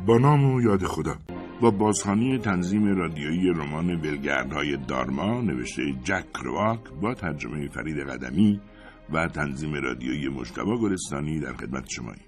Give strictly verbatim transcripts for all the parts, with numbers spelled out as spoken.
با نام و یاد خدا. با بازخوانی تنظیم رادیویی رمان ولگردهای دارما نوشته جک کرواک با ترجمه فرید قدمی و تنظیم رادیویی مجتبی گلستانی در خدمت شماییم.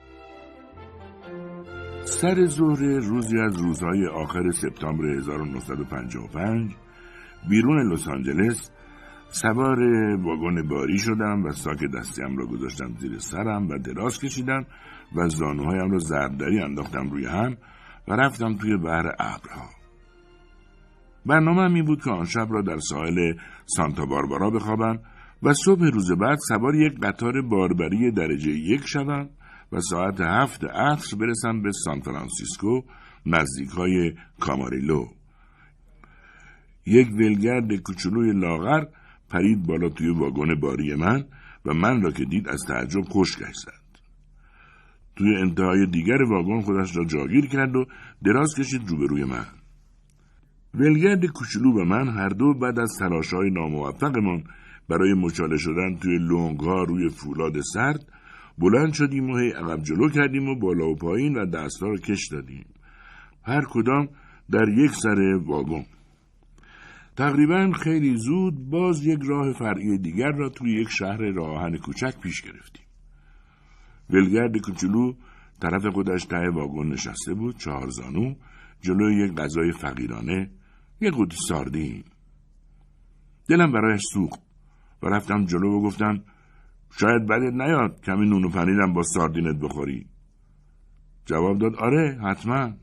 سر ظهر روزی از روزهای آخر سپتامبر هزار و نهصد و پنجاه و پنج بیرون لس آنجلس سوار واگن باری شدم و ساک دستیم را گذاشتم زیر سرم و دراز کشیدم و زانوهایم را ضربدری انداختم روی هم و رفتم توی بحر ابرها. برنامه‌ام این بود که آن شب را در ساحل سانتا باربارا بخوابم و صبح روز بعد سوار یک قطار باربری درجه یک شدم و ساعت هفت عصر برسم به سان فرانسیسکو نزدیک‌های کاماریلو. یک ولگرد کوچولوی لاغر پرید بالا توی واگن باری من و من را که دید از تعجب خشکش زد. توی انتهای دیگر واگن خودش را جاگیر کرد و دراز کشید روبروی من. ولگرد کوچولو و من هر دو بعد از تلاش‌های ناموفقمان برای مچاله شدن توی لنگ‌ها روی فولاد سرد بلند شدیم و هی عقب جلو کردیم و بالا و پایین و دست‌ها را کش دادیم، هر کدام در یک سر واگن. تقریباً خیلی زود باز یک راه فرعی دیگر را توی یک شهر راه آهن کوچک پیش گرفتیم. ولگرد کوچولو طرف خودش ته واگن نشسته بود، چهار زانو، جلوی یک غذای فقیرانه، یک قوطی ساردین. دلم برایش سوخت و رفتم جلو و گفتم شاید بدت نیاد کمی نون و پنیرم با ساردینت بخوری. جواب داد آره حتما.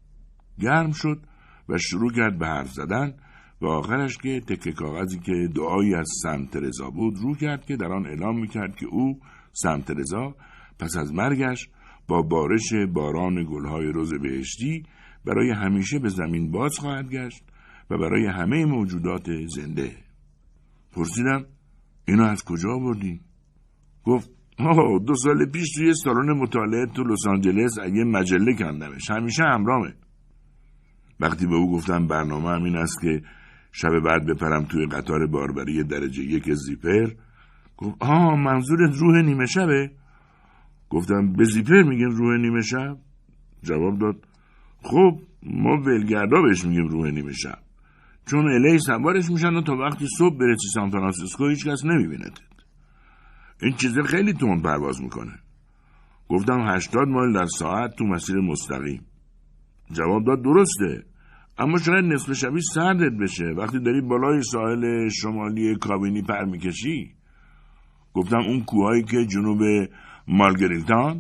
گرم شد و شروع کرد به حرف زدن و آخرش که تکه کاغذی که دعایی از سنت ترزا بود رو کرد که در آن اعلام میکرد که او سنت ترزا پس از مرگش با بارش باران گلهای رز بهشتی برای همیشه به زمین باز خواهد گشت و برای همه موجودات زنده. پرسیدم اینو از کجا آوردی؟ گفت آه دو سال پیش توی سالن مطالعه تو لس آنجلس اگه مجله کندمش، همیشه همراهمه. وقتی به او گفتم برنامه هم این است که شب بعد بپرم توی قطار باربری درجه یک زیپر، گفت آه منظورت روح نیمه شبه؟ گفتم به زیپر میگن روح نیمه شب؟ جواب داد خب ما ولگردا بهش میگیم روح نیمه شب، چون الی سوارش میشن و تا وقتی صبح برسی سان فرانسیسکو هیچ کس نمیبینتت. این چیزه خیلی تند پرواز میکنه. گفتم هشتاد مایل در ساعت تو مسیر مستقیم. جواب داد درسته، اما شاید نصف شبی سردت بشه وقتی داری بالای ساحل شمالی کابینی پر میکشی. گفتم اون کوهایی که جنوب مارگریتان؟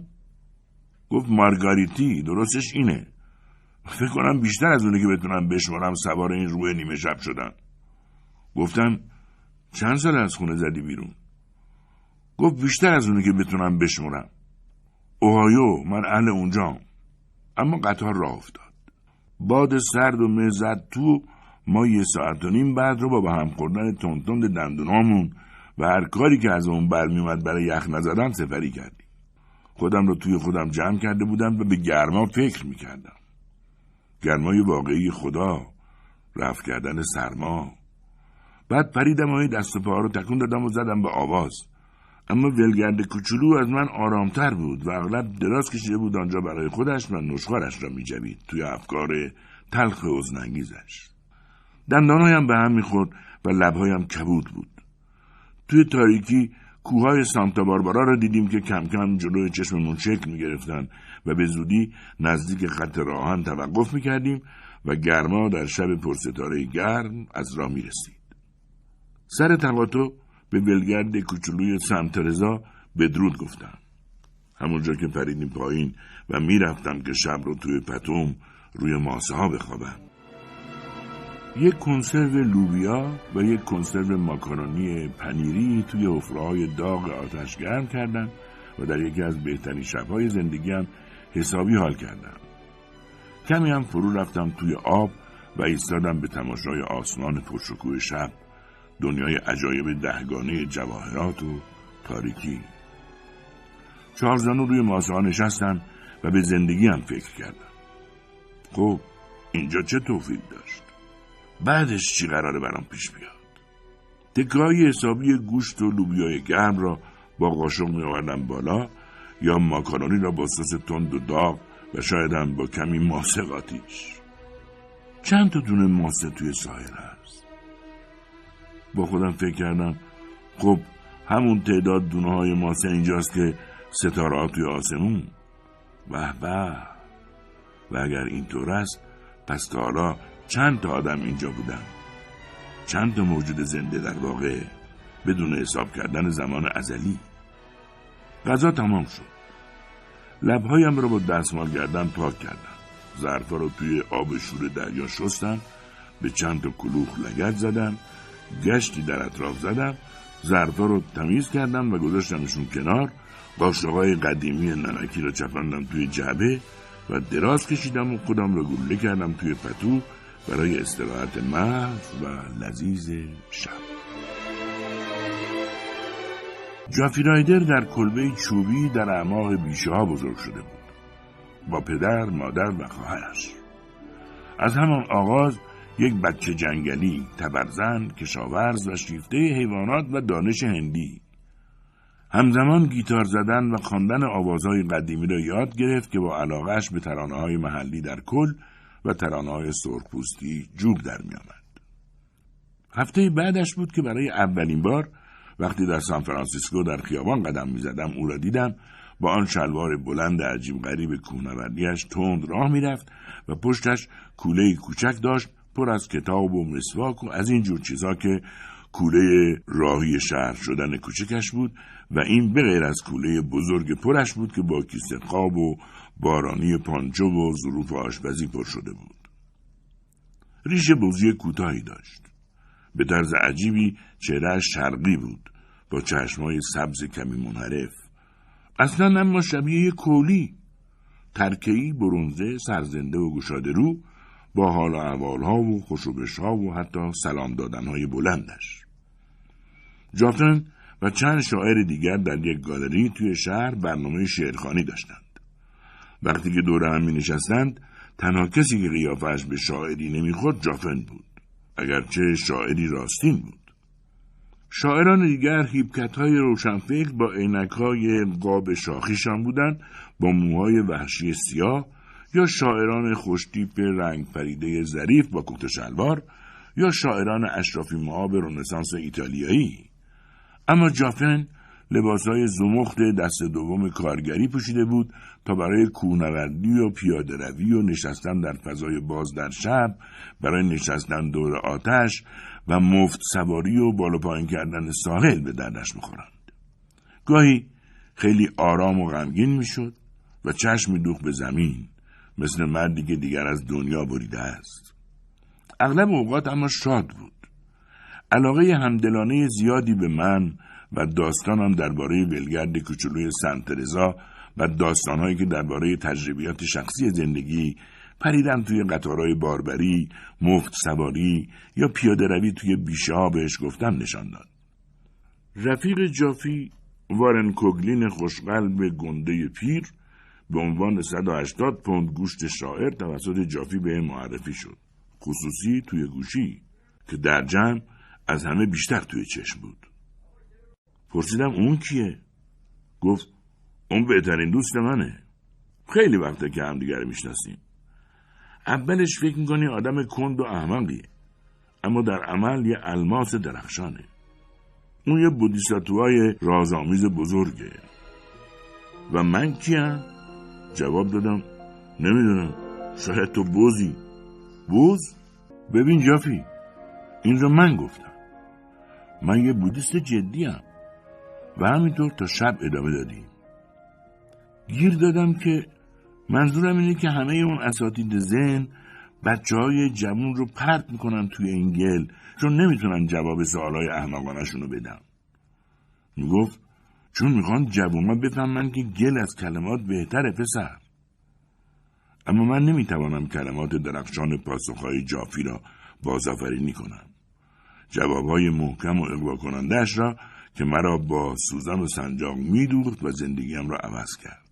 گفت مارگاریتی، درستش اینه. فکر کنم بیشتر از اونه که بتونم بشمارم سوار این روح نیمه شب شدن. گفتم چند سال از خونه زدی بیرون؟ گفت بیشتر از اونه که بتونم بشمارم. اوهایو، من اهل اونجام. اما قطار راه افتاد. باد سرد و مه زد تو. ما یه ساعت و نیم بعد رو با به هم خوردن تند تند دندونامون و هر کاری که از اون برمی اومد برای یخ نزدن سفری کردیم. خودم رو توی خودم جمع کرده بودم و به گرما فکر میکردم. گرمای واقعی خدا، رفع کردن سرما. بعد پریدم و دست و پاها رو تکون دادم و زدم به آواز. اما ولگرد کوچولو از من آرامتر بود و اغلب دراز کشیده بود آنجا برای خودش و نشخوارش را می‌جوید توی افکار تلخ حزن‌انگیزش. دندانهایم به هم می‌خورد و لب‌هایم کبود بود. توی تاریکی کوههای سانتا باربارا را دیدیم که کم کم جلوی چشممون شکل می‌گرفتن و به زودی نزدیک خط راه آهن توقف می‌کردیم و گرما در شب پرستاره گرم از راه می‌رسید. سر تقاطع به ولگرد کوچولوی سنت ترزا بدرود گفتم. همونجا که پریدیم پایین و میرفتم که شب رو توی پتوم روی ماسه ها بخوابم. یک کنسرو لوبیا و یک کنسرو ماکارونی پنیری توی حفره‌های داغ آتش گرم کردم و در یکی از بهترین شب‌های زندگیم حسابی حال کردم. کمی هم فرو رفتم توی آب و ایستادم به تماشای آسمان پرشکوه شب، دنیای عجایب دهگانه جواهرات و تاریکی. چهارزانو روی ماسه ها نشستم و به زندگی هم فکر کردم. خب اینجا چه توفیق داشت؟ بعدش چی قراره برام پیش بیاد؟ تکه‌های حسابی گوشت و لوبیای گرم را با قاشق می آوردم بالا یا ماکارونی را با سس تند و داغ و شاید هم با کمی ماسه قاطیش. چند تا دونه ماسه توی ساحل هست. با خودم فکر کردم خب همون تعداد دونه های ماسه اینجاست که ستاره ها توی آسمون. به به. و اگر اینطور است پس تا حالا چند تا آدم اینجا بودن؟ چند تا موجود زنده در واقع، بدون حساب کردن زمان ازلی. غذا تمام شد. لبهایم را با دستمال گردن پاک کردم. ظرفا رو توی آب شور دریا شستم، به چند تا کلوخ لگد زدم، گشتی در اطراف زدم، ظرفا رو تمیز کردم و گذاشتمشون کنار. قاشقای قدیمی نمکی را چپاندم توی جعبه و دراز کشیدم و خودم را گلوله کردم توی پتو برای استراحت محض و لذیذ شب. جافی رایدر در کلبه چوبی در اعماق بیشه ها بزرگ شده بود، با پدر، مادر و خواهرش. از همان آغاز یک بچه جنگلی، تبرزن، کشاورز و شیفته حیوانات و دانش هندی. همزمان گیتار زدن و خواندن آوازهای قدیمی را یاد گرفت که با علاقه‌اش به ترانه‌های محلی در کل و ترانه‌های سرخپوستی جوب در می‌آمد. هفته بعدش بود که برای اولین بار وقتی در سان فرانسیسکو در خیابان قدم می‌زدم او را دیدم با آن شلوار بلند عجیب غریب کوهنوردی‌اش تند راه می‌رفت و پشتش کوله‌ای کوچک داشت پر از کتاب و مسواک و از این جور چیزا که کوله راهی شهر شدن کوچکش بود و این به غیر از کوله بزرگ پرش بود که با کیسه خواب و بارانی پانچو و ظروف آشپزی پر شده بود. ریش بزی کوتاهی داشت. به طرز عجیبی چهره‌اش شرقی بود با چشمای سبز کمی منحرف. اصلا اما شبیه کولی، ترکه‌ای برنزه، سرزنده و گشاده رو با حال و احوال‌ها و خوشوبش‌ها و حتی سلام دادن‌های بلندش. جافتن و چند شاعر دیگر در یک گالری توی شهر برنامه شعرخوانی داشتند. وقتی که دور هم می‌نشستند، تنها کسی که قیافه‌اش به شاعری نمی‌خورد جافن بود، اگرچه شاعری راستین بود. شاعران دیگر هیپکت‌های روشنفکر با عینک‌های قاب شاخیشان بودند، با موهای وحشی سیاه، یا شاعران خوشتیپ رنگ پریده ظریف با کت و شلوار، یا شاعران اشرافی مآب رنسانس ایتالیایی. اما جافن لباسهای زمخت دست دوم کارگری پوشیده بود تا برای کوهنوردی و پیاده روی و نشستن در فضای باز در شب، برای نشستن دور آتش و مفت سواری و بالا پایین کردن ساحل به دردش بخورند. گاهی خیلی آرام و غمگین میشد و چشم می‌دوخت به زمین، مثل مردی که دیگر از دنیا بریده است. اغلب اوقات اما شاد بود. علاقه همدلانه زیادی به من و داستانم درباره ولگرد کوچولوی سنت ترزا و داستانهایی که درباره تجربیات شخصی زندگی، پریدن توی قطارهای باربری، مفت سواری یا پیاده روی توی بیشه ها بهش گفتم نشان داد. رفیق جافی، وارن کوگلین خوشقلب گنده پیر، به عنوان صد و هشتاد پوند گوشت شاعر توسط جافی به معرفی شد، خصوصی توی گوشی که در جمع از همه بیشتر توی چشم بود. پرسیدم اون کیه؟ گفت اون بهترین دوست منه. خیلی وقته که هم دیگر میشناسیم. اولش فکر میکنی آدم کند و احمقیه، اما در عمل یه الماس درخشانه. اون یه بودیساتوهای رازآمیز بزرگه. و من کیم؟ جواب دادم نمیدونم، شاید تو بوزی. بوز؟ ببین جافی، این رو من گفتم. من یه بودیست جدیم. و همینطور تا شب ادامه دادیم. گیر دادم که منظورم اینه که همه اون اساتید ذهن بچه های جوون رو پرت میکنن توی این گل چون نمیتونن جواب سوالای احمقانشون رو بدن. میگفت چون میخوان جوونا بفهمن که گل از کلمات بهتره پسر. اما من نمیتوانم کلمات درخشان پاسخهای جافی را بازآفرینی کنم. جوابهای محکم و اغوا کننده‌اش را که مرا با سوزن و سنجاق میدوخت و زندگیم را عوض کرد.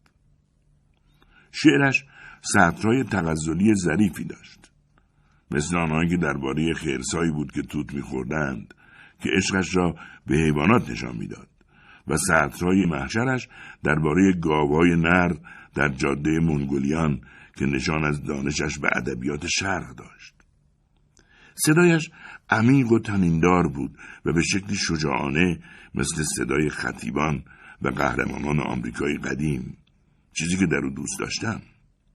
شعرش سطرهای تغزلی ظریفی داشت، مثل آنهایی که درباره خرسایی بود که توت میخوردند که عشقش را به حیوانات نشان میداد، و سطرهای محشرش درباره گاوهای نر در جاده منگولیان که نشان از دانشش به ادبیات شرق داشت. صدایش عمیق و طنیندار بود و به شکلی شجاعانه مثل صدای خطیبان و قهرمانان آمریکایی قدیم، چیزی که در او دوست داشتم.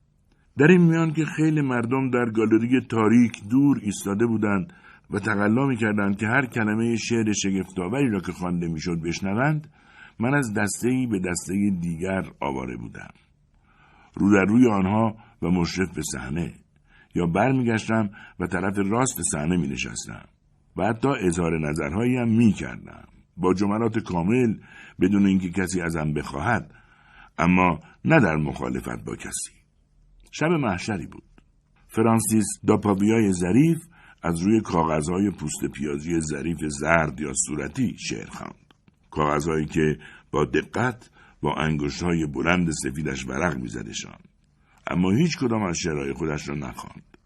در این میان که خیلی مردم در گالری تاریک دور ایستاده بودند و تقلا می‌کردند که هر کلمه شعر شگفت‌آوری را که خوانده میشد بشنوند، من از دسته‌ای به دسته دیگر آواره بودم، رو در روی آنها و مشرف به صحنه، یا برمیگشتم و طرف راست صحنه می‌نشستم و حتی اظهار نظرهایی هم می‌کردم با جملات کامل بدون اینکه کسی ازم بخواهد، اما نه در مخالفت با کسی. شب محشری بود. فرانسیس داپاویای ظریف از روی کاغذهای پوست پیازی ظریف زرد یا صورتی شعر خواند. کاغذهایی که با دقت با انگشت‌های بلند سفیدش ورق می‌زدشان، اما هیچ کدام از شعرهای خودش را نخواند.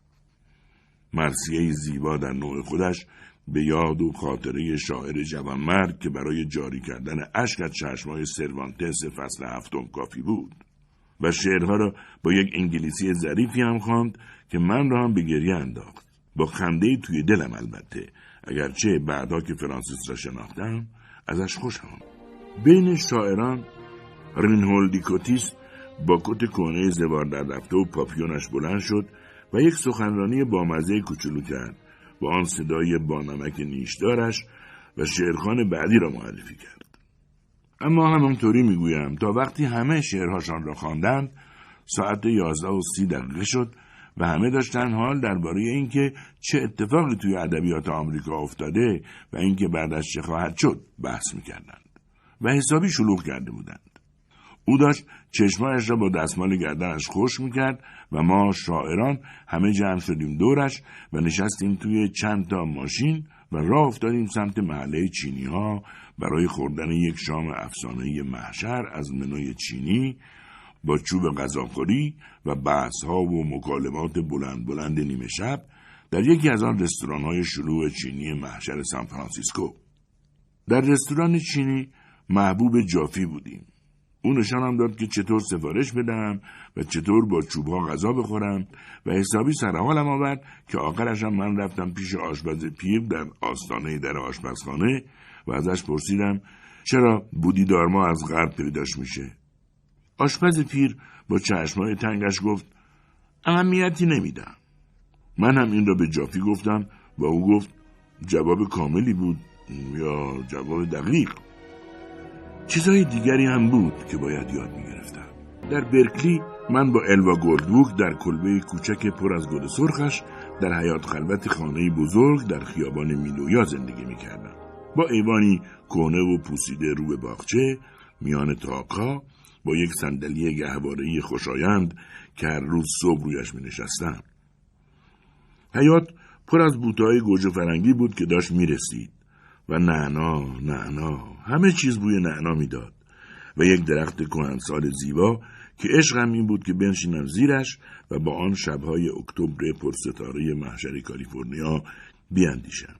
مرثیه‌ای زیبا در نوع خودش به یاد و خاطره شاعر جوانمرد که برای جاری کردن اشک از چشم‌های سروانتس فصل هفتم کافی بود، و شعرها را با یک انگلیسی ظریفی هم خواند که من را هم به گریه انداخت، با خنده‌ای توی دلم البته، اگرچه بعدا که فرانسیس را شناختم ازش خوشم. بین شاعران رینهولد کوتیس با کت کهنه زوار در رفته و پاپیونش بلند شد و یک سخنرانی بامزه کوچولو کرد با آن صدای بانمک نیشدارش و شعرخوان بعدی را معرفی کرد. اما همونطوری میگویم تا وقتی همه شعرهاشان را خواندند ساعت یازده و سی دقیقه شد و همه داشتن حال درباره اینکه چه اتفاقی توی ادبیات آمریکا افتاده و اینکه بعدش چه خواهد شد بحث میکردند و حسابی شلوغ کرده بودند. او داشت چشمایش را با دستمال گردنش خشک میکرد و ما شاعران همه جمع شدیم دورش و نشستیم توی چند تا ماشین و راه افتادیم سمت محله چینی ها برای خوردن یک شام افسانه‌ای محشر از منوی چینی با چوب غذاخوری و بحث ها و مکالمات بلند بلند نیمه شب در یکی از آن رستوران های شلوغ چینی محشر سان فرانسیسکو. در رستوران چینی محبوب جافی بودیم. او نشانم داد که چطور سفارش بدم و چطور با چوبها غذا بخورم و حسابی سرحالم آورد که آخرش هم من رفتم پیش آشپز پیر در آستانه در آشپزخانه و ازش پرسیدم چرا بودی دارما از غرب پیداش میشه. آشپز پیر با چشمای تنگش گفت اهمیتی نمیدم. من هم این را به جافی گفتم و او گفت جواب کاملی بود یا جواب دقیق. چیزهای دیگری هم بود که باید یاد میگرفتم. در برکلی من با الوا گلدبوک در کلبه کوچک پر از گل سرخش در حیاط خلوت خانه بزرگ در خیابان میلویا زندگی میکردم، با ایوانی کهنه و پوسیده رو به باغچه میان تاقها، با یک صندلی گهواره‌ای خوشایند که هر روز صبح رویش می‌نشستم. حیاط پر از بوته‌های گوجه فرنگی بود که داشت می‌رسید و نعنا نعنا همه چیز بوی نعنا میداد و یک درخت کهنسال زیبا که عشقم این بود که بنشینم زیرش و با آن شب‌های اکتبر پرستاره محشر کالیفرنیا بیاندیشم.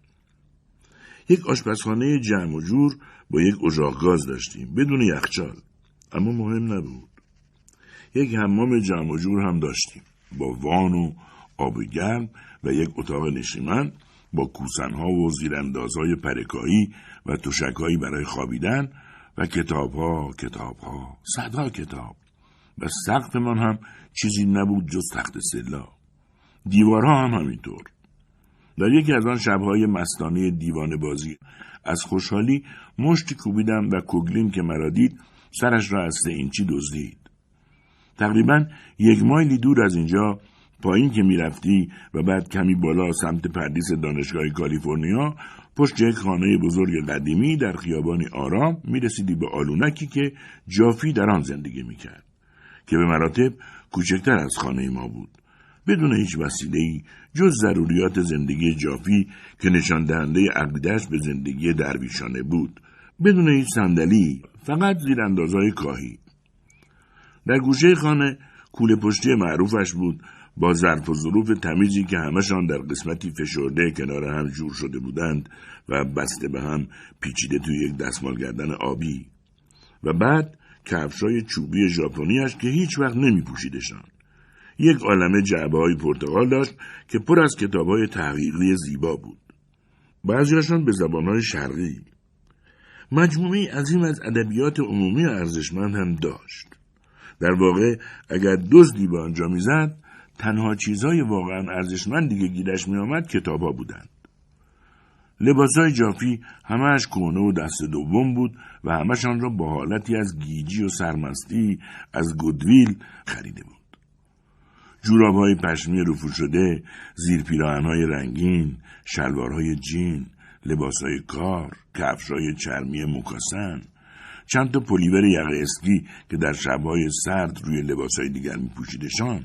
یک آشپزخانه جمع و جور با یک اجاق گاز داشتیم بدون یخچال، اما مهم نبود. یک حمام جمع و جور هم داشتیم با وان و آب گرم و یک اتاق نشیمن با کوسنها و زیراندازهای پرکایی و تشکهایی برای خوابیدن و کتابها کتابها صدها کتاب و سقف من هم چیزی نبود جز تخت سلا. دیوارها هم همینطور. در یکی از آن شبهای مستانه دیوانه بازی از خوشحالی مشتی کوبیدم و کوگلین که مرا دید سرش را از سه اینچی دزدید. تقریباً یک مایلی دور از اینجا پایین که می رفتی و بعد کمی بالا سمت پردیس دانشگاه کالیفرنیا پشت یک خانه بزرگ قدیمی در خیابانی آرام می رسیدی به آلونکی که جافی در آن زندگی می کرد که به مراتب کوچکتر از خانه ما بود، بدون هیچ وسیله‌ای جز ضروریات زندگی جافی که نشان دهنده عقیده‌اش به زندگی درویشانه بود، بدون هیچ صندلی، فقط زیراندازهای کاهی. در گوشه خانه کوله پشتی معروفش بود با ظرف و ظروف تمیزی که همشان در قسمتی فشرده کنار هم جور شده بودند و بسته به هم پیچیده توی یک دستمال گردن آبی و بعد کفشای چوبی ژاپنی‌اش که هیچ وقت نمی پوشیدشان. یک عالمه جعبه‌های پرتقال داشت که پر از کتاب‌های تحقیقی زیبا بود. بعضی‌هاشون به زبان‌های شرقی. مجموعه‌ای عظیم از ادبیات عمومی ارزشمند هم داشت. در واقع اگر دزدی به آنجا می‌زد، تنها چیزهای واقعاً ارزشمندی که گیرش می‌آمد کتاب‌ها بودند. لباس‌های جافی همه‌اش کهنه و دست دوم بود و همه‌شان را با حالتی از گیجی و سرمستی از گودویل خریده بود. جوراب‌های پشمی رفو شده، زیر پیراهن‌های رنگین، شلوارهای جین، لباس‌های کار، کفش‌های چرمی موکاسن، چند تا پلیور یقه اسکی که در شب‌های سرد روی لباس‌های دیگر می‌پوشیدشان.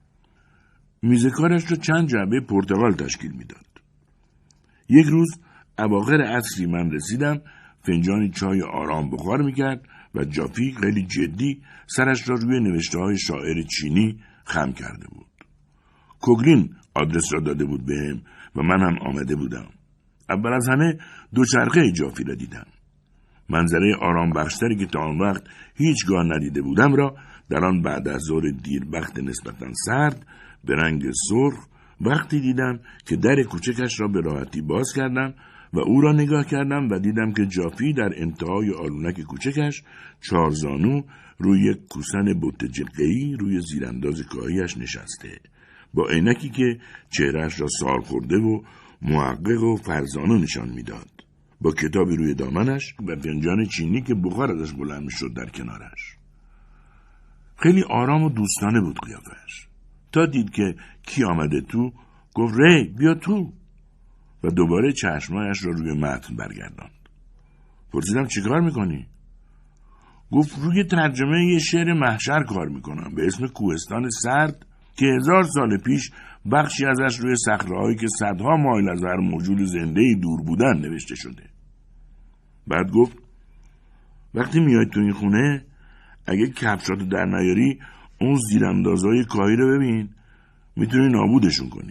میز کارش را چند جعبه پرتقال تشکیل می‌داد. یک روز اواخر عصری من رسیدم، فنجانی چای آرام بخار می‌کرد و جافی خیلی جدی سرش را روی نوشته‌های شاعر چینی خم کرده بود. کوگلین آدرس را داده بود بهم و من هم آمده بودم. اول از همه دوچرخه جافی را دیدم. منظره آرام بخشتری که تا آن وقت هیچگاه ندیده بودم را در آن بعد از ظهر دیر وقت نسبتاً سرد به رنگ سرخ وقتی دیدم که در کوچکش را به راحتی باز کردم و او را نگاه کردم و دیدم که جافی در انتهای آلونک کوچکش چارزانو روی یک کوسن بت جلقه‌ای روی زیرانداز کاهیش نشسته، با عینکی که چهرهش را سال خورده و محقق و فرزانه نشان میداد، با کتابی روی دامنش و فنجان چینی که بخار ازش بلند میشد در کنارش. خیلی آرام و دوستانه بود قیافش. تا دید که کی آمده تو، گفت ری بیا تو و دوباره چشمایش را روی متن برگرداند. پرسیدم چی کار میکنی؟ گفت روی ترجمه یه شعر محشر کار میکنم به اسم کوهستان سرد که هزار سال پیش بخشی ازش روی صخره‌هایی که صدها مایل از هر موجود زنده‌ای دور بودن نوشته شده. بعد گفت وقتی میای تو این خونه اگه کفشاتو در نیاری اون زیراندازهای کاهی رو ببین، میتونی نابودشون کنی.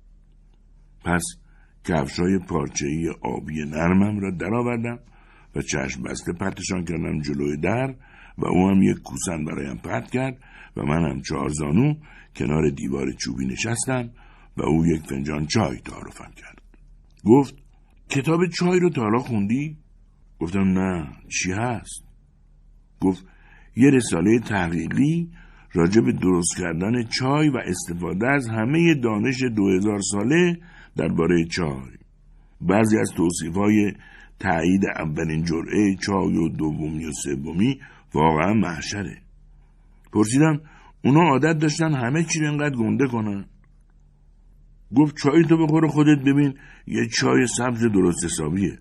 پس کفشای پارچه‌ای آبی نرمم را در آوردم و چشم بسته پرتشان کردم جلوی در و او هم یک کوسن برایم پرت کرد و من هم چهارزانو کنار دیوار چوبی نشستم و او یک فنجان چای تعارفم کرد. گفت کتاب چای رو تا حالا خوندی؟ گفتم نه، چی هست؟ گفت یه رساله تحقیقی راجع به درست کردن چای و استفاده از همه دانش دو هزار ساله درباره چای. بعضی از توصیف‌های تایید اولین جرعه چای و دومی و سومی واقعا محشره. پرسیدم اونا عادت داشتن همه چی رو اینقدر گنده کنن؟ گفت چای تو بخور خودت ببین یه چای سبز درست حسابیه.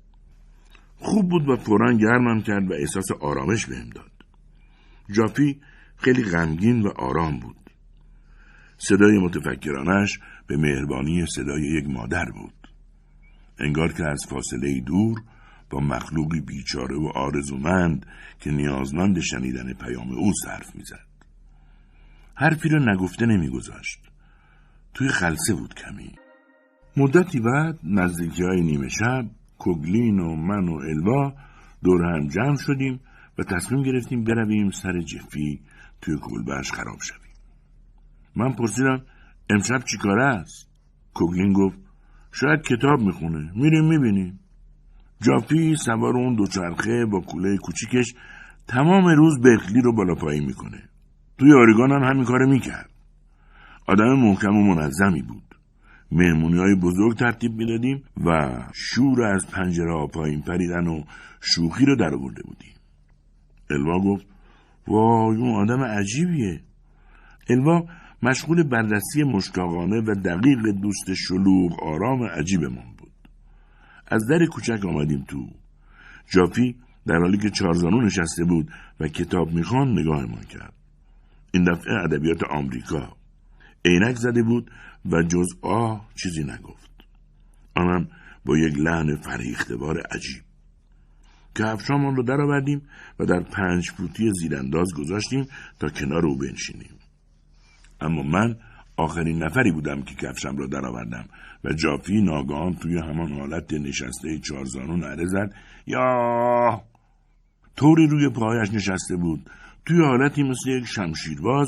خوب بود و فوراً گرمم کرد و احساس آرامش بهم داد. جافی خیلی غمگین و آرام بود. صدای متفکرانش به مهربانی صدای یک مادر بود. انگار که از فاصله دور با مخلوقی بیچاره و آرزومند که نیازمند شنیدن پیام او حرف میزد. حرفی رو نگفته نمیگذاشت. توی خلسه بود کمی. مدتی بعد نزدیکی های نیمه شب کوگلین و من و الوا دور هم جمع شدیم و تصمیم گرفتیم برویم سر جفی توی کلبه‌اش خراب شویم. من پرسیدم امشب چی کاره است؟ کوگلین گفت شاید کتاب میخونه، میریم میبینیم. جافی سوار اون دوچرخه با کوله کوچیکش تمام روز برکلی رو بالا پایین میکنه. توی آریگان هم همین کارو میکرد. آدم محکم و منظمی بود. مهمونی های بزرگ ترتیب میدادیم و شور از پنجره ها پایین پریدن و شوخی رو در آورده بودیم. الوا گفت وای اون آدم عجیبیه. الوا مشغول بررسی مشتاقانه و دقیق دوست شلوغ آرام عجیبمون بود. از در کوچک آمدیم تو. جافی در حالی که چارزانو نشسته بود و کتاب میخوان نگاهمان کرد. این دفعه ادبیات آمریکا. عینک زده بود و جز آه چیزی نگفت. آنم با یک لحن فریخته‌وار عجیب. کفشامان رو در آوردیم و در پنج فوتی زیرانداز گذاشتیم تا کنار او بنشینیم. اما من آخرین نفری بودم که کفشم را در آوردم و جافی ناگهان توی همان حالت نشسته چارزانو نعره زد یا طوری روی پایش نشسته بود توی حالتی مثل یک شمشیرباز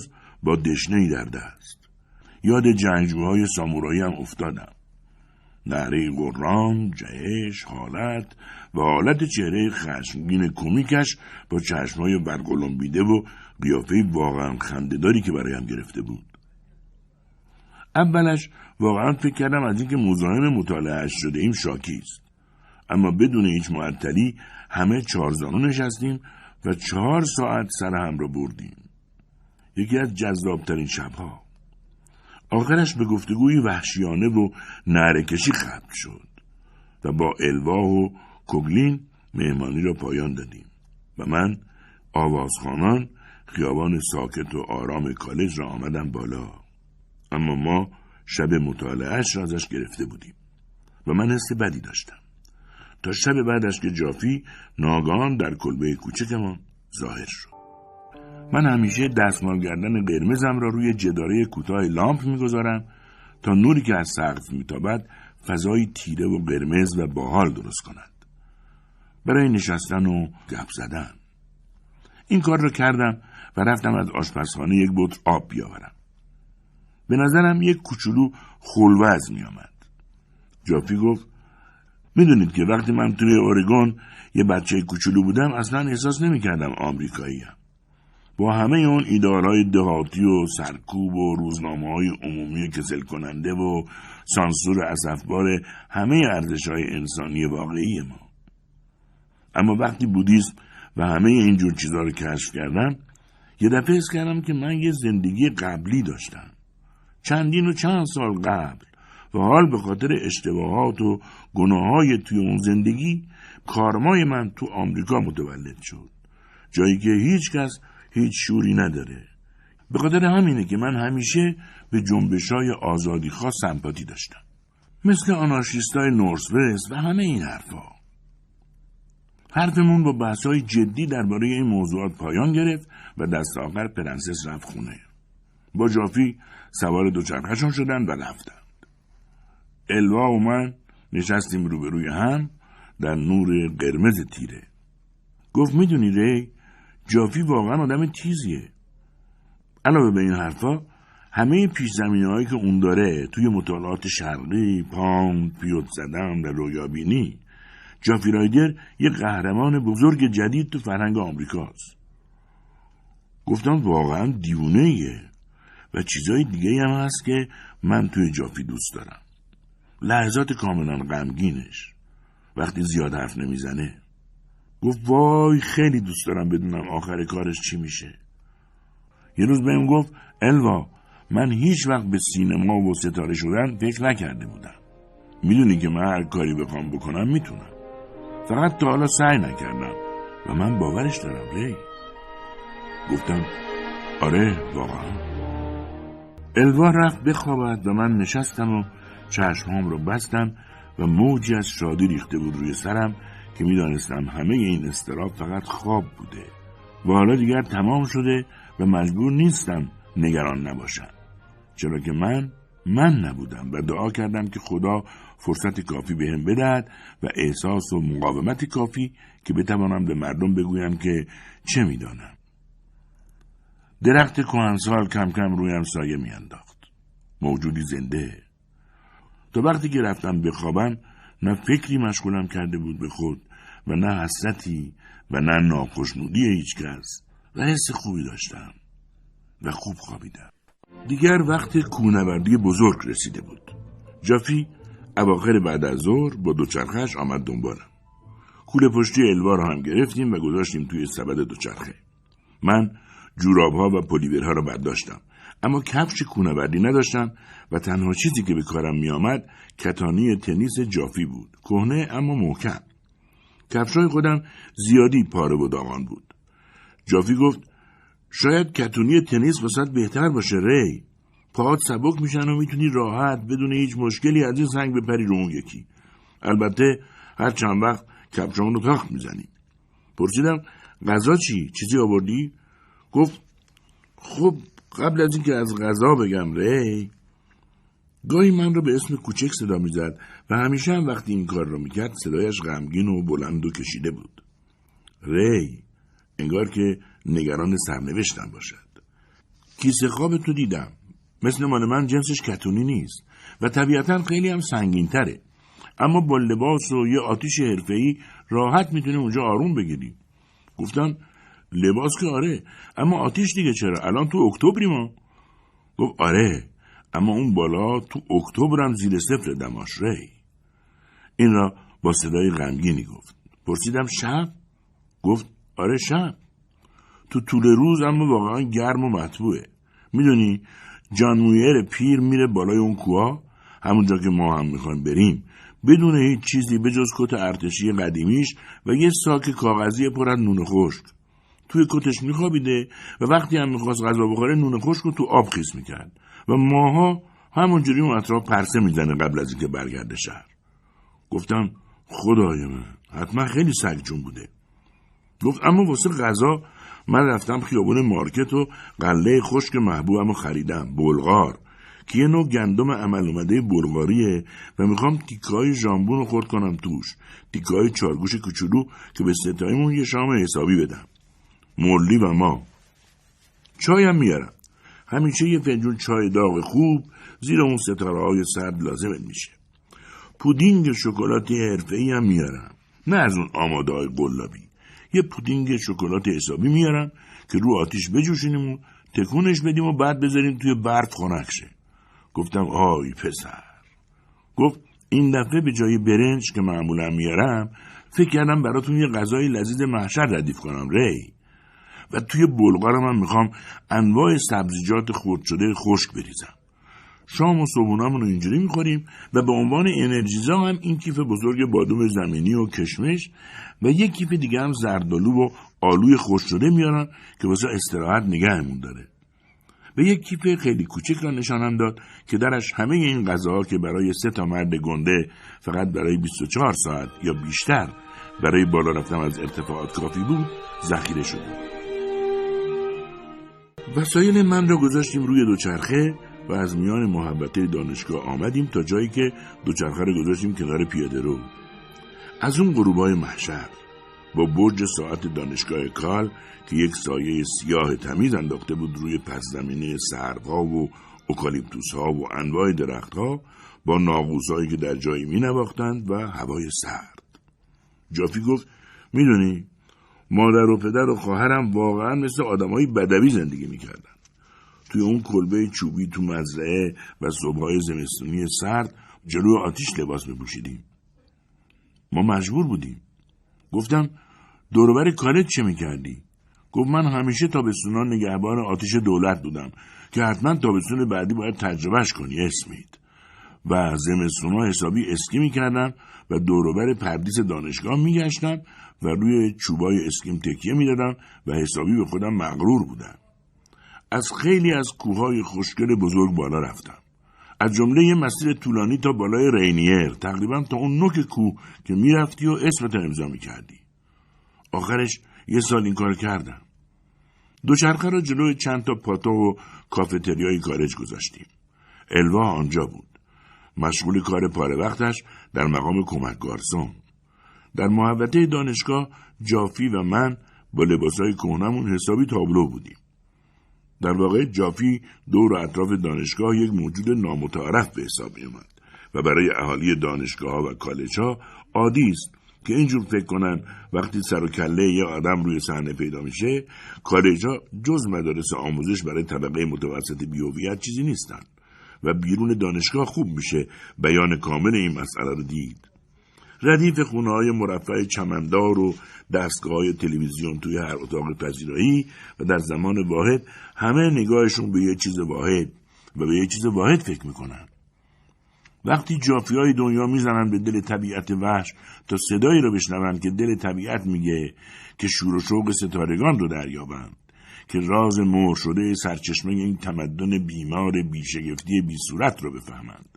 با دشنه‌ای در دست. یاد جنگجوهای سامورایی هم افتادم. نعره قرام، جهش، حالت و حالت چهره خشمگین کمیکش با چشمهای برگلنبیده و قیافه واقعا خنده‌داری که برایم گرفته بود. اولش واقعا فکر کردم از اینکه مزاحم مطالعه‌اش شده ایم شاکی است. اما بدون هیچ معطلی همه چهارزانو نشستیم و چهار ساعت سر هم را بردیم. یکی از جذابترین شبها. آخرش به گفتگوی وحشیانه و نعره‌کشی ختم شد و با الوا و کوگلین مهمانی را پایان دادیم و من آوازخوانان خیابان ساکت و آرام کالج را آمدم بالا. اما ما شب مطالعه‌اش را ازش گرفته بودیم و من حس بدی داشتم تا شب بعدش که جافی ناگهان در کلبه کوچکمان ظاهر شد. من همیشه دستمال گردن قرمزم را روی جداره کوتاه لامپ میگذارم تا نوری که از سقف میتابد فضای تیره و قرمز و باحال درست کند برای نشستن و گپ زدن. این کار را کردم و رفتم از آشپزخانه یک بطر آب بیاورم. به نظرم یک کوچولو خلوز می آمد. جافی گفت میدونید که وقتی من توی اورگون یه بچه کوچولو بودم اصلا احساس نمی کردم آمریکاییم. با همه اون ایدئال‌های دهاتی و سرکوب و روزنامه‌های عمومی کسل کننده و سانسور اسفبار همه ارزش‌های انسانی واقعی ما. اما وقتی بودیسم و همه اینجور چیزا رو کشف کردم یه دفعه حس کردم که من یه زندگی قبلی داشتم. چندین و چند سال قبل و حال به خاطر اشتباهات و گناه‌های توی اون زندگی کارمای من تو آمریکا متولد شد. جایی که هیچ کس هیچ شوری نداره. به خاطر همینه که من همیشه به جنبش‌های آزادیخواه سمپاتی داشتم. مثل آنارشیستای نورثوست و همه این حرفا. حرفمون با بحث‌های جدی درباره این موضوعات پایان گرفت و دست آخر پرنسس رفت خونه. با جافی سوار دوچرخه‌شون شدن و رفتند. الوا و من نشستیم روبروی هم در نور قرمز تیره. گفت میدونی ری، جافی واقعا آدم تیزیه. علاوه به این حرفا همه پیش زمینه هایی که اون داره توی مطالعات شرقی، پام، پیوت زدن و رویابینی، جافی رایدر یه قهرمان بزرگ جدید تو فرهنگ آمریکاست. گفتم واقعا دیوونه‌ایه و چیزای دیگه هم هست که من توی جافی دوست دارم. لحظات کاملا غمگینش، وقتی زیاد حرف نمیزنه. گفت وای خیلی دوست دارم بدونم آخر کارش چی میشه. یه روز بهم گفت الوا من هیچ وقت به سینما و ستاره شدن فکر نکرده بودم. میدونی که من هر کاری بخوام بکنم میتونم. فقط تا حالا سعی نکردم و من باورش دارم ری. گفتم آره واقعا. الوا رفت بخوابد و من نشستم و چشمام رو بستم و موجی از شادی ریخته بود روی سرم که میدانستم همه این اضطراب فقط خواب بوده و حالا دیگر تمام شده و مجبور نیستم نگران نباشم، چرا که من من نبودم و دعا کردم که خدا فرصت کافی بهم بدهد و احساس و مقاومت کافی که بتوانم به مردم بگویم که چه میدانم. درخت کهنسال کم کم رویم سایه میانداخت. موجودی زنده. تا وقتی که رفتم بخوابم نه فکری مشغولم کرده بود به خود و نه حسرتی و نه ناخشنودی هیچ کس و حس خوبی داشتم و خوب خوابیدم. دیگر وقت کوهنوردی بزرگ رسیده بود. جافی اواخر بعد از ظهر با دوچرخه‌اش آمد دنبالم. کوله پشتی الوا رو هم گرفتیم و گذاشتیم توی سبد دوچرخه. من جوراب‌ها و پلیورها رو برداشتم، اما کفش کوهنوردی نداشتم و تنها چیزی که به کارم می آمد کتانی تنیس جافی بود، کهنه اما محکم. کفشای خودم زیادی پاره و داغان بود. جافی گفت شاید کتونی تنیس واسط بهتر باشه ری. پاهات سبک میشن و میتونی راحت بدون هیچ مشکلی از این سنگ بپری رو اون یکی. البته هر چند وقت کفشامون رو تاخت میزنیم. پرسیدم غذا چی؟ چیزی آوردی؟ گفت خب قبل از اینکه از غذا بگم ری، گاهی من رو به اسم کوچک صدا میزد و همیشه هم وقتی این کار رو میکرد صدایش غمگین و بلند و کشیده بود. ری، انگار که نگران سرنوشتم باشد. کیسه خواب تو دیدم. مثل مال من جنسش کتونی نیست و طبیعتاً خیلی هم سنگین تره. اما با لباس و یه آتیش حرفه‌ای راحت میتونی اونجا آروم بگیری. گفتم لباس که آره، اما آتیش دیگه چرا؟ الان تو اکتبری ما. گفت آره، اما اون بالا تو اکتبر هم زیر صفر دماش ری. این را با صدای غمگینی گفت. پرسیدم شب؟ گفت آره شب. تو طول روز اما واقعا گرم و مطبوعه. میدونی جان مویر پیر میره بالای اون کوها، همونجا که ما هم میخوایم بریم، بدون هیچ چیزی به جز کت ارتشی قدیمیش و یه ساک کاغذی پر از نون خشک. توی کتش میخوابیده و وقتی هم میخواست غذا بخوره نون خشک رو تو آب خیس میکرد و ماها همونجوری اون اطراف پرسه میزنه قبل از اینکه برگرده شهر. گفتم خدای من، حتما خیلی سگجون بوده. گفت اما واسه غذا من رفتم خیابون مارکت و قله خشک محبوبمو خریدم، بلغار، که یه نوع گندم عمل اومده بلغاریه و میخوام تیکای ژامبون رو خورد کنم توش، تیکای چارگوش کوچولو که به ستایمون یه شام حسابی بدم. مرلی و ما. چایم میارم. همیشه یه فنجون چای داغ خوب زیر اون ستاره های سرد لازمت میشه. پودینگ شکلاتی حرفه‌ای هم میارم، نه از اون آماده های قلابی. یه پودینگ شکلات حسابی میارم که رو آتیش بجوشونیم و تکونش بدیم و بعد بذاریم توی برف خنک شه. گفتم آی پسر. گفت این دفعه به جای برنج که معمولا میارم فکر کردم براتون یه غذای لذیذ محشر ردیف کنم ری. و توی بلغارم هم میخوام انواع سبزیجات خرد شده خشک بریزم. شام و صبحونمون رو اینجوری میخوریم و به عنوان انرژیزا هم این کیف بزرگ بادام زمینی و کشمش و یک کیف دیگه هم زردآلو و آلوی خشک شده میارن که واسه استراحت نگهمون داره. و یک کیف خیلی کوچک را نشانم داد که درش همه این غذاها که برای سه تا مرد گنده فقط برای بیست و چهار ساعت یا بیشتر برای بالا رفتن از ارتفاعات کافی بود ذخیره شده. وسایل من را گذاشتیم روی دوچرخه و از میان محبته دانشگاه آمدیم تا جایی که دوچرخه را گذاشتیم کنار پیاده رو. از اون غروبای محشر با برج ساعت دانشگاه کال که یک سایه سیاه تمیز انداخته بود روی پس زمینه سرها و اوکالیپتوس ها و انواع درخت ها، با ناقوس هایی که در جایی می نواختند و هوای سرد. جافی گفت میدونی مادر و پدر و خواهرم واقعا مثل آدمای بدوی زندگی می کردن. توی اون کلبه چوبی تو مزرعه و صبحای زمستونی سرد جلو آتیش لباس بپوشیدیم. ما مجبور بودیم. گفتم دوروبر کارت چه میکردی؟ گفت من همیشه تابستونا نگهبان آتیش دولت بودم که حتما تابستون بعدی باید تجربهش کنی اسمید. و زمستونا حسابی اسکی میکردم و دوروبر پردیس دانشگاه میگشتم و روی چوبای اسکیم تکیه میدادم و حسابی به خودم مغرور بودم. از خیلی از کوههای خوشگل بزرگ بالا رفتم. از جمله یه مسیر طولانی تا بالای رینیر، تقریبا تا اون نوک کوه که میرفتی و اسمت امضا میکردی. آخرش یه سال این کار کردم. دوچرخه را جلوی چند تا پاتو و کافتریای کارج گذاشتیم. الوا آنجا بود، مشغول کار پاره وقتش در مقام کمک گارسون. در محوطه دانشگاه جافی و من با لباسای کهنمون حسابی تابلو بودیم. در واقع جافی دور و اطراف دانشگاه یک موجود نامتعارف به حساب می اومد و برای اهالی دانشگاه ها و کالج ها عادی است که اینجور فکر کنن وقتی سر و کله یه آدم روی صحنه پیدا میشه کالج ها جز مدارس آموزش برای طبقه متوسط بی‌هویت چیزی نیستن و بیرون دانشگاه خوب میشه بیان کامل این مسئله رو دید. ردیف خونه های مرفع چمندار و دستگاه های تلویزیون توی هر اتاق پذیرایی و در زمان واحد همه نگاهشون به یه چیز واحد و به یه چیز واحد فکر میکنن. وقتی جافی های دنیا میزنن به دل طبیعت وحش تا صدایی رو بشنون که دل طبیعت میگه که شور و شوق ستارگان رو دریابند، که راز مهر شده سرچشمه این تمدن بیمار بیشگفتی بی صورت رو بفهمند.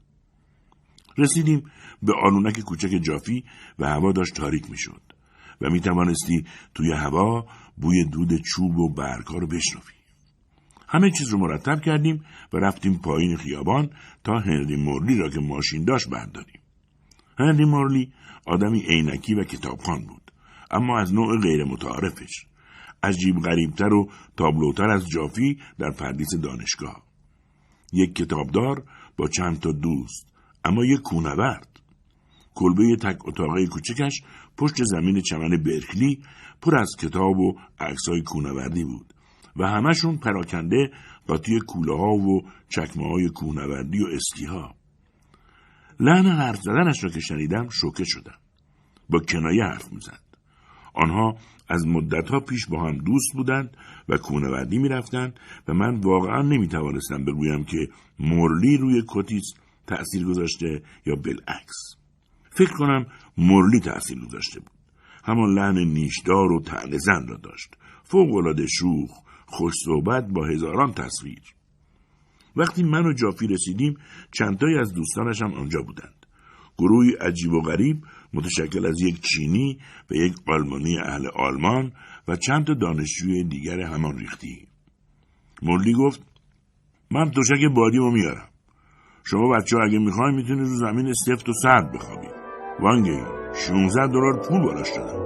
رسیدیم به آلونک کوچک جافی و هوا داشت تاریک میشد و می توانستی توی هوا بوی دود چوب و برگ‌ها رو بشنوی. همه چیز رو مرتب کردیم و رفتیم پایین خیابان تا هنری مورلی را که ماشین داشت برداریم. هنری مورلی آدمی عینکی و کتابخوان بود، اما از نوع غیر متعارفش. عجیب غریبتر و تابلوتر از جافی در پردیس دانشگاه. یک کتابدار با چند تا دوست، اما یک کوهنورد. کلبه تک اتاقه کوچکش پشت زمین چمن برکلی پر از کتاب و عکسای کوهنوردی بود و همشون پراکنده قاطی کوله ها و چکمه های کوهنوردی و اسکی ها. لحن حرف زدنش را که شنیدم شوکه شدم. با کنایه حرف میزد. آنها از مدتها پیش با هم دوست بودند و کوهنوردی میرفتند و من واقعا نمیتوانستم بگویم که مورلی روی کوتیس تأثیر گذاشته یا بالعکس. فکر کنم مورلی تأثیر گذاشته بود. همان لحن نیشدار و طعنه‌زن را داشت. فوق‌العاده شوخ، خوش صحبت با هزاران تصویر. وقتی من و جافی رسیدیم چندتایی از دوستانش هم آنجا بودند. گروهی عجیب و غریب متشکل از یک چینی و یک آلمانی اهل آلمان و چند تا دانشجوی دیگر همان ریختی. مورلی گفت من تشک بادیمو میارم. شما بچه ها اگه میخواین میتونید رو زمین سفت و سرد بخوابید. وانگهی شانزده دلار پول بالاش دادم.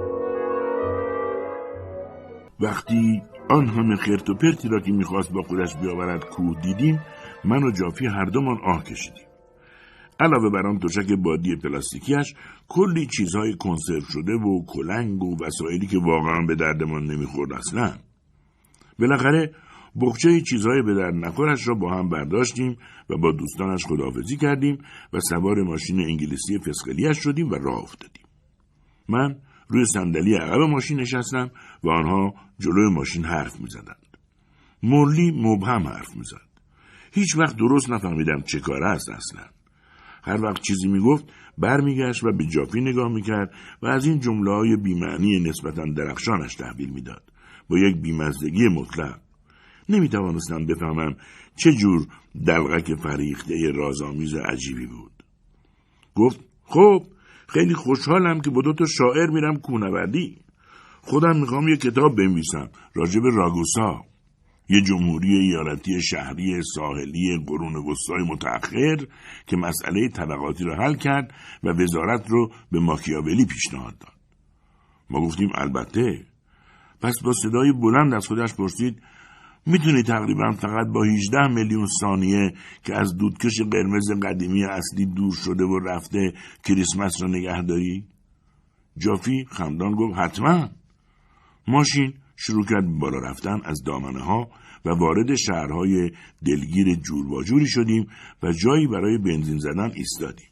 وقتی آن همه خرت و پرتی را که میخواست با خودش بیاورد کوه دیدیم، من و جافی هر دومان آه کشیدیم. علاوه بر آن تشک بادی پلاستیکیش کلی چیزهای کنسرو شده و کلنگ و وسایلی که واقعا به دردمان نمیخورد اصلا. بالاخره بخچه چیزهای به درد نخورش را با هم برداشتیم و با دوستانش خداحافظی کردیم و سوار ماشین انگلیسی فسقلیش شدیم و راه افتادیم. من روی صندلی عقب ماشین نشستم و آنها جلوی ماشین حرف می‌زدند. مورلی مبهم حرف می‌زد. هیچ وقت درست نفهمیدم چه کاره است اصلا. هر وقت چیزی میگفت برمیگشت و به جافی نگاه میکرد و از این جمله‌های بی‌معنی نسبتاً درخشانش تحویل میداد با یک بی‌مزدگی مطلق. نمیتوانستم بفهمم چه جور دلغک فریخته رازآمیز عجیبی بود. گفت خب خیلی خوشحالم که با دو تا شاعر میرم کوهنوردی. خودم میخوام یه کتاب بنویسم راجع به راگوسا، یه جمهوری ایالتی شهری ساحلی قرون وسطای متأخر که مسئله طبقاتی رو حل کرد و وزارت رو به ماکیاولی پیشنهاد داد. ما گفتیم البته. پس با صدای بلند از خودش پرسید میتونی تقریبا فقط با هجده میلیون ثانیه که از دودکش قرمز قدیمی اصلی دور شده و رفته کریسمس رو نگه داری؟ جافی خندان گفت حتما. ماشین شروع کرد بالا رفتن از دامنه ها و وارد شهرهای دلگیر جور و جوری شدیم و جایی برای بنزین زدن ایستادیم.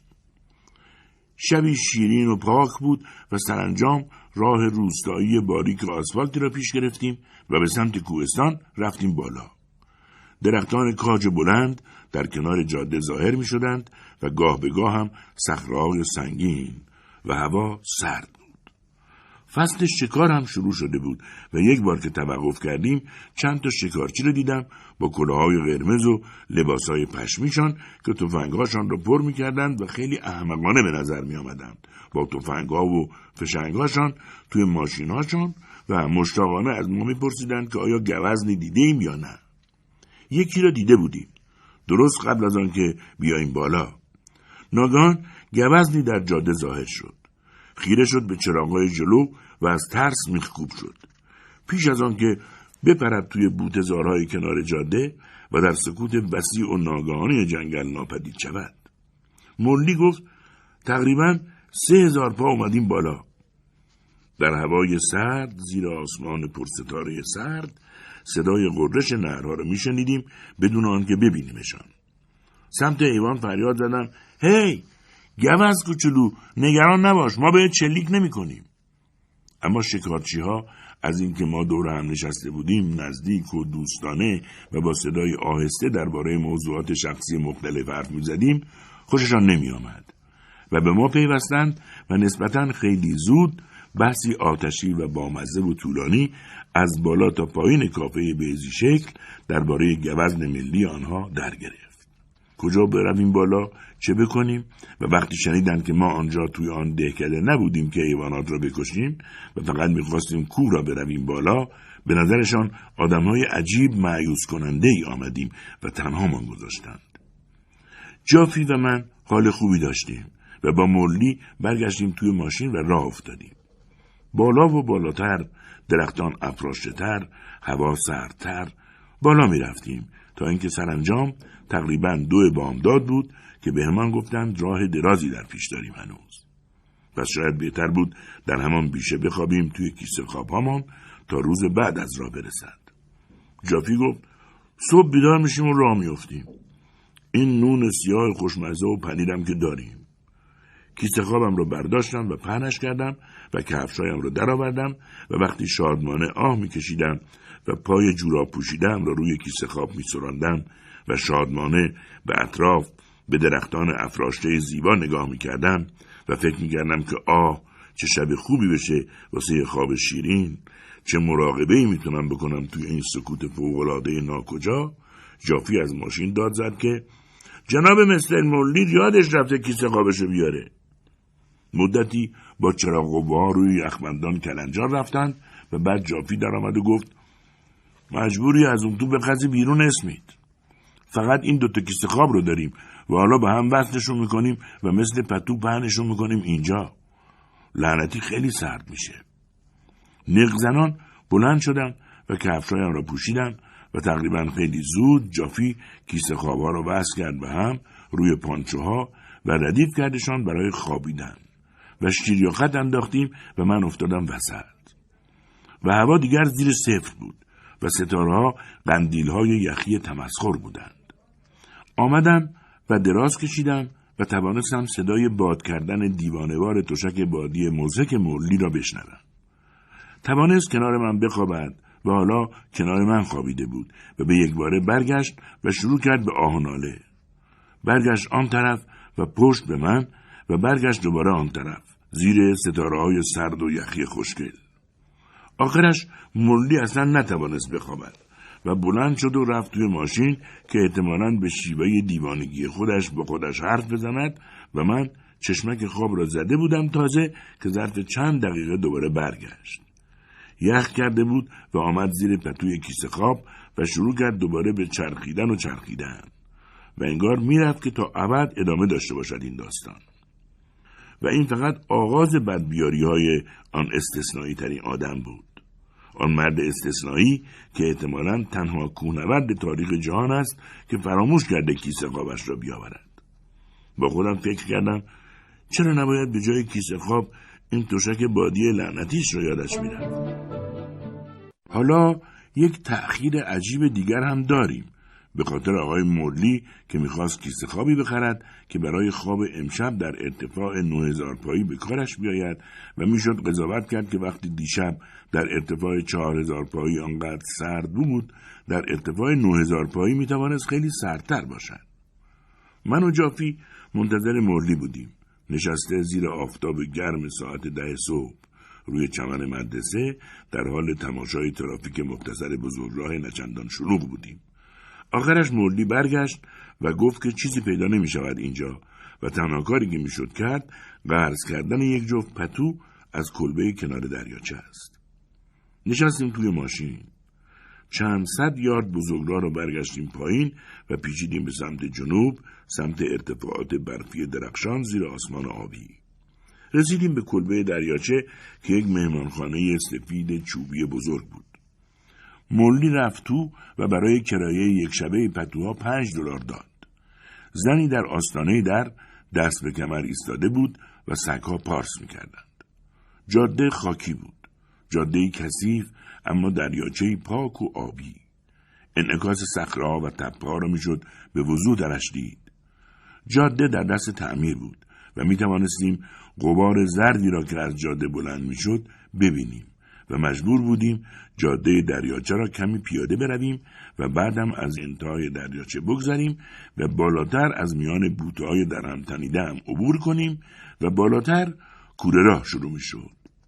شبی شیرین و پاک بود و سرانجام راه روستایی باریک آسفالتی را پیش گرفتیم و به سمت کوهستان رفتیم بالا. درختان کاج بلند در کنار جاده ظاهر می شدند و گاه به گاه هم صخره‌های سنگین و هوا سرد بود. فصل شکار هم شروع شده بود و یک بار که توقف کردیم چند تا شکارچی رو دیدم با کلاه‌های قرمز و لباس‌های پشمیشان که تفنگ‌هاشان رو پر می‌کردند و خیلی احمقانه به نظر می‌آمدند. با تفنگ‌ها و فشنگ‌هاشان توی ماشین‌هاشان و مشتاقانه از ما می‌پرسیدند که آیا گوزنی دیدیم یا نه. یکی را دیده بودیم درست قبل از آن که بیاییم بالا. ناگهان گوزنی در جاده ظاهر شد. خیره شد به چراغ‌های جلو و از ترس میخکوب شد. پیش از آن که بپرد توی بوته‌زارهای کنار جاده و در سکوت وسیع و ناگهانی جنگل ناپدید شود. مورلی گفت تقریباً سه هزار پا اومدیم بالا. در هوای سرد زیر آسمان پرستاره سرد صدای غرش نهرها رو میشنیدیم بدون آنکه ببینیمشان. سمت ایوان فریاد زدم هی گوز کوچولو نگران نباش ما به چلیک نمی کنیم. اما شکارچی ها از اینکه ما دور هم نشسته بودیم نزدیک و دوستانه و با صدای آهسته درباره موضوعات شخصی مختلف حرف می زدیم خوششان نمی آمد و به ما پیوستند و نسبتاً خیلی زود بحثی آتشی و بامزه و طولانی از بالا تا پایین کافه بیضی شکل درباره گوزن ملی آنها در گرفت. کجا برویم بالا، چه بکنیم و وقتی شنیدند که ما آنجا توی آن دهکده نبودیم که حیوانات را بکشیم و فقط می‌خواستیم کوه را برویم بالا، به نظرشان آدم‌های عجیب مایوس کننده ای آمدیم و تنها من گذاشتند. جافی و من حال خوبی داشتیم و با مورلی برگشتیم توی ماشین و راه افتادیم. بالا و بالاتر درختان افراشته‌تر، هوا سردتر بالا می رفتیم تا اینکه سرانجام تقریباً دو بامداد بود که به همان گفتند راه درازی در پیش داریم هنوز. پس شاید بهتر بود در همان بیشه بخوابیم توی کیسه خوابهامان تا روز بعد از راه برسد. جافی گفت صبح بیدار میشیم و راه میافتیم. این نون سیاه خوشمزه و پنیرم که داریم. کیسه خوابم رو برداشتم و پهنش کردم و کفشایم رو درآوردم و وقتی شادمانه آه میکشیدم و پای جوراب پوشیدم رو روی کیسه خواب میسراندم و شادمانه به اطراف به درختان افراشته زیبا نگاه میکردم و فکر میکردم که آه چه شب خوبی بشه واسه خواب شیرین، چه مراقبه‌ای میتونم بکنم توی این سکوت فوق‌العاده ناکجا، جافی از ماشین داد زد که جناب مستر مولی یادش رفته کیسه خوابشو بیاره. مدتی با چراغ قوا روی یخبندان کلنجار رفتن و بعد جافی در آمد و گفت مجبوری از اون تو بخزی بیرون اسمیت. فقط این دوتا کیسه خواب رو داریم و حالا به هم وصلشون میکنیم و مثل پتو پهنشون میکنیم اینجا. لعنتی خیلی سرد میشه. نق زنان بلند شدن و کفشایم را پوشیدن و تقریبا خیلی زود جافی کیسه خوابها را وصل کرد به هم روی پانچوها و ردیف کردشان برای خوابیدن و شیر یا خط انداختیم و من افتادم وسط. و هوا دیگر زیر صفر بود و ستاره‌ها قندیل‌های یخی تمسخر بودند. آمدم و دراز کشیدم و توانستم صدای باد کردن دیوانه‌وار تشک بادی موزیک مولی را بشنوم. توانست کنار من بخوابد و حالا کنار من خوابیده بود و به یک باره برگشت و شروع کرد به آه و ناله. برگشت آن طرف و پشت به من و برگشت دوباره آن طرف زیر ستاره‌های سرد و یخی خوشگل. آخرش مولی اصلا نتوانست بخوابد و بلند شد و رفت توی ماشین که احتمالاً به شیوه دیوانگی خودش با خودش حرف بزند و من چشمک خواب را زده بودم تازه که ظرف چند دقیقه دوباره برگشت. یخ کرده بود و آمد زیر پتوی کیسه خواب و شروع کرد دوباره به چرخیدن و چرخیدن و انگار میرفت که تا ابد ادامه داشته باشد این داستان. و این فقط آغاز بدبیاری های آن استثنایی ترین آدم بود. آن مرد استثنایی که احتمالاً تنها کوهنورد تاریخ جهان است که فراموش کرده کیسه خوابش را بیاورد. با خودم فکر کردم چرا نباید به جای کیسه خواب این تشک بادی لعنتیش را یادش میرفت. حالا یک تأخیر عجیب دیگر هم داریم به خاطر آقای مولی که میخواست کیسه خوابی بخرد که برای خواب امشب در ارتفاع نه هزار پایی به کارش بیاید و میشد قضاوت کرد که وقتی دیشب در ارتفاع چهار هزار پایی آنقدر سرد بود، در ارتفاع نه هزار پایی میتوانست خیلی سردتر باشد. من و جافی منتظر مولی بودیم، نشسته زیر آفتاب گرم ساعت ده صبح روی چمن مدرسه در حال تماشای ترافیک مختصر بزرگراه نچندان شلوغ بودیم. آخرش مولی برگشت و گفت که چیزی پیدا نمی شود اینجا و تنها کاری که می شد کرد قرض کردن یک جفت پتو از کلبه کنار دریاچه است. نشستیم توی ماشین. چند صد یارد بزرگراه رو برگشتیم پایین و پیچیدیم به سمت جنوب، سمت ارتفاعات برفی درخشان زیر آسمان آبی. رسیدیم به کلبه دریاچه که یک مهمانخانه سفید چوبی بزرگ بود. مولی رفت تو و برای کرایه یک شبه پتوها پنج دلار داد. زنی در آستانه در دست به کمر ایستاده بود و سگ‌ها پارس می‌کردند. جاده خاکی بود. جاده‌ای کثیف اما دریاچه‌ای پاک و آبی. انعکاس صخره‌ها و تپه‌ها را میشد به وضوح درش دید. جاده در دست تعمیر بود و می‌توانستیم غبار زردی را که از جاده بلند میشد ببینیم و مجبور بودیم جاده دریاچه را کمی پیاده برویم و بعدم از انتهای دریاچه بگذریم و بالاتر از میان بوته‌های در هم تنیده هم عبور کنیم و بالاتر کوره راه شروع میشد.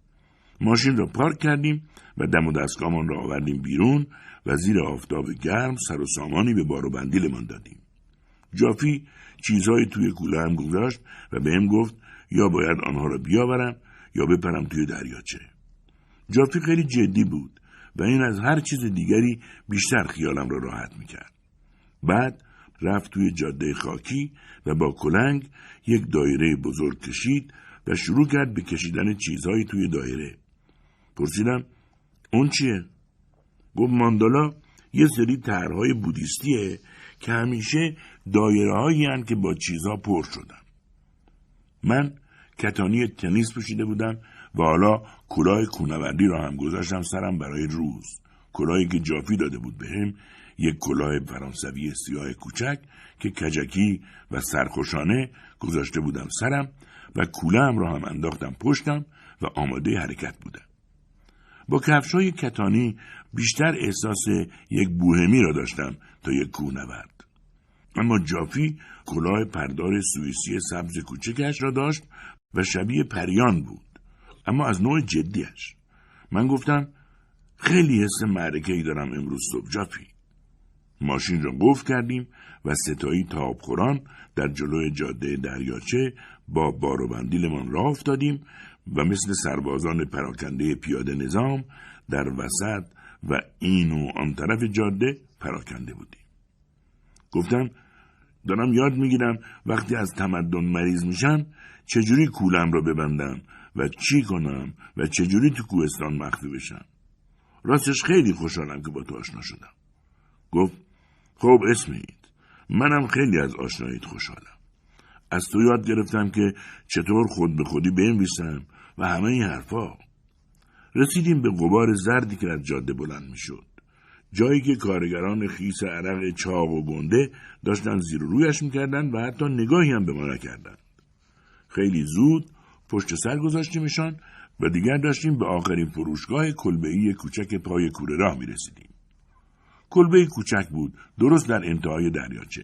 ماشین را پارک کردیم و دم و دستگاهمان را آوردیم بیرون و زیر آفتاب گرم سر و سامانی به بار و بندیلمان دادیم. جافی چیزهای توی کوله هم گذاشت و بهم گفت یا باید آنها را بیاورم یا بپرم توی دریاچه. جافی خیلی جدی بود و این از هر چیز دیگری بیشتر خیالم را راحت میکرد. بعد رفت توی جاده خاکی و با کلنگ یک دایره بزرگ کشید و شروع کرد به کشیدن چیزهای توی دایره. پرسیدم اون چیه؟ گفت ماندالا یه سری طرح‌های بودیستیه که همیشه دایره‌هایی هستند که با چیزها پر شدن. من کتانی تنیس پوشیده بودم و حالا کلاه کوهنوردی را هم گذاشتم سرم برای روز. کلاهی که جافی داده بود بهم، یک کلاه فرانسوی سیاه کوچک که کجکی و سرخوشانه گذاشته بودم سرم و کوله‌ام را هم انداختم پشتم و آماده حرکت بودم. با کفش‌های کتانی بیشتر احساس یک بوهمی را داشتم تا یک کوهنورد. اما جافی کلاه پردار سوئیسی سبز کوچکش را داشت و شبیه پریان بود، اما از نوع جدیش. من گفتم خیلی حس معرکه‌ای دارم امروز صبح جافی. ماشین را قفل کردیم و ستایی تابخوران در جلوی جاده دریاچه با بار و بندیلمان راه افتادیم و مثل سربازان پراکنده پیاده نظام در وسط و این و آن طرف جاده پراکنده بودیم. گفتم دارم یاد میگیرم وقتی از تمدن مریض میشم چجوری کولم را ببندم و چی کنم و چجوری تو کوهستان مخفی بشم. راستش خیلی خوشحالم که با تو آشنا شدم. گفت خب اسمید، منم خیلی از آشناییت خوشحالم. از تو یاد گرفتم که چطور خود به خودی بنویسم و همه این حرفا. رسیدیم به غبار زردی که از جاده بلند می شد. جایی که کارگران خیس عرق چاق و گنده داشتن زیر و رویش می کردن و حتی نگاهی هم به ما نکردن. خیلی زود پشت سر گذاشتیمشان و دیگر داشتیم به آخرین فروشگاه کلبه‌ای کوچک پای کوره راه می رسیدیم. کلبه کوچک بود، درست در انتهای دریاچه.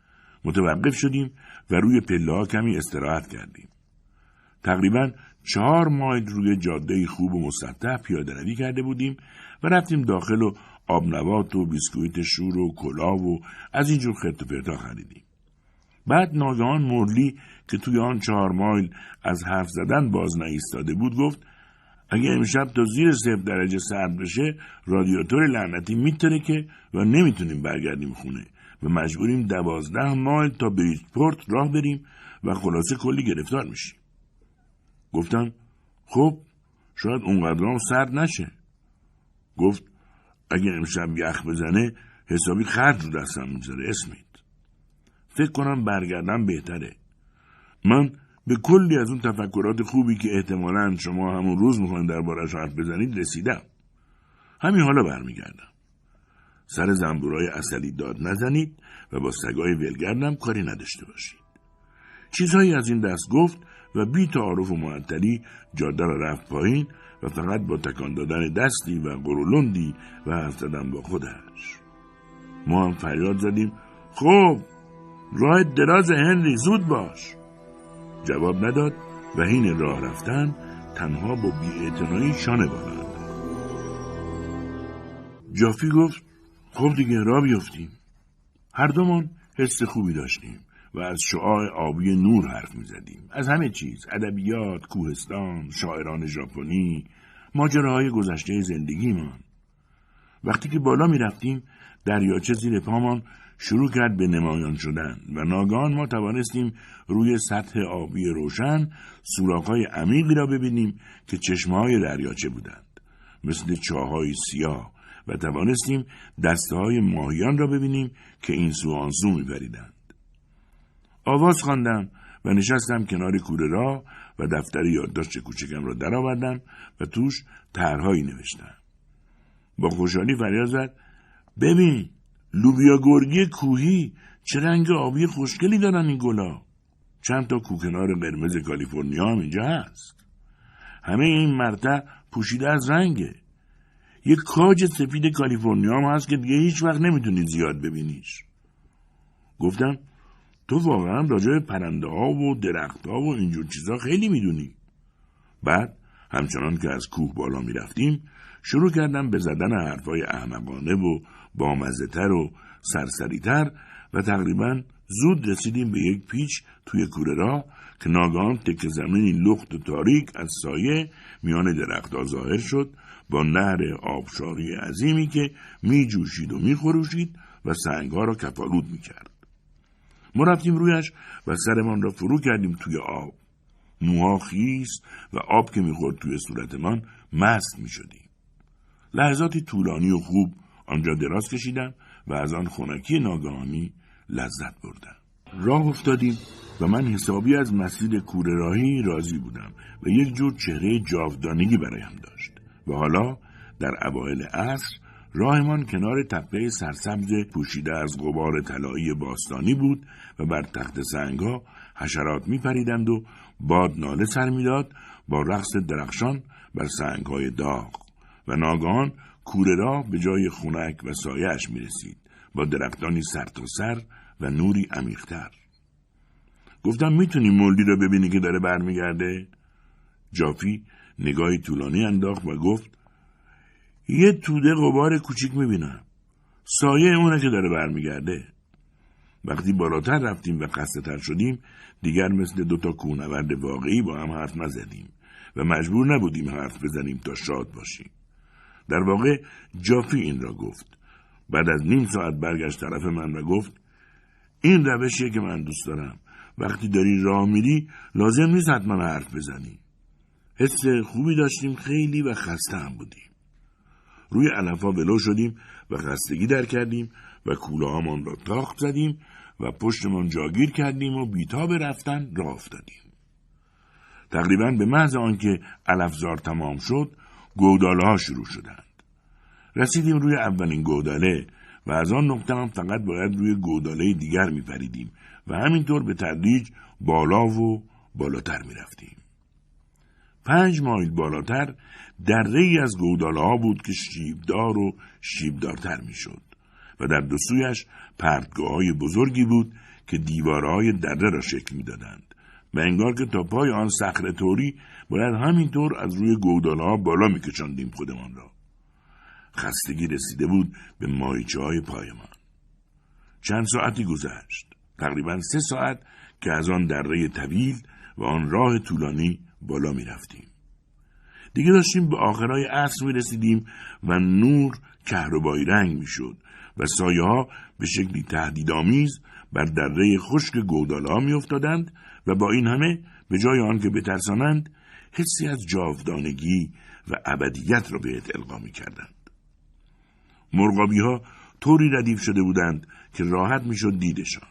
متوقف شدیم و روی پله‌ها کمی استراحت کردیم. تقریباً چهار مایل روی جاده خوب و مسطح پیاده‌روی کرده بودیم و رفتیم داخل و آبنبات و بیسکویت شور و کلاه و از اینجور خرت و پرتا خریدیم. بعد ناگهان مرلی که توی آن چهار مایل از حرف زدن باز نایستاده بود گفت اگه امشب تا زیر صفر درجه سرد بشه رادیاتور لعنتی میترکه و نمیتونیم برگردیم خونه و مجبوریم دوازده مایل تا بریجپورت راه بریم و خلاصه کلی گرفتار میشیم. گفتم خب شاید اونقدرام سرد نشه. گفت اگه امشب یخ بزنه حسابی خرج رو دستم میذاره اسمید. فکر کنم برگردم بهتره. من به کلی از اون تفکرات خوبی که احتمالاً شما همون روز میخواین درباره‌اش حرف بزنید رسیدم. همین حالا برمیگردم. سر زنبورای عسلی داد نزنید و با سگای ولگردم کاری نداشته باشید. چیزهایی از این دست گفت و بی تعارف و معطلی جاده را رفت پایین و فقط با تکان دادن دستی و قرولندی و حرف زدن با خودش. ما هم فریاد زدیم خب راه دراز هنری زود باش. جواب نداد و حین راه رفتن تنها با بی‌اعتنایی شانه بالا انداخت. جافی گفت خب دیگه راه بیفتیم. هر دومان حس خوبی داشتیم و از شعاع آبی نور حرف می زدیم. از همه چیز، ادبیات، کوهستان، شاعران ژاپنی، ماجراهای گذشته زندگیمان. وقتی که بالا می رفتیم دریاچه زیر پامان شروع کرد به نمایان شدن و ناگهان ما توانستیم روی سطح آبی روشن سوراخ‌های عمیقی را ببینیم که چشمه‌های دریاچه بودند، مثل چاه‌های سیاه، و توانستیم دسته‌های ماهیان را ببینیم که این سو آن سو می‌پریدند. آواز خواندم و نشستم کنار کوره راه و دفتر یادداشت کوچکم را درآوردم و توش طرح‌هایی نوشتم. با خوشحالی فریاد زد ببین لوبیا گرگی کوهی، چه رنگ آبی خوشگلی دارن این گلا. چند تا کوکنار قرمز کالیفرنیا هم اینجا هست. همه این مرتع پوشیده از رنگه. یک کاج سفید کالیفرنیا هم هست که دیگه هیچ وقت نمیتونی زیاد ببینیش. گفتم تو واقعا راجع به پرنده ها و درخت ها و اینجور چیزا خیلی میدونی. بعد همچنان که از کوه بالا میرفتیم شروع کردم به زدن حرفای احمقانه و بامزه‌تر و سرسری‌تر و تقریباً زود رسیدیم به یک پیچ توی کوره راه که ناگهان تکه زمینی لخت و تاریک از سایه میان درخت‌ها ظاهر شد با نهر آبشاری عظیمی که می جوشید و می خروشید و سنگ‌ها را کفالود می کرد. ما رفتیم رویش و سرمان را فرو کردیم توی آب. موها خیس و آب که می خورد توی صورتمان مست می شدیم. لحظاتی طولانی و خوب آنجا دراز کشیدم و از آن خنکی ناگهانی لذت بردم. راه افتادیم و من حسابی از مسیر کوره راهی راضی بودم و یک جور چهره جاودانگی برایم داشت. و حالا در اوایل عصر راهمان کنار تپه سرسبز پوشیده از غبار طلایی باستانی بود و بر تخت سنگ‌ها حشرات می‌پریدند و باد ناله سر می‌داد با رقص درخشان بر سنگ‌های داغ و ناگهان کوره راه به جای خنک و سایه‌اش می‌رسید با درختانی سر تا سر و نوری عمیق‌تر. گفتم میتونی مولدی رو ببینی که داره برمیگرده؟ جافی نگاهی طولانی انداخت و گفت یه توده غبار کوچیک میبینم. سایه اونه که داره برمیگرده. وقتی بالاتر رفتیم و خسته تر شدیم دیگر مثل دوتا کوهنورد واقعی با هم حرف نزدیم و مجبور نبودیم حرف بزنیم تا شاد باشیم. در واقع جافی این را گفت. بعد از نیم ساعت برگشت طرف من و گفت این روشیه که من دوست دارم. وقتی داری راه میری لازم نیست حتما حرف بزنی. حس خوبی داشتیم خیلی و خسته هم بودیم. روی علفا ولو شدیم و خستگی در کردیم و کوله هامان را تاخت زدیم و پشتمان جاگیر کردیم و بیتاب رفتن راه افتادیم. تقریباً به محض آنکه علفزار تمام شد گوداله ها شروع شدند. رسیدیم روی اولین گوداله و از آن نقطه هم فقط باید روی گوداله دیگر می پریدیم و همینطور به تدریج بالا و بالاتر می رفتیم. پنج مایل بالاتر دره‌ای از گوداله ها بود که شیبدار و شیبدارتر می شد و در دو سویش پرتگاه های بزرگی بود که دیوارهای دره را شکل می دادند و انگار که تا پای آن صخره طوری باید همینطور از روی گوداله ها بالا می کشاندیم خودمان را. خستگی رسیده بود به ماهیچه های پایمان. چند ساعتی گذشت. تقریباً سه ساعت که از آن دره طویل و آن راه طولانی بالا می رفتیم. دیگه داشتیم به آخرای عصر می رسیدیم و نور کهربایی رنگ می شد و سایه ها به شکلی تهدیدآمیز بر دره خشک گوداله ها می افتادند و با این همه به جای آن که بترسانند حسی از جاودانگی و ابدیت را بهت القا می کردند. مرغابی ها طوری ردیف شده بودند که راحت می شد دیدشان.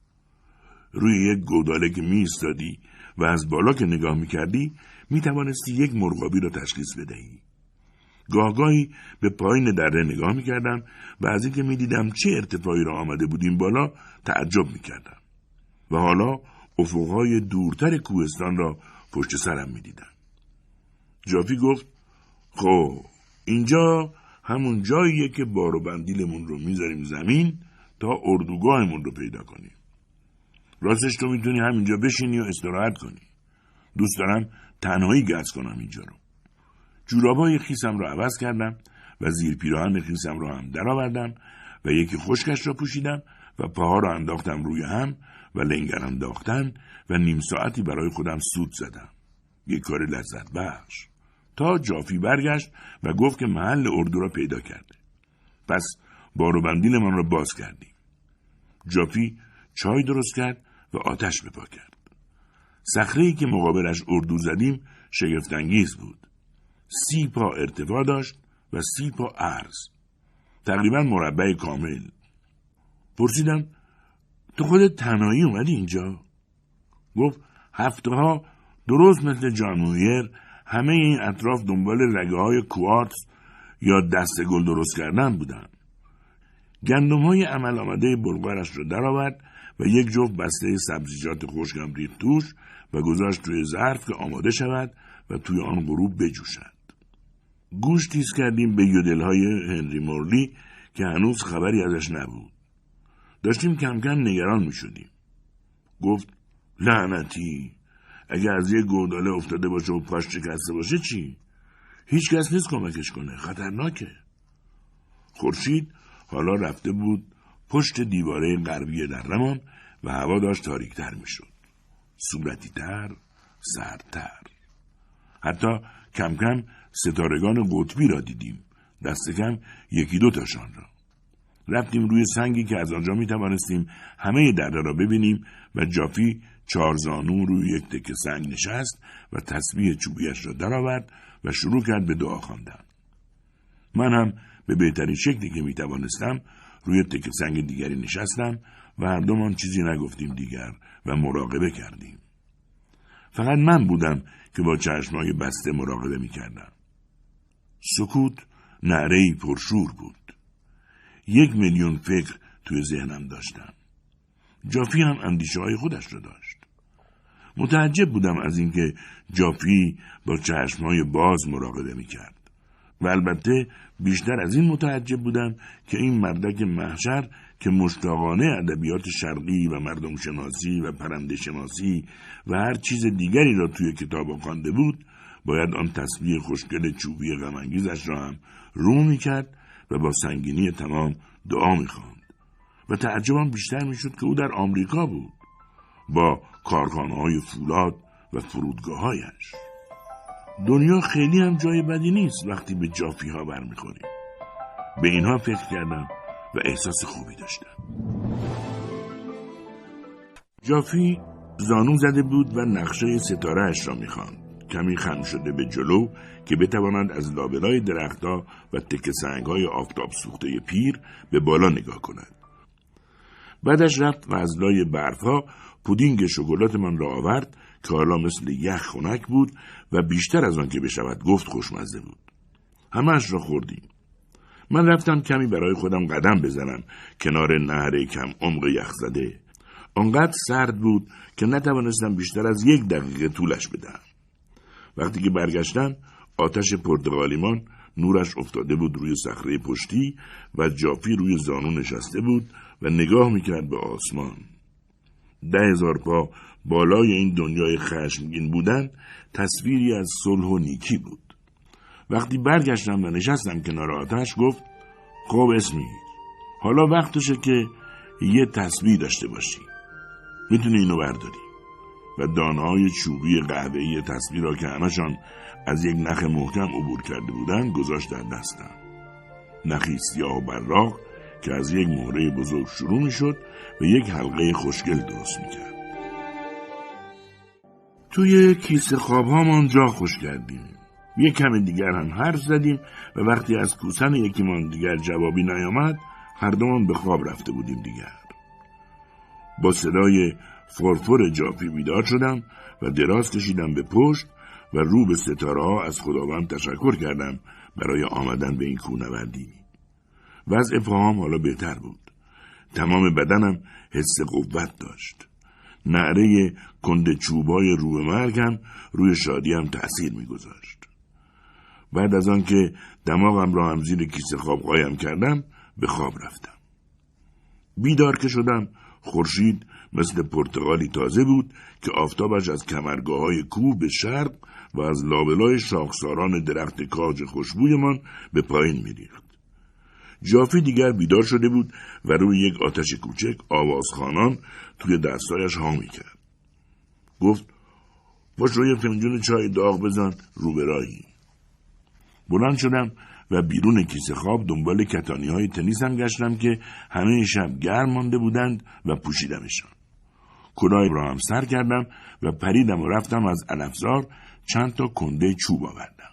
روی یک گوداله که می ایستادی و از بالا که نگاه می کردی می توانستی یک مرغابی را تشخیص بدهی. گاهگاهی به پایین دره نگاه می کردم و از اینکه می دیدم چه ارتفاعی را آمده بودیم بالا تعجب می کردم و حالا افقهای دورتر کوهستان را پشت سرم می دیدم. جافی گفت خب اینجا همون جاییه که بار و بندیلمون رو میذاریم زمین تا اردوگاهمون رو پیدا کنیم. راستش تو میتونی همینجا بشینی و استراحت کنی. دوست دارم تنهایی گز کنم اینجا رو. جورابای خیسم رو عوض کردم و زیر پیراهن خیسم رو هم درآوردم و یکی خشکش را پوشیدم و پاها رو انداختم روی هم و لنگر انداختن و نیم ساعتی برای خودم سود زدم. یک کار لذت بخش. تا جافی برگشت و گفت که محل اردو را پیدا کرده. پس بار و بندیل من را باز کردیم. جافی چای درست کرد و آتش بپا کرد. صخره‌ای که مقابلش اردو زدیم شگفت‌انگیز بود. سی پا ارتفاع داشت و سی پا عرض. تقریباً مربع کامل. پرسیدم تو خودت تنهایی اومدی اینجا؟ گفت هفته ها درست مثل جان مویر همه این اطراف دنبال رگه های کوارتز یا دسته گل درست کردن بودن. گندم های عمل آمده بلغارش رو در آورد و یک جفت بسته سبزیجات خشکم ریخت توش و گذاشت توی ظرف که آماده شود و توی آن غروب بجوشد. گوش تیز کردیم به یودل های هنری مورلی که هنوز خبری ازش نبود. داشتیم کم کم نگران می شدیم. گفت لعنتی، اگه از یه گوداله افتاده باشه و پاش شکسته باشه چی؟ هیچ کس نیست کمکش کنه، خطرناکه. خورشید حالا رفته بود پشت دیواره غربی درمان و هوا داشت تاریک‌تر می‌شد. صورتی تر، سردتر. حتی کم کم ستارگان قطبی را دیدیم، دست کم یکی دو تاشان را. رفتیم روی سنگی که از آنجا می توانستیم همه دره را ببینیم و جافی چارزانو روی یک تکه سنگ نشست و تسبیح چوبیش را درآورد و شروع کرد به دعا خواندن. من هم به بهترین شکلی که می توانستم روی تکه سنگ دیگری نشستم و هر دومان چیزی نگفتیم دیگر و مراقبه کردیم. فقط من بودم که با چشمای بسته مراقبه می کردم. سکوت نعره‌ای پرشور بود. یک میلیون فکر توی ذهنم داشتم. جافی هم اندیشه های خودش را داشت. متعجب بودم از اینکه جافی با چشمهای باز مراقبه می کرد. و البته بیشتر از این متعجب بودم که این مردک محشر که مشتاقانه ادبیات شرقی و مردم شناسی و پرنده شناسی و هر چیز دیگری را توی کتاب خوانده بود، باید آن تسبیح خوشگل چوبی غم‌انگیزش را هم رو می‌کرد و با سنگینی تمام دعا می‌خواند. و تعجبم بیشتر می‌شد که او در آمریکا بود با کارخانه‌های فولاد و فرودگاه‌هایش. دنیا خیلی هم جای بدی نیست وقتی به جافی ها برمیخوریم. به اینها فکر کردم و احساس خوبی داشتم. جافی زانو زده بود و نقشه ستاره اش را میخواند. کمی خم شده به جلو که بتواند از لابلای درختها و تکه سنگ‌های آفتاب سوخته پیر به بالا نگاه کند. بعدش رفت و از لای برفها پودینگ شکلات من را آورد که حالا مثل یخ خنک بود و بیشتر از آن که بشود گفت خوشمزه بود. همه‌اش را خوردیم. من رفتم کمی برای خودم قدم بزنم کنار نهر کم عمق یخ زده. آنقدر سرد بود که نتوانستم بیشتر از یک دقیقه طولش بدم. وقتی که برگشتم آتش پرتقالیمان نورش افتاده بود روی صخره پشتی و جافی روی زانو نشسته بود و نگاه میکرد به آسمان. ده هزار پا بالای این دنیای خشمگین بودن تصویری از صلح و نیکی بود. وقتی برگشتم و نشستم کنار آتش گفت خب اسمی حالا وقتشه که یه تسبیح داشته باشی. میتونی اینو برداری. و دانه‌های چوبی قهوه‌ای تسبیح را که همشان از یک نخ محکم عبور کرده بودند گذاشت در دستم. نخی سیاه و براق که از یک مهره بزرگ شروع میشد و یک حلقه خوشگل درست میکرد. توی کیسه خواب هامان جا خوش کردیم. یک کم دیگر هم حرف زدیم و وقتی از کوسن یکیمان دیگر جوابی نیامد هر دومان به خواب رفته بودیم دیگر. با صدای فرفر جافی بیدار شدم و دراز کشیدم به پشت و رو به ستاره ها از خداوند تشکر کردم برای آمدن به این کوهنوردی. وضع پاهام حالا بهتر بود. تمام بدنم حس قوت داشت. نعره کند چوبای رو مرگم روی شادیم تأثیر می‌گذاشت. بعد از آن که دماغم را هم زیر کیسه خواب قایم کردم به خواب رفتم. بیدار که شدم خورشید مثل پرتقالی تازه بود که آفتابش از کمرگاه‌های کوه به شرق و از لابلای شاخساران درخت کاج خوشبویمان به پایین می‌ریخت. جافی دیگر بیدار شده بود و روی یک آتش کوچک آوازخوانان توی دستایش ها می‌کرد. گفت باش روی فنجون چای داغ بزن رو به راهی. بلند شدم و بیرون کیسه خواب دنبال کتانی های تنیسم گشتم که همه شب گرم مانده بودند و پوشیدمشان. کلاه را هم سر کردم و پریدم و رفتم از علفزار چند تا کنده چوب آوردم.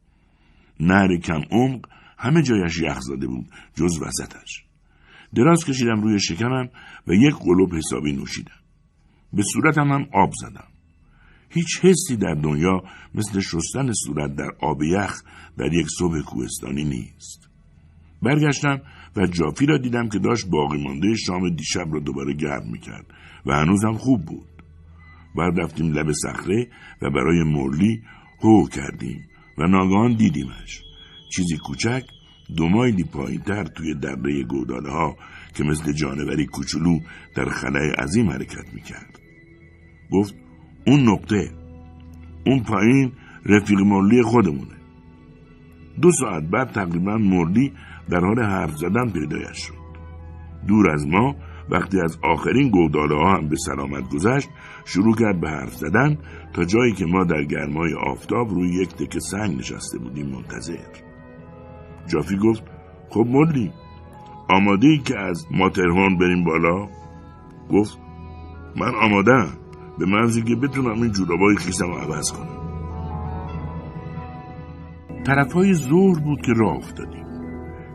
نهر کم عمق همه جایش یخ زده بود جز وسطش. دراز کشیدم روی شکمم و یک قلوب حسابی نوشیدم. به صورتم هم آب زدم. هیچ حسی در دنیا مثل شستن صورت در آب یخ در یک صبح کوهستانی نیست. برگشتم و جافی را دیدم که داشت باقی مانده شام دیشب را دوباره گرم میکرد و هنوزم خوب بود. بعد رفتیم لب صخره و برای مرلی هو کردیم و ناگهان دیدیمش. چیزی کوچک دو مایلی پایین‌تر توی دره گوداله ها که مثل جانوری کوچولو در خلأ عظیم حرکت میکرد. گفت اون نقطه، اون پایین رفیق مرلی خودمونه. دو ساعت بعد تقریبا مرلی در حال حرف زدن پیدایش شد. دور از ما وقتی از آخرین گوداله ها هم به سلامت گذشت شروع کرد به حرف زدن تا جایی که ما در گرمای آفتاب روی یک تکه سنگ نشسته بودیم منتظر. جافی گفت خب مرلی آماده ای که از ماترهورن بریم بالا؟ گفت من آماده‌ام به محضی که بتونم این جورابای خیسم رو عوض کنم. طرفای ظهر بود که راه افتادیم.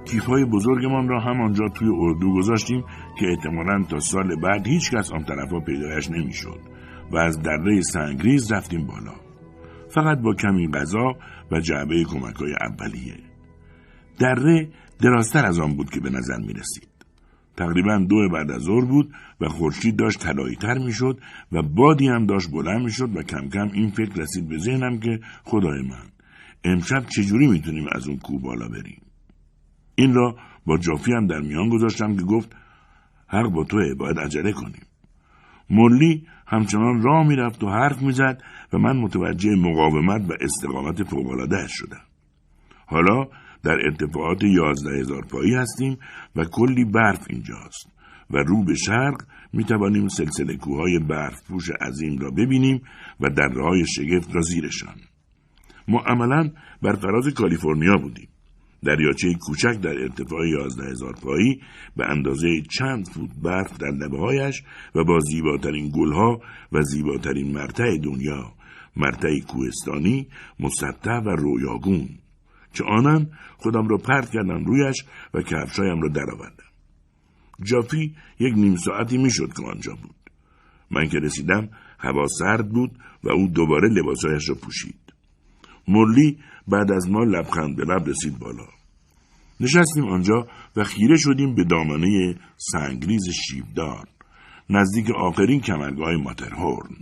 کیف‌های بزرگمان را همانجا توی اردو گذاشتیم که احتمالاً تا سال بعد هیچ کس آن طرفا پیدایش نمی‌شد و از دره سنگریز رفتیم بالا. فقط با کمی غذا و جعبه کمک‌های اولیه. دره درازتر از آن بود که به نظر می‌رسید. تقریباً دو بعد از ظهر بود و خورشید داشت طلایی‌تر می‌شد و بادی هم داشت بلند می‌شد و کم کم این فکر رسید به ذهنم که خدای من، امشب چجوری می‌تونیم از اون کوه بالا بریم؟ این را با جافی هم در میان گذاشتم که گفت حق با توئه، باید عجله کنیم. مولی همچنان راه می‌رفت و حرف می‌زد و من متوجه مقاومت و استقامت فوق‌العاده‌اش شدم. حالا در ارتفاعات یازده هزار پایی هستیم و کلی برف اینجاست و رو به شرق می توانیم سلسله کوههای برف پوش عظیم را ببینیم و دره‌های شگفت را زیرشان. ما عملاً بر فراز کالیفرنیا بودیم. دریاچه کوچک در ارتفاع یازده هزار پایی به اندازه چند فوت برف در لبه‌هایش و با زیباترین گلها و زیباترین مرتع دنیا، مرتع کوهستانی، مسطح و رویاگون، که آنن خودم را پرت کردم رویش و کفشایم را درآوردم. جافی یک نیم ساعتی میشد که آنجا بود. من که رسیدم هوا سرد بود و او دوباره لباسایش را پوشید. مولی بعد از ما لبخند به لب رسید بالا. نشستیم آنجا و خیره شدیم به دامنه سنگریز شیبدار نزدیک آخرین کمرگاه ماترهورن.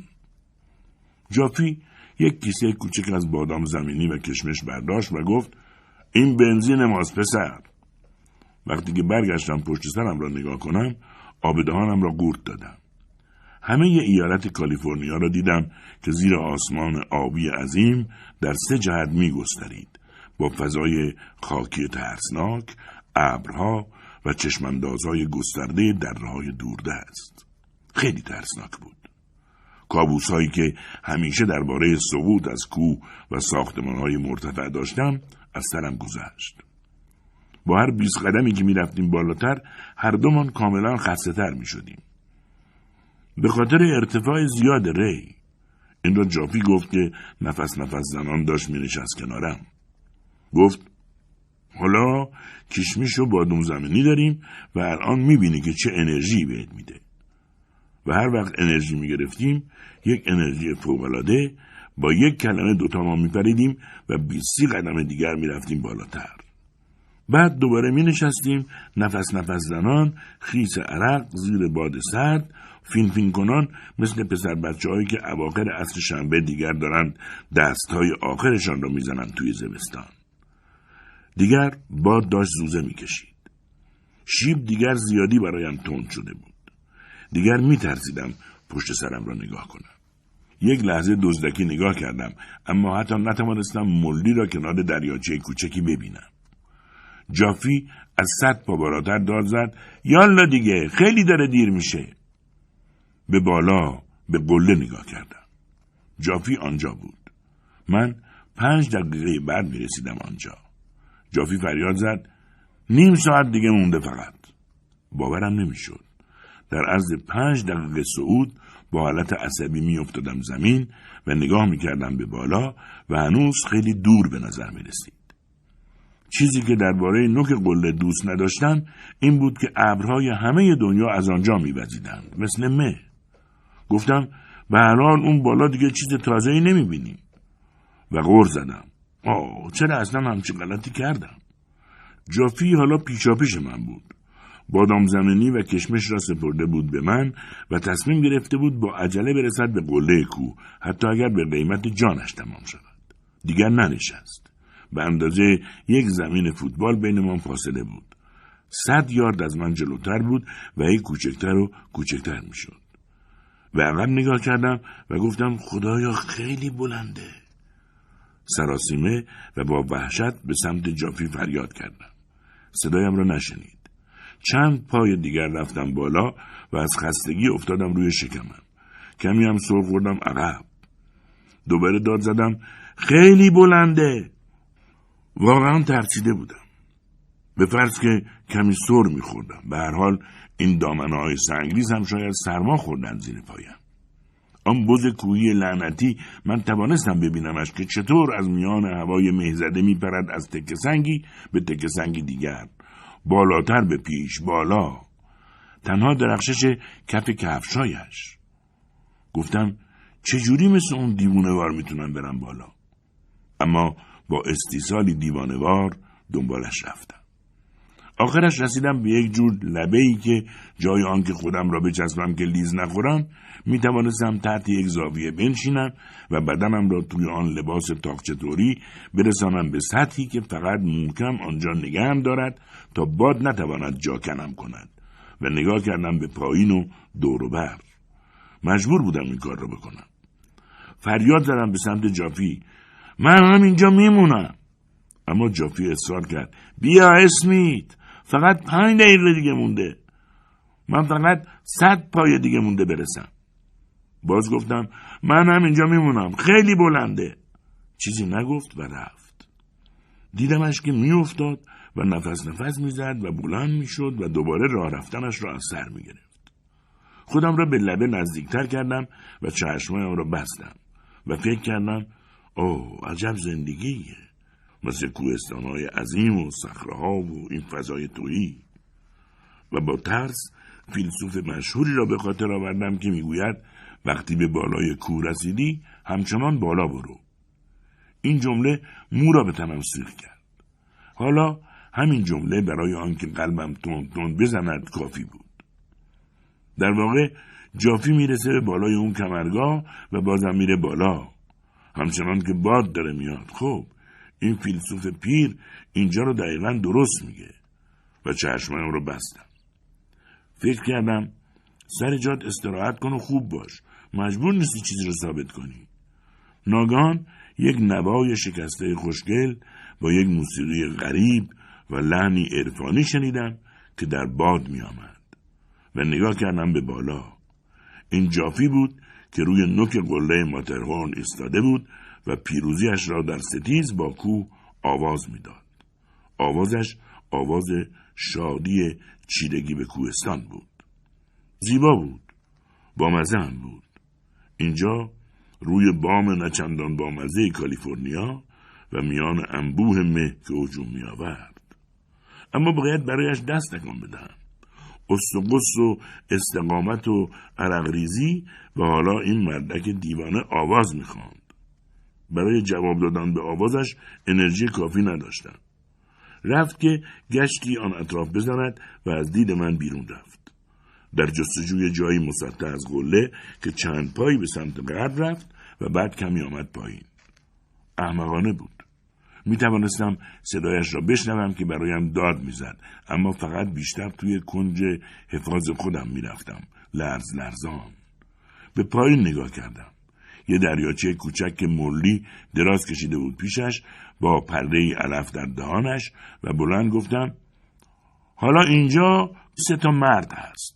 جافی یک کیسه کوچک از بادام زمینی و کشمش برداشت و گفت این بنزین ماست پسر. وقتی که برگشتم پشت سرم را نگاه کنم، آب دهانم را قورت دادم. همه ی ایالت کالیفرنیا را دیدم که زیر آسمان آبی عظیم در سه جهت می گسترید، با فضای خاکی ترسناک، ابرها و چشماندازهای گسترده دره‌های دوردست. خیلی ترسناک بود. کابوس‌هایی که همیشه درباره سقوط از کوه و ساختمان‌های مرتفع داشتم از سرم گذشت. با هر بیست قدمی که می‌رفتیم بالاتر، هر دومان کاملا خسته‌تر می‌شدیم. به خاطر ارتفاع زیاد ری. این را جافی گفت که نفس نفس زنان داشت می‌نشست کنارم. گفت حالا کشمش و بادام زمینی داریم و الان می‌بینی که چه انرژی بهت میده. و هر وقت انرژی می‌گرفتیم، یک انرژی فوق‌العاده، با یک کلمه دوتا ما می‌پریدیم و بیست قدم دیگر می‌رفتیم بالاتر. بعد دوباره می‌نشستیم نفس نفس زنان، خیس عرق زیر باد سرد، فین فین کنان مثل پسر بچه‌هایی که اواخر عصر شنبه دیگر دارند دست‌های آخرشان را می‌زنند توی زمستان. دیگر باد داشت زوزه می‌کشید. شیب دیگر زیادی برایم تند شده بود. دیگر می‌ترسیدم پشت سرم را نگاه کنم. یک لحظه دزدکی نگاه کردم، اما حتی نتوانستم مولی را کنار دریاچه کوچکی ببینم. جافی از صد پا بالاتر داد زد یالا دیگه، خیلی داره دیر میشه. به بالا به قله نگاه کردم. جافی آنجا بود. من پنج دقیقه بعد میرسیدم آنجا. جافی فریاد زد نیم ساعت دیگه مونده فقط. باورم نمیشد. در عرض پنج دقیقه صعود با حالت عصبی می افتادم زمین و نگاه می کردم به بالا و هنوز خیلی دور به نظر می رسید. چیزی که درباره نوک قله دوست نداشتم این بود که ابرهای همه دنیا از آنجا می وزیدند، مثل مه. گفتم به هر حال اون بالا دیگه چیز تازه‌ای نمی بینیم. و غر زدم. آه چرا اصلا همچین غلطی کردم؟ جافی حالا پیشا پیش من بود. بادام زمینی و کشمش را سپرده بود به من و تصمیم گرفته بود با عجله برسد به قله کوه، حتی اگر به قیمت جانش تمام شود. دیگر ننشست. به اندازه یک زمین فوتبال بین ما فاصله بود. صد یارد از من جلوتر بود و هی کوچکتر و کوچکتر می شد. و عقب نگاه کردم و گفتم خدایا خیلی بلنده. سراسیمه و با وحشت به سمت جافی فریاد کردم. صدایم را نشنید. چند پای دیگر رفتم بالا و از خستگی افتادم روی شکمم. کمی هم سر خوردم عقب. دوباره داد زدم خیلی بلنده. واقعا ترسیده بودم. به فرض که کمی سر میخوردم. به هر حال این دامنه‌های سنگریز هم شاید سرما خوردن زیر پایم. آن بز کوهی لعنتی من توانستم ببینمش که چطور از میان هوای مه‌زده میپرد از تکه سنگی به تکه سنگی دیگر. بالاتر به پیش، بالا. تنها درخشش کف کفشایش. گفتم چجوری مثل اون دیوونه‌وار میتونم برم بالا؟ اما با استیصالی دیوانه‌وار دنبالش رفتم. آخرش رسیدم به یک جور لبه‌ای که جای آن که خودم را بچسبم که لیز نخورم، می توانستم تحت یک زاویه بنشینم و بدنم را توی آن لباس تاقچه‌طوری برسانم به سطحی که فقط محکم آنجا نگهم دارد تا باد نتواند جا کنم کند و نگاه کردم به پایین و دور و بر. مجبور بودم این کار را بکنم. فریاد زدم به سمت جافی، من هم اینجا میمونم. اما جافی اصرار کرد، بیا اسمیت، فقط پنج دقیقه دیگه مونده. من فقط صد پای دیگه مونده برسم. باز گفتم من هم اینجا میمونم، خیلی بلنده. چیزی نگفت و رفت. دیدمش که میافتاد و نفس نفس میزد و بلند میشد و دوباره راه رفتنش را از سر میگرفت. خودم را به لبه نزدیکتر کردم و چشمایم را بستم و فکر کردم اوه عجب زندگیه، مثل کوهستان‌های عظیم و صخره‌ها و این فضای تویی. و با ترس فیلسوف مشهوری را به خاطر آوردم که میگوید وقتی به بالای کوه رسیدی همچنان بالا برو. این جمله مو را به تنم سیخ کرد. حالا همین جمله برای آنکه قلبم تند تند بزند کافی بود. در واقع جافی میرسه به بالای اون کمرگاه و بازم میره بالا، همچنان که باد داره میاد. خب این فیلسوف پیر اینجا رو دقیقاً درست میگه و چشمایم رو بستم. فکر کردم سر جات استراحت کن و خوب باش، مجبور نیستی چیزی رو ثابت کنی. ناگهان یک نوای شکسته خوشگل با یک موسیقی غریب و لحنی عرفانی شنیدم که در باد می آمد و نگاه کردم به بالا. این جافی بود که روی نوک قله ماترهورن ایستاده بود و پیروزیش را در ستیز با کوه آواز میداد. آوازش آواز شادی چیرگی به کوهستان بود. زیبا بود، بامزه هم بود. اینجا روی بام نچندان بامزه کالیفرنیا و میان انبوه مه که هجوم می آورد. اما باید برایش دست تکان بدهم. قص و قص و استقامت و عرقریزی و حالا این مردک دیوانه آواز می خواند. برای جواب دادن به آوازش انرژی کافی نداشتم. رفت که گشتی آن اطراف بزند و از دید من بیرون رفت. در جستجوی جایی مسطح از قله که چند پایی به سمت غرب رفت و بعد کمی آمد پایین. احمقانه بود. می توانستم صدایش را بشنوم که برایم داد می زد، اما فقط بیشتر توی کنج حفاظ خودم می رفتم، لرز لرزان. به پایین نگاه کردم. یه دریاچه کوچک که مولی دراز کشیده بود پیشش با پره‌ای علف در دهانش و بلند گفتم حالا اینجا سه تا مرد هست.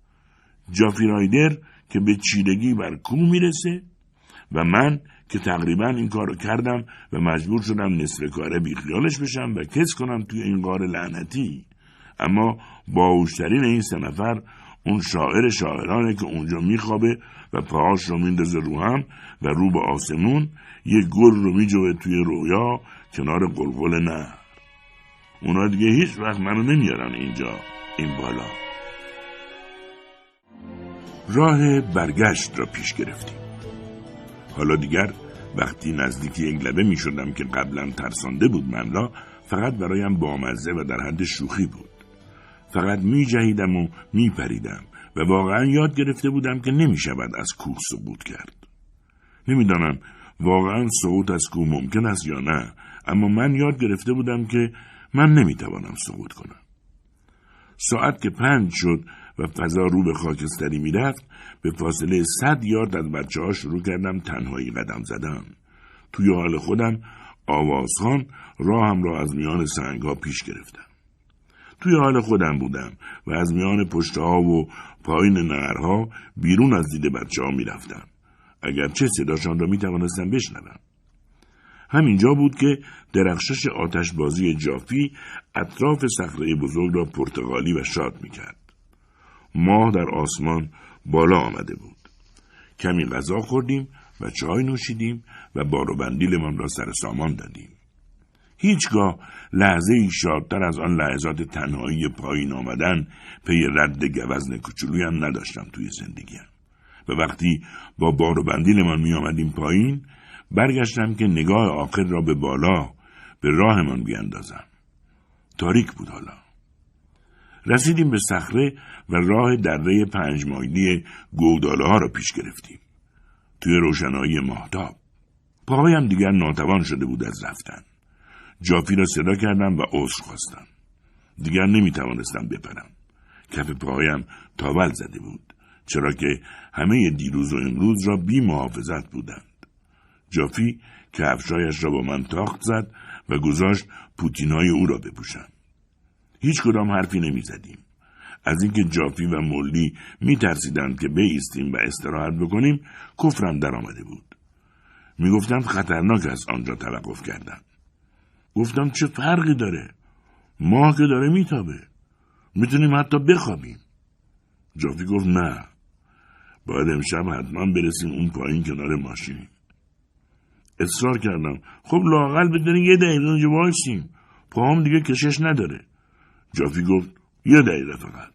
جافی رایدر که به چیرگی بر کوه میرسه و من که تقریبا این کارو کردم و مجبور شدم نصف کاره بیخیالش بشم و کس کنم توی این غار لعنتی. اما باهوشترین این سه نفر اون شاعر شاعرانه که اونجا میخوابه و پاهاش رو میندازه رو هم و رو به آسمون یه گل رو میجوه توی رویا کنار قلقل نهر. اونا دیگه هیچ وقت منو نمیارن اینجا، این بالا. راه برگشت را پیش گرفتیم. حالا دیگر وقتی نزدیک یک لبه می شدم که قبلا ترسانده بود من را، فقط برایم بامزه و در حد شوخی بود. فقط می جهیدم و می پریدم و واقعا یاد گرفته بودم که نمی شود از کوه سقوط کرد. نمیدانم واقعا سقوط از کوه ممکن است یا نه، اما من یاد گرفته بودم که من نمی توانم سقوط کنم. ساعت که پنج شد و فضا رو به خاکستری می رفت، به فاصله صد یارد از بچه ها شروع کردم تنهایی قدم زدن. توی حال خودم آوازخوان راهم را از میان سنگ ها پیش گرفتم. توی حال خودم بودم و از میان پشت ها و پایین نهرها بیرون از دید بچه ها می رفتم. اگرچه صداشان را می توانستم بشنوم. همینجا بود که درخشش آتش بازی جافی اطراف صخره بزرگ را پرتغالی و شاد می کرد. ماه در آسمان بالا آمده بود. کمی غذا خوردیم و چای نوشیدیم و بار و بندیلمان را سر سامان دادیم. هیچگاه لحظه ای شادتر از آن لحظات تنهایی پایین آمدن پی رد گوزن کوچولویم نداشتم توی زندگیم. و وقتی با بار و بندیلمان می آمدیم پایین، برگشتم که نگاه آخر را به بالا به راهمان بیاندازم. تاریک بود حالا. رسیدیم به صخره و راه دره پنج مایلی گوداله ها را پیش گرفتیم. توی روشنایی ماهتاب. پاهایم دیگر ناتوان شده بود از رفتن. جافی را صدا کردم و عذر خواستم. دیگر نمی توانستم بپرم. کف پاهایم تاول زده بود، چرا که همه دیروز و امروز را بی محافظت بودند. جافی کفشایش را با من تاخت زد و گذاشت پوتینای او را بپوشم. هیچ کدام حرفی نمی زدیم. از اینکه جافی و مولی می ترسیدند که بایستیم و استراحت بکنیم، کفرم در آمده بود. می گفتند خطرناک است آنجا توقف کردن. گفتم چه فرقی داره؟ ماه که داره میتابه. میتونیم حتی بخوابیم. جافی گفت نه. باید امشب حتما برسیم اون پایین کنار ماشین. اصرار کردم. خب لااقل بدونیم یه دقیقه اونجا وایسیم. پاهم دیگه کشش نداره. جافی گفت یه دقیقه فقط.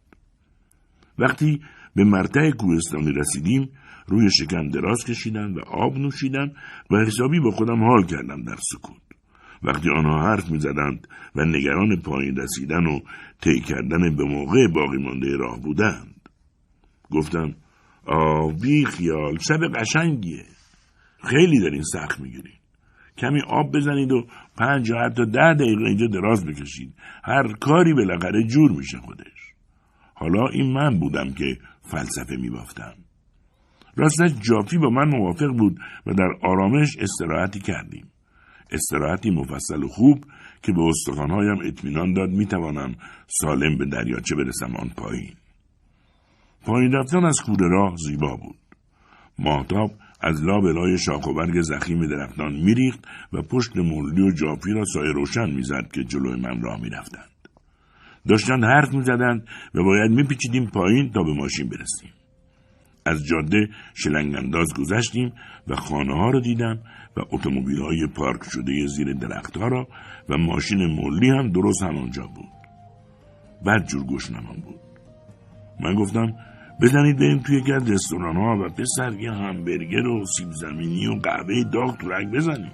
وقتی به مرتع کوهستانی رسیدیم، روی شکم دراز کشیدم و آب نوشیدم و حسابی با خودم حال کردم در سکوت. وقتی آنها حرف می زدند و نگران پایین رسیدن و طی کردن به موقع باقی مانده راه بودند، گفتم آه بی خیال، شب قشنگیه. خیلی دارین سخت می گیرین. کمی آب بزنید و پنج یا حتی ده دقیقه اینجا دراز بکشید. هر کاری بالاخره جور میشه خودش. حالا این من بودم که فلسفه می بافتم. راستش جافی با من موافق بود و در آرامش استراحتی کردیم. استراحتی مفصل و خوب که به استخوان‌هایم اطمینان داد میتوانم سالم به دریاچه برسم آن پایین. پایین رفتن از کوره راه زیبا بود. ماهتاب از لابلای شاخ و برگ ضخیم درختان میریخت و پشت مولی و جافی را سایه روشن میزد که جلوی من راه میرفتند. داشتند حرف میزدند و باید میپیچیدیم پایین تا به ماشین برسیم. از جاده شلنگ انداز گذشتیم و خانه ها را دیدم و اتومبیل های پارک شده زیر درخت ها را و ماشین مولی هم درست همانجا بود. بعد جور گشنمان بود. من گفتم بزنید بریم توی یکی از رستوران ها و پسر یه همبرگر و سیب زمینی و قهوه داغ تو رگ بزنیم.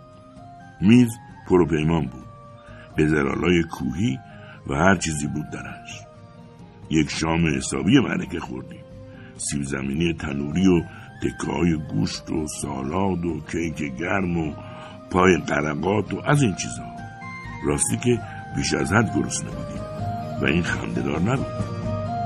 میز پروپیمان بود. به زلالای کوهی و هر چیزی بود درش. یک شام حسابی معرکه خوردیم. سیب زمینی تنوری و تکه‌های گوشت و سالاد و کیک گرم و پای قرقات و از این چیزها. راستی که بیش از حد گرسنه بودیم و این خنده‌دار نبود.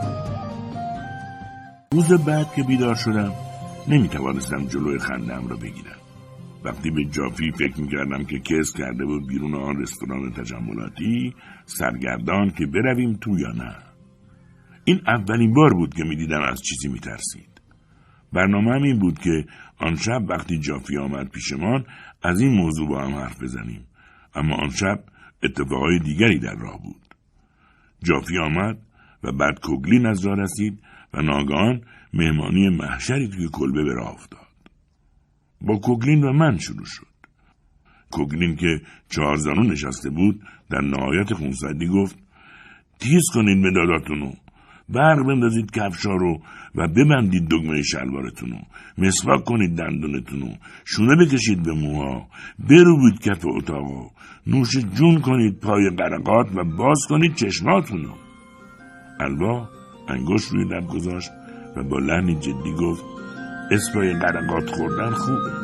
روز بعد که بیدار شدم نمیتوانستم جلوی خنده‌ام را بگیرم. وقتی به جافی فکر میکردم که کس کرده بود بیرون آن رستوران تجملاتی سرگردان که برویم تو یا نه. این اولین بار بود که میدیدم از چیزی میترسید. برنامه‌ام این بود که آن شب وقتی جافی آمد پیشمان از این موضوع با هم حرف بزنیم، اما آن شب اتفاقای دیگری در راه بود. جافی آمد و بعد کوگلین از راه رسید و ناگهان مهمانی محشری توی کلبه به راه افتاد. با کوگلین و من شروع شد. کوگلین که چهار زانو نشسته بود در نهایت خونسردی گفت تیز کنید مداداتونو، برق بندازید کفشا رو و ببندید دگمه شلوارتونو، مسواک کنید دندونتونو، شونه بکشید به موها، بروید کف اتاقو، نوش جون کنید پای قرقات و باز کنید چشماتونو. الوا انگشت روی لب گذاشت و با لحنی جدی گفت اسپای قرقات خوردن خوبه.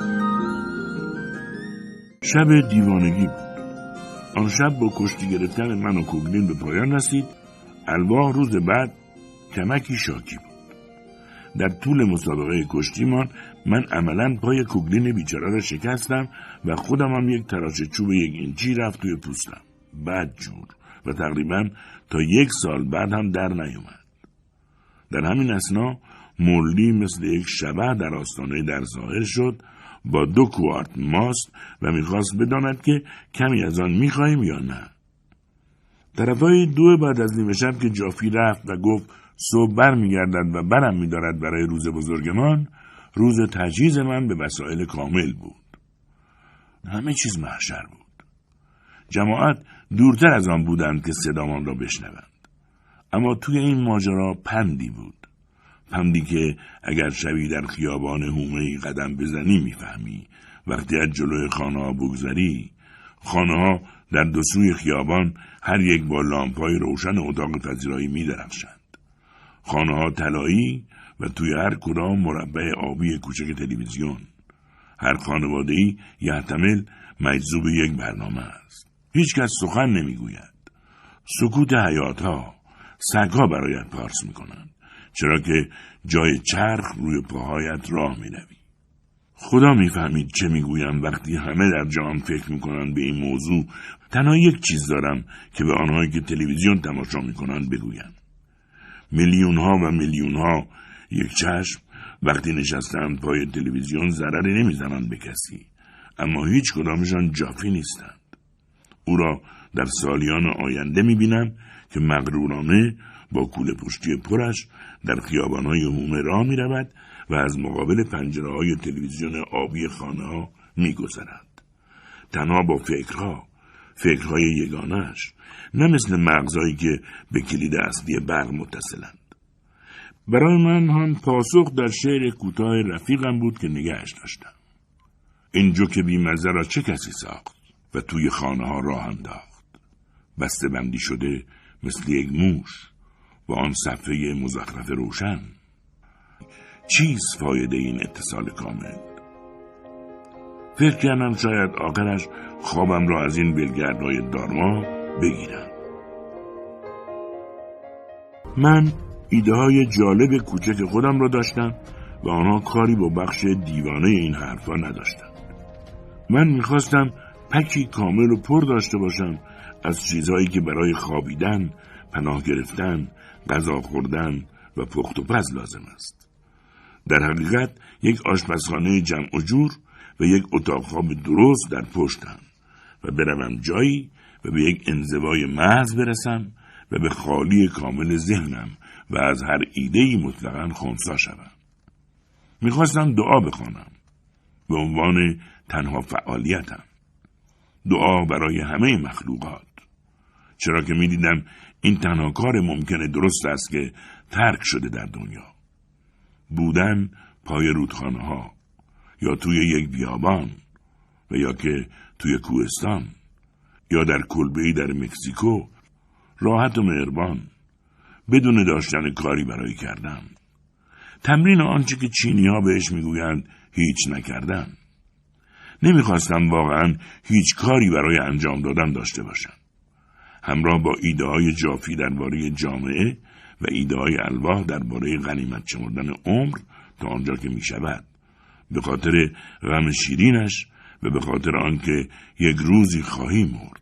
شب دیوانگی بود. آن شب با کشتی گرفتن من و کوگلین به پایان رسید. الوا روز بعد کمکی شاکی بود. در طول مسابقه کشتیمان من عملاً پای کوگلین بیچاره را شکستم و خودم هم یک تراش چوب یک اینچی رفت توی پوستم. بد جور و تقریباً تا یک سال بعد هم در نیومد. در همین اثنا مولی مثل یک شبح در آستانه در ظاهر شد با دو کوارت ماست و میخواست بداند که کمی از آن میخواهیم یا نه. طرفای دو بعد از نیمه شب که جافی رفت و گفت صبح بر میگردد و برم میدارد برای روز بزرگمان، روز تجهیز من به وسایل کامل بود. همه چیز محشر بود. جماعت دورتر از آن بودند که صدامان را بشنوند. اما توی این ماجرا پندی بود. پندی که اگر شبی در خیابان هومه‌ای قدم بزنی میفهمی. وقتی از جلوی خانه ها بگذری، خانه ها در دو سوی خیابان هر یک با لامپای روشن اتاق پذیرایی می درخشند. خانه ها طلایی و توی هر کدام مربع آبی کوچک تلویزیون. هر خانواده‌ای یحتمل مجذوب یک برنامه است. هیچ کس سخن نمی گوید. سکوت حیات ها، سگ ها برایت پارس می کنند، چرا که جای چرخ روی پاهایت راه می روی. خدا می فهمید چه می گویم وقتی همه در جهان فکر می کنند به این موضوع. تنها یک چیز دارم که به آنهایی که تلویزیون تماشا می کنند بگویم. میلیون ها و میلیون ها یک چشم وقتی نشستند پای تلویزیون ضرری نمی زنند به کسی، اما هیچ کدامشان جافی نیستند. او را در سالیان آینده می بینم که مغرورانه با کوله پشتی پرش در خیابان‌های هومه راه می رود و از مقابل پنجره‌های تلویزیون آبی خانه ها می گذرد. تنها با فکرها، فکرهای یگانش، نه مثل مغزهایی که به کلید اصلی برق متصلند. برای من هم پاسخ در شعر کوتاه رفیقم بود که نگهش داشتم. این جوک بی‌مزه را چه کسی ساخت و توی خانه ها راه انداخت؟ بسته بندی شده مثل یک موش با آن صفحه مزخرف روشن. چیست فایده این اتصال کامل؟ فکر کردم شاید آخرش خوابم را از این بلگردهای دارما بگیرم. من ایده های جالب کوچک خودم را داشتم و آنها کاری با بخش دیوانه این حرفا نداشتند. من میخواستم پکی کامل و پر داشته باشم از چیزهایی که برای خوابیدن، پناه گرفتن، غذا خوردن و پخت و پز لازم است. در حقیقت یک آشپزخانه جمع و جور و یک اتاق خواب درست در پشتم و بروم جایی و به یک انزوای محض برسم و به خالی کامل ذهنم و از هر ایده‌ای مطلقاً خنثی شوم. میخواستم دعا بخوانم به عنوان تنها فعالیتم. دعا برای همه مخلوقات. چرا که میدیدم این تنها کار ممکنه درست است که ترک شده در دنیا. بودن پای رودخانه ها یا توی یک بیابان و یا که توی کوهستان یا در کلبه‌ای در مکزیکو، راحت و مهربان، بدون داشتن کاری برای کردن. تمرین آنچه که چینی ها بهش میگویند هیچ نکردن. نمیخواستم واقعا هیچ کاری برای انجام دادن داشته باشم. همراه با ایده های جافی درباره جامعه و ایده های الواح درباره غنیمت شمردن عمر تا آنجا که می شود. به خاطر غم شیرینش و به خاطر آنکه یک روزی خواهی مرد.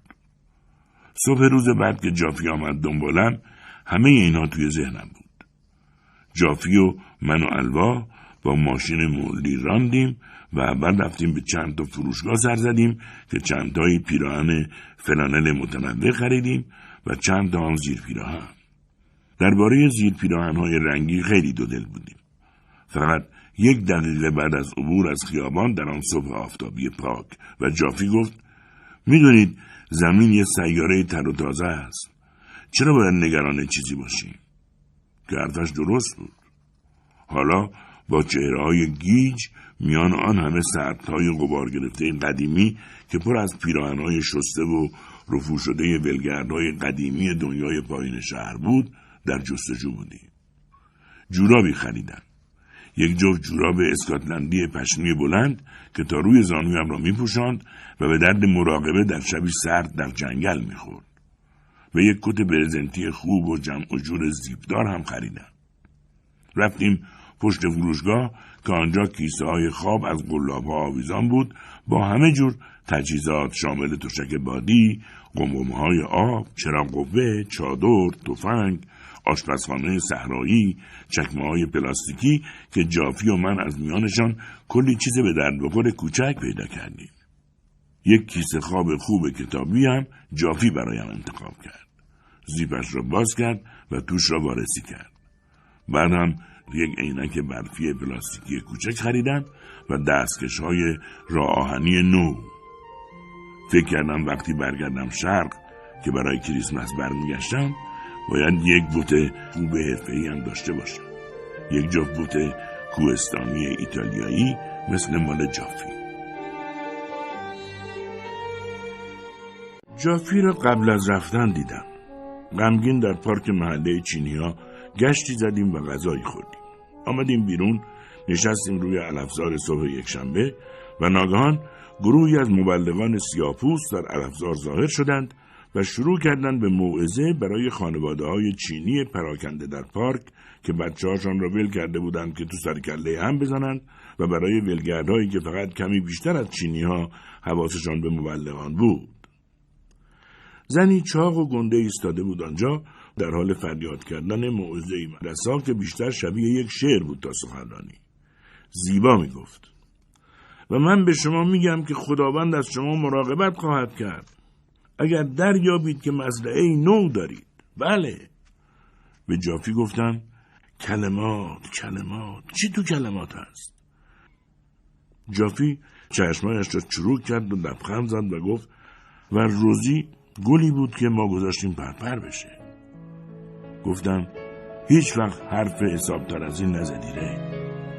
صبح روز بعد که جافی آمد دنبالم، همه اینها توی ذهنم بود. جافی و من و الواح با ماشین مولدی راندیم و اول رفتیم به چند تا فروشگاه سر زدیم که چند تایی پیراهن فلانل متنوع خریدیم و چند تا هم زیر پیراهن. درباره زیر پیراهن‌های رنگی خیلی دودل بودیم. فقط یک دقیقه بعد از عبور از خیابان در آن صبح آفتابی پاک و جافی گفت میدونید زمین یه سیاره تر و تازه است. چرا باید نگران چیزی باشیم؟ که حرفش درست بود. حالا با چهره‌های گیج میان آن همه سطرهای غبار گرفته قدیمی که پر از پیراهن‌های شسته و رفو شده ولگردهای قدیمی دنیای پایین شهر بود در جستجو بودیم. جورابی خریدم. یک جفت جوراب اسکاتلندی پشمی بلند که تا روی زانویم را میپوشاند و به درد مراقبه در شبی سرد در جنگل میخورد. و یک کت برزنتی خوب و جمع و جور زیبدار هم خریدم. رفتیم پشت فروشگاه که آنجا کیسه های خواب از قلاب ها آویزان بود با همه جور تجهیزات شامل تشک بادی، قمقمه های آب، چراغ قوه، چادر، تفنگ، آشپزخانه صحرایی، چکمه های پلاستیکی که جافی و من از میانشان کلی چیز به درد بخور کوچک پیدا کردیم. یک کیسه خواب خوب کتابی هم جافی برایم انتخاب کرد. زیپش را باز کرد و توش را وارسی کرد. بعد هم یک عینک برفی پلاستیکی کوچک خریدم و دستکش های راه آهنی نو. فکر کردم وقتی برگردم شرق که برای کریسمس برمیگشتم باید یک بوت خوب حرفه‌ای هم داشته باشم. یک جفت بوت کوهستانی ایتالیایی مثل مال جافی. جافی را قبل از رفتن دیدم. غمگین در پارک محله چینی‌ها گشتی زدیم و غذایی خوردیم. آمدیم بیرون، نشستیم روی علفزار صبح یک شنبه و ناگهان گروهی از مبلغان سیاه‌پوست در علفزار ظاهر شدند و شروع کردند به موعظه برای خانواده‌های چینی پراکنده در پارک که بچه‌هاشان را ول کرده بودند که تو سرکله هم بزنند و برای ولگردهایی که فقط کمی بیشتر از چینی‌ها حواسشان به مبلغان بود. زنی چاق و گنده ایستاده بود آنجا در حال فریاد کردن موعظه‌ای مدرسه که بیشتر شبیه یک شعر بود تا سخنرانی. زیبا می گفت: و من به شما میگم که خداوند از شما مراقبت خواهد کرد. اگر دریابید که مزرعه‌ای نو دارید. بله. به جافی گفتم: کلمات کلمات چی تو کلمات هست؟ جافی چشمایش را چروک کرد و لبخند زد و گفت: و روزی گلی بود که ما گذاشتیم پرپر بشه. گفتم: هیچ وقت حرف حسابتر از این نزدی ره.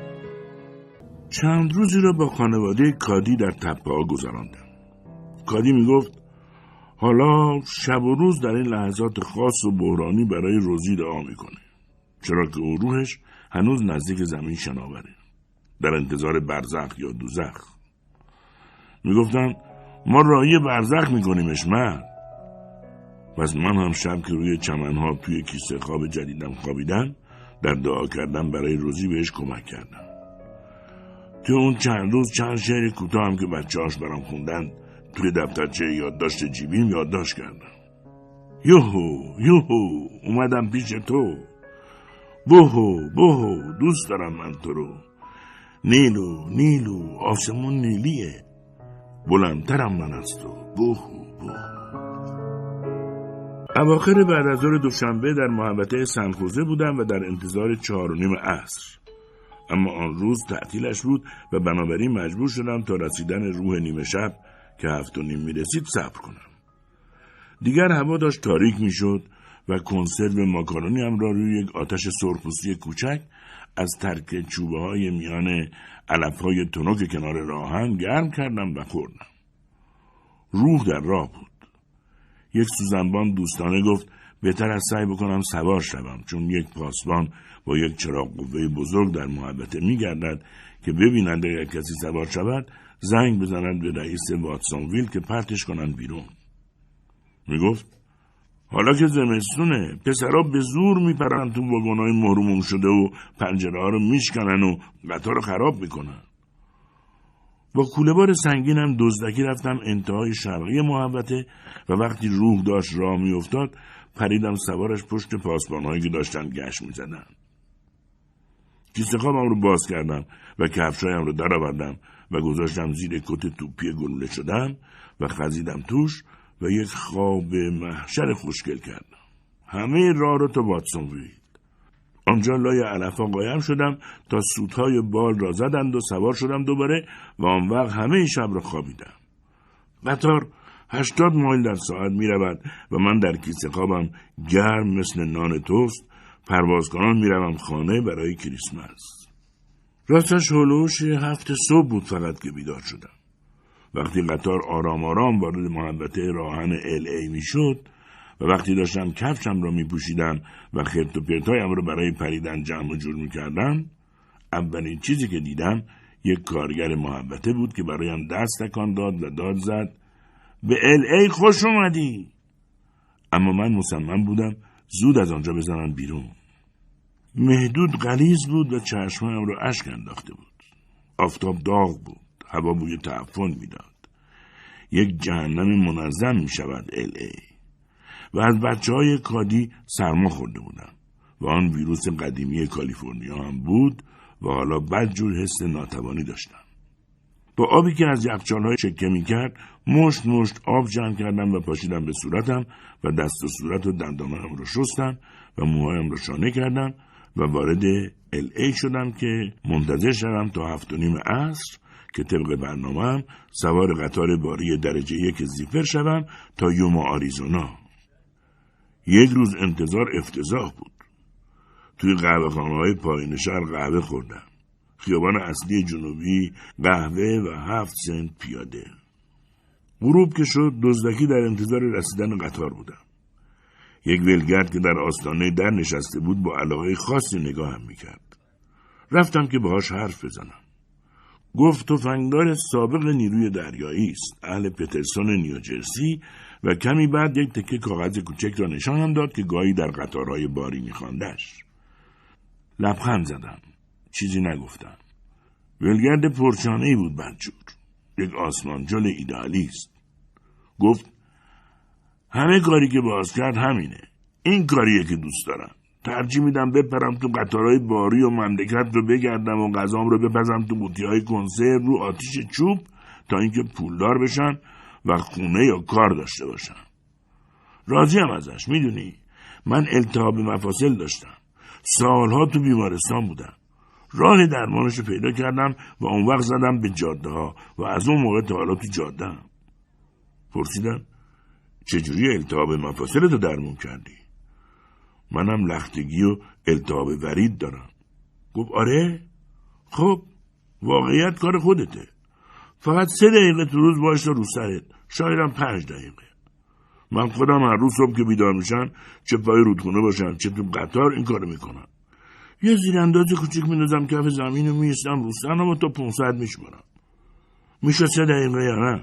چند روزی را با خانواده کادی در تپه ها گذراندم. کادی می گفت حالا شب و روز در این لحظات خاص و بحرانی برای روزی دعا میکنه، چرا که او روحش هنوز نزدیک زمین شناوره، در انتظار برزخ یا دوزخ. میگفتم ما راهی برزخ میکنیمش من. پس من هم شب که روی چمنها توی کیسه خواب جدیدم خوابیدم در دعا کردم برای روزی بهش کمک کردم. تو اون چند روز چند شعر کوتاه هم که بچه‌هاش برام خوندن توی دفترچه یادداشت جیبیم یادداشت کردم. یوهو یوهو اومدم پیش تو، بوهو بوهو دوست دارم من تو رو، نیلو نیلو آسمون نیلیه، بلندترم من از تو، بوهو بوهو. اواخر بعد از ظهر دوشنبه در محوطه سنخوزه بودم و در انتظار چهار و نیم عصر، اما آن روز تعطیلش بود و بنابراین مجبور شدم تا رسیدن روح نیمه شب که هفت و نیم می رسید صبر کنم. دیگر هوا داشت تاریک می شد و کنسرو ماکارونی هم را روی یک آتش سرخپوستی کوچک از ترک چوبه های میان علف های تنک کنار راهن گرم کردم و خوردم. روح در راه بود. یک سوزنبان دوستانه گفت بهتر از سعی بکنم سوار شوم، چون یک پاسبان با یک چراغ قوه بزرگ در محوطه می گردد که ببینند اگر کسی سوار شود زنگ بزنند به رئیس واتسونویل که پرتش کنند بیرون. می گفت حالا که زمستونه پسرها به زور می پرند تو واگن‌های مهرموم شده و پنجره ها رو می شکنن و قطار رو خراب می کنن. با کوله‌بار سنگینم دزدکی رفتم انتهای شرقی محوطه و وقتی روح داشت راه می افتاد پریدم سوارش پشت پاسبان‌هایی که داشتن گشت می زدن. کیسه خوابم رو باز کردم و کفشایم رو در آوردم و گذاشتم زیر کت توپی گلوله شدم و خزیدم توش و یک خواب محشر خوشگل کردم. همه راه رو تا واتسونویل. آنجا لای علفا قایم شدم تا سوتهای بال را زدند و سوار شدم دوباره و آن وقت همه شب را خوابیدم. قطار هشتاد مایل در ساعت می رود و من در کیسه خوابم گرم مثل نان توست پرواز کنان می روم خانه برای کریسمس. راستش هلوش هفت صبح بود فقط که بیدار شدم. وقتی قطار آرام آرام وارد محوطه راهن ال ای می شد و وقتی داشتم کفشم را می پوشیدم و خرت و پرتایم را برای پریدن جمع و جور می کردم، اولین چیزی که دیدم یک کارگر محوطه بود که برایم دست تکان داد و داد زد به ال ای خوش اومدی. اما من مصمم بودم زود از آنجا بزنن بیرون. مهدود غلیظ بود و چشمایم رو اشک انداخته بود. آفتاب داغ بود. هوا بوی تعفن میداد. یک جهنم منظم می شود ال ای. و از بچه های کادی سرما خورده بودم و آن ویروس قدیمی کالیفرنیا هم بود و حالا بدجور حس ناتوانی داشتم. با آبی که از یخچال‌های چکه می‌کرد مشت مشت آب جمع کردم و پاشیدم به صورتم و دست و صورت و دندانم رو شستم و موهایم رو شانه کردم و وارد ال ای شدم که منتظر شدم تا هفت و نیم عصر که طبق برنامه‌ام سوار قطار باری درجه یک زیپر شدم تا یوما آریزونا. یک روز انتظار افتضاح بود. توی قهوه‌خانه‌های پایین شهر قهوه خوردم. خیابان اصلی جنوبی قهوه و هفت سنت پیاده. غروب که شد دزدکی در انتظار رسیدن قطار بودم. یک ولگرد که در آستانه در نشسته بود با علاقه خاصی نگاهم میکرد. رفتم که باهاش حرف بزنم. گفت تفنگدار سابق نیروی دریایی است، اهل پترسون نیوجرسی، و کمی بعد یک تکه کاغذ کوچک را نشانم داد که گاهی در قطارهای باری میخواندش. لبخند زدم. چیزی نگفتم. ولگرد پرچانه‌ای بود بدجور. یک آسمانجل ایدئالیست. گفت همه کاری که باز کرد همینه. این کاریه که دوست دارم. ترجیح میدم بپرم تو قطارهای باری و مملکت رو بگردم و غذام رو بپزم تو قوطی‌های کنسرو رو آتیش چوب تا اینکه پولدار بشن و خونه یا کار داشته باشم. راضیم ازش. میدونی من التهاب مفاصل داشتم. سالها تو بیمارستان بودم. راه درمانش رو پیدا کردم و اون وقت زدم به جاده ها و از اون موقع تا حالا تو جاده هم. پرسیدم چجوری التهاب مفاصل رو درمون کردی؟ منم لختگی و التهاب ورید دارم. گفت آره؟ خب واقعیت کار خودته. فقط سه دقیقه تو روز باش رو سرت، شایدم پنج دقیقه. من خودم هر روز صبح که بیدار میشم چه پای رودخونه باشم چه تو قطار این کارو میکنم. یه زیرانداز کوچیک میندازم کف زمین و میستم رو سرم و تا پونصد میشمارم. میشه سه دقیقه یا نه؟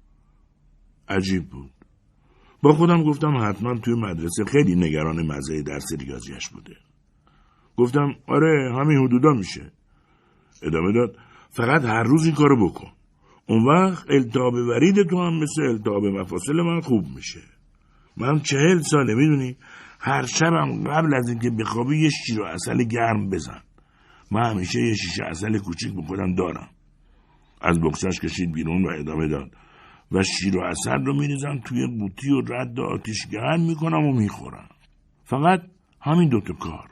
عجیب بود. با خودم گفتم حتما توی مدرسه خیلی نگران مزه درس ریاضیش بوده. گفتم آره همین حدودا میشه. ادامه داد فقط هر روز این کارو بکن. اون وقت التهاب ورید تو هم مثل التهاب مفاصل من خوب میشه. من چهل ساله میدونی هر شبم قبل از اینکه بخوابی یه شیر و عسل گرم بزن. من همیشه یه شیشه عسل کوچیک به خودم دارم. از بکسش کشید بیرون و ادامه داد و شیر و عسل رو میریزم توی قوطی و رد آتیش گرم میکنم و میخورم. فقط همین دوتا کار.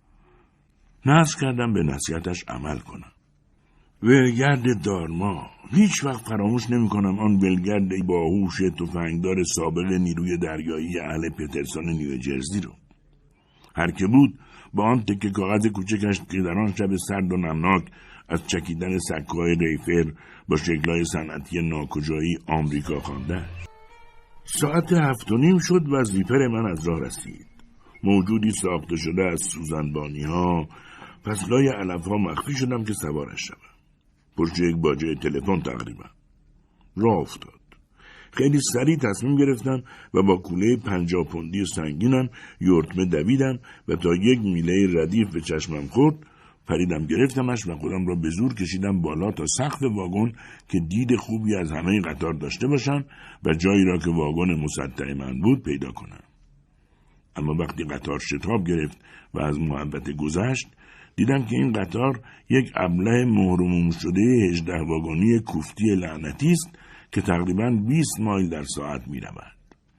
نذر کردم به نصیحتش عمل کنم. ولگرد دارما. هیچ وقت فراموش نمی کنم آن ولگرد باهوش تفنگدار سابق نیروی دریایی اهل پترسون نیوجرسی رو. هر که بود با آن تکه کاغذ کوچکش که در آن شب سرد و نمناک از چکیدن سکوهای ریفر با شکلهای صنعتی ناکجایی آمریکا خواندش. ساعت هفت و نیم شد و زیپر من از راه رسید. موجودی ساخته شده از سوزنبانی ها، پسلای علف ها مخفی شدم که سوارش شدم. پشت یک باجه تلفن تقریبا. راه افتاد. خیلی سریع تصمیم گرفتم و با کوله پنجاه پوندی سنگینم یورتمه دویدم و تا یک میله ردیف به چشمم خورد پریدم گرفتمش و خودم را به زور کشیدم بالا تا سقف واگن که دید خوبی از همه قطار داشته باشم و جایی را که واگن مسطح من بود پیدا کنم. اما وقتی قطار شتاب گرفت و از محبت گذشت دیدم که این قطار یک ابله مهرموم شده هجده واگنی کوفتی لعنتی است که تقریباً بیست مایل در ساعت می رود.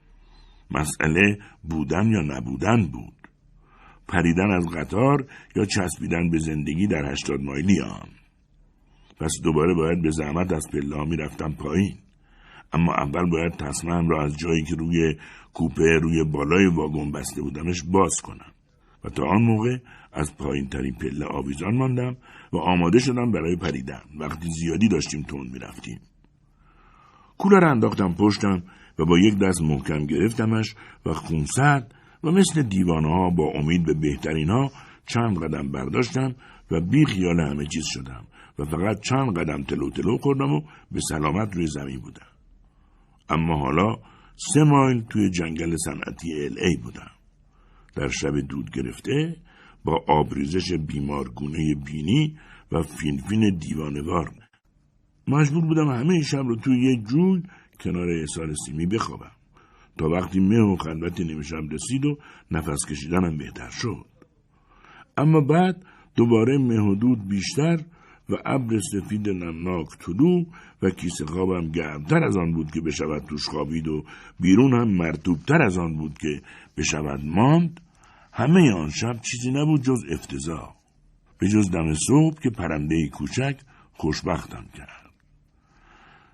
مسئله بودن یا نبودن بود. پریدن از قطار یا چسبیدن به زندگی در هشتاد مایلی آن. پس دوباره باید به زحمت از پله ها می رفتم پایین. اما اول باید تسمه‌ام را از جایی که روی کوپه روی بالای واگن بسته بودمش باز کنم. و تا آن موقع از پایین ترین پله آویزان ماندم و آماده شدم برای پریدن. وقتی زیادی داشتیم تون می رفتیم. کوله را انداختم پشتم و با یک دست محکم گرفتمش و خونسرد و مثل دیوانه ها با امید به بهترین ها چند قدم برداشتم و بی خیال همه چیز شدم و فقط چند قدم تلو تلو خوردم و به سلامت روی زمین بودم. اما حالا سه مایل توی جنگل صنعتی ال ای بودم. در شب دود گرفته با آبریزش بیمارگونه بینی و فینفین دیوانوار مجبور بودم همه شب رو توی یه جوی کنار ایثار سیمی بخوابم تا وقتی مه و خلوت نیمه شب رسید و نفس کشیدنم بهتر شد. اما بعد دوباره مه و دود بیشتر و ابر سفید نمناک طلوع و کیسه خوابم گرمتر از آن بود که بشود توش خوابید و بیرون هم مرطوبتر از آن بود که بشود ماند. همه آن شب چیزی نبود جز افتضاح، به جز دم صبح که پرنده کوچک خوشبختم کرد.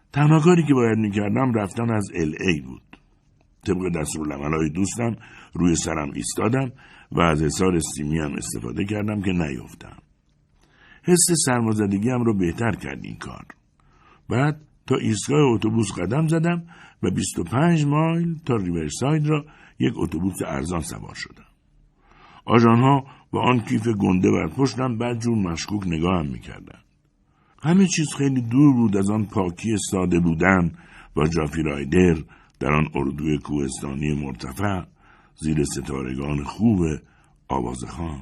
تنها کاری که باید میکردم رفتن از ال ای بود. طبق دستورالعمل‌های دوستم روی سرم ایستادم و از حصار سیمی هم استفاده کردم که نیفتم. حس سرمازدگیم رو بهتر کرد این کار. بعد تا ایستگاه اتوبوس قدم زدم و بیست و پنج مایل تا ریورساید را یک اتوبوس ارزان سوار شدم. آژان‌ها با آن کیف گنده بر پشتم بدجور مشکوک نگاهم می‌کردند. همه چیز خیلی دور بود از آن پاکی ساده بودن با جافی رایدر در آن اردوی کوهستانی مرتفع زیر ستارگان خوب آوازخوان.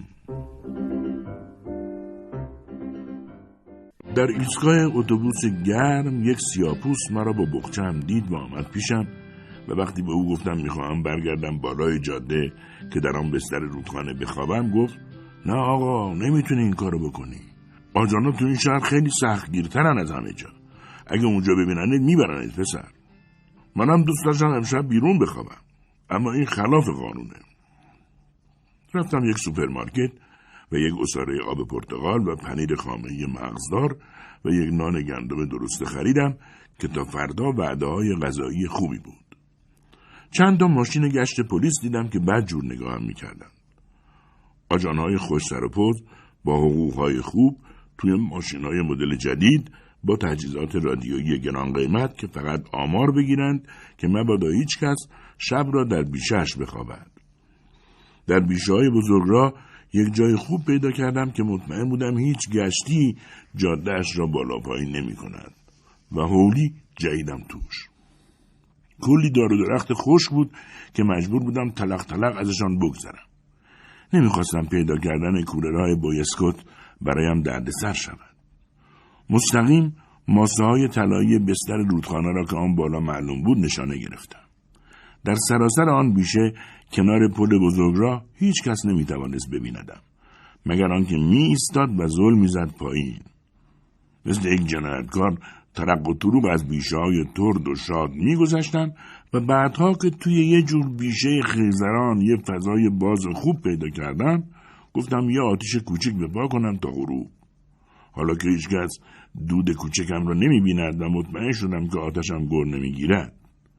در ایستگاه اتوبوس گرم یک سیاه‌پوست مرا با بخچه‌ام دید و آمد پیشم و وقتی به او گفتم میخواهم برگردم بالای جاده که در آن بستر رودخانه بخوابم، گفت نه آقا، نمیتونی این کارو بکنی. آجانا تو این شهر خیلی سختگیرترن از همه جا. اگه اونجا ببیننت میبرنت پسر. منم دوست داشتم امشب بیرون بخوابم، اما این خلاف قانونه. رفتم یک سوپرمارکت و یک عصاره آب پرتقال و پنیر خامه‌ای مغزدار و یک نان گندم درسته خریدم که تا فردا وعده‌های غذایی خوبی بود. چند تا ماشین گشت پلیس دیدم که بدجور نگاهم می‌کردن. آجان‌های خوش سر و پوز با حقوق‌های خوب توی ماشین‌های مدل جدید با تجهیزات رادیویی گران قیمت که فقط آمار بگیرند که مبادا هیچ کس شب را در بیشه‌اش بخوابد. در بیشه‌های بزرگراه یک جای خوب پیدا کردم که مطمئن بودم هیچ گشتی جاده‌اش را بالا پایین نمی کند و حولی جاییدم توش. کلی دار و درخت خشک بود که مجبور بودم تلق تلق ازشان بگذرم. نمیخواستم پیدا کردن کولرهای بویسکوت برایم دردسر شود. مستقیم ماسه های طلایی بستر رودخانه را که آن بالا معلوم بود نشانه گرفتم. در سراسر آن بیشه کنار پل بزرگراه هیچ کس نمیتوانست ببیندم مگر آنکه می ایستاد و زل میزد پایین. مثل یک جنایتکار ترق و طروق از بیشه های ترد و شاد میگذشتم و بعدها که توی یه جور بیشه خیزران یه فضای باز خوب پیدا کردم، گفتم یه آتیش کوچک به پا کنم تا غروب. حالا که هیچ کس دود کوچکم را نمی بیند و مطمئن شدم که آتشم گر نمی گیرد.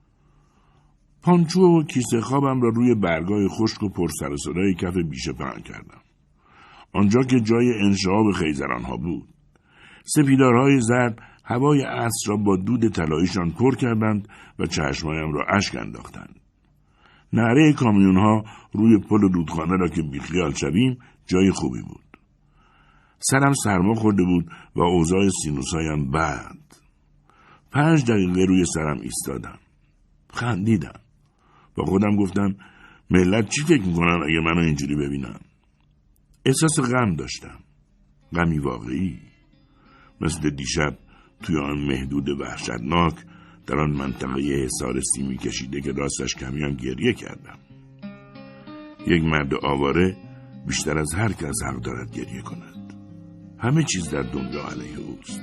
پانچو و کیسه خوابم را روی برگای خشک و پر سر و صدای کف بیشه پهن کردم. آنجا که جای انشعاب خیزران ها بود. سپیدارهای زرد هوای عصر را با دود طلاییشان پر کردند و چشمایم را اشک انداختند. نعره کامیون ها روی پل رودخانه را که بیخیال شویم جای خوبی بود. سرم سرما خورده بود و اوضاع سینوسایم بد. پنج دقیقه روی سرم ایستادم. خندیدم. با خودم گفتم ملت چی فکر میکنن اگه منو اینجوری ببینن؟ احساس غم داشتم. غمی واقعی. مثل دیشب توی آن محدود وحشتناک در آن منطقه حصار سیمی کشیده که راستش کمی هم گریه کردم. یک مرد آواره بیشتر از هر کس حق دارد گریه کند. همه چیز در دنیا علیه اوست.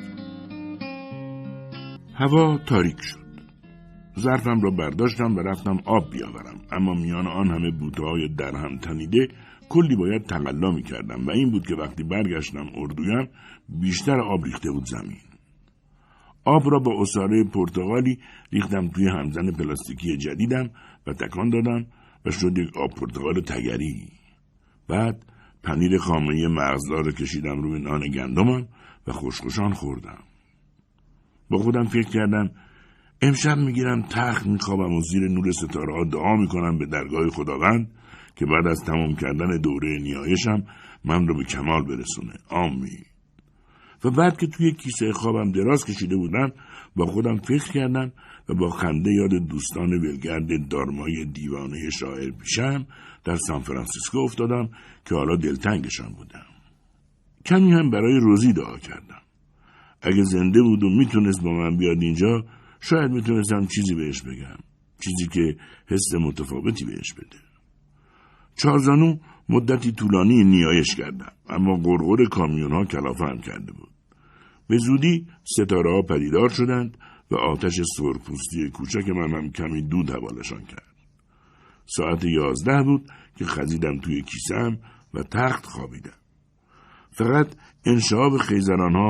هوا تاریک شد. ظرفم را برداشتم و رفتم آب بیاورم، اما میان آن همه بوته‌های درهم تنیده کلی باید تقلا می کردم و این بود که وقتی برگشتم اردویم بیشتر آب ریخته بود زمین. آب را با عصاره پرتقالی ریختم توی همزن پلاستیکی جدیدم و تکان دادم و شد یک آب پرتقال تگری. بعد پنیر خامه‌ای مغزدار کشیدم روی نان گندمم و خوشخوشان خوردم. با خودم فکر کردم امشب میگیرم تخت میخوابم و زیر نور ستاره ها دعا میکنم به درگاه خداوند که بعد از تمام کردن دوره نیایشم من رو به کمال برسونه. آمین. و بعد که توی کیسه خوابم دراز کشیده بودم با خودم فکر کردم و با خنده یاد دوستان ولگرد دارمای دیوانه شاعر پیشم در سان فرانسیسکو افتادم که حالا دلتنگشان بودم. کمی هم برای روزی دعا کردم. اگه زنده بود و میتونست با من بیاد اینجا شاید میتونستم چیزی بهش بگم، چیزی که حس متفاوتی بهش بده. چارزانو مدتی طولانی نیایش کردم، اما غرغر کامیون ها کلافه هم کرده بود. به زودی ستاره ها پدیدار شدند و آتش سرپوستی کوچک من هم کمی دود حوالشان کرد. ساعت یازده بود که خزیدم توی کیسم و تخت خوابیدم. فقط انشعاب خیزران ها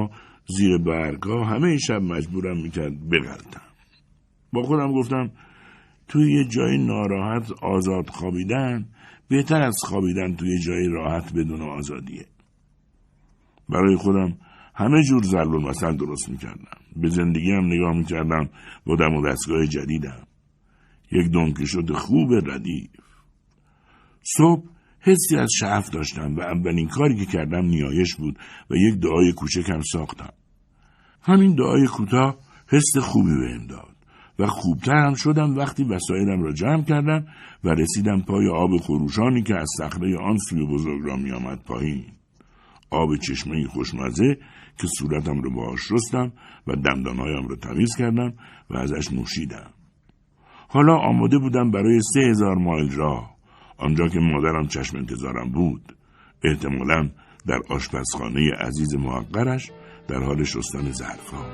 زیر برگ‌ها همه شب مجبورم میکرد بغلطم. با خودم گفتم توی یه جای ناراحت آزاد خوابیدن بهتر از خوابیدن توی جای راحت بدون آزادیه. برای خودم همه جور ضرب المثل درست میکردم. به زندگیم نگاه میکردم با دم و دستگاه جدیدم. یک دونکیشوت خوب ردیف. صبح حسی از شعف داشتم و اولین کاری که کردم نیایش بود و یک دعای کوچکم ساختم. همین دعای کوتاه حس خوبی بهم داد و خوبتر هم شدم وقتی وسایلم را جمع کردم و رسیدم پای آب خروشانی که از صخره آن سوی بزرگراه می آمد پایین. آب چشمه‌ای خوشمزه که صورتم رو باهاش شستم و دندانهایم رو تمیز کردم و ازش نوشیدم. حالا آماده بودم برای سه هزار مایل راه، آنجا که مادرم چشم انتظارم بود، احتمالاً در آشپزخانه عزیز محقرش در حال شستن ظرف‌ها.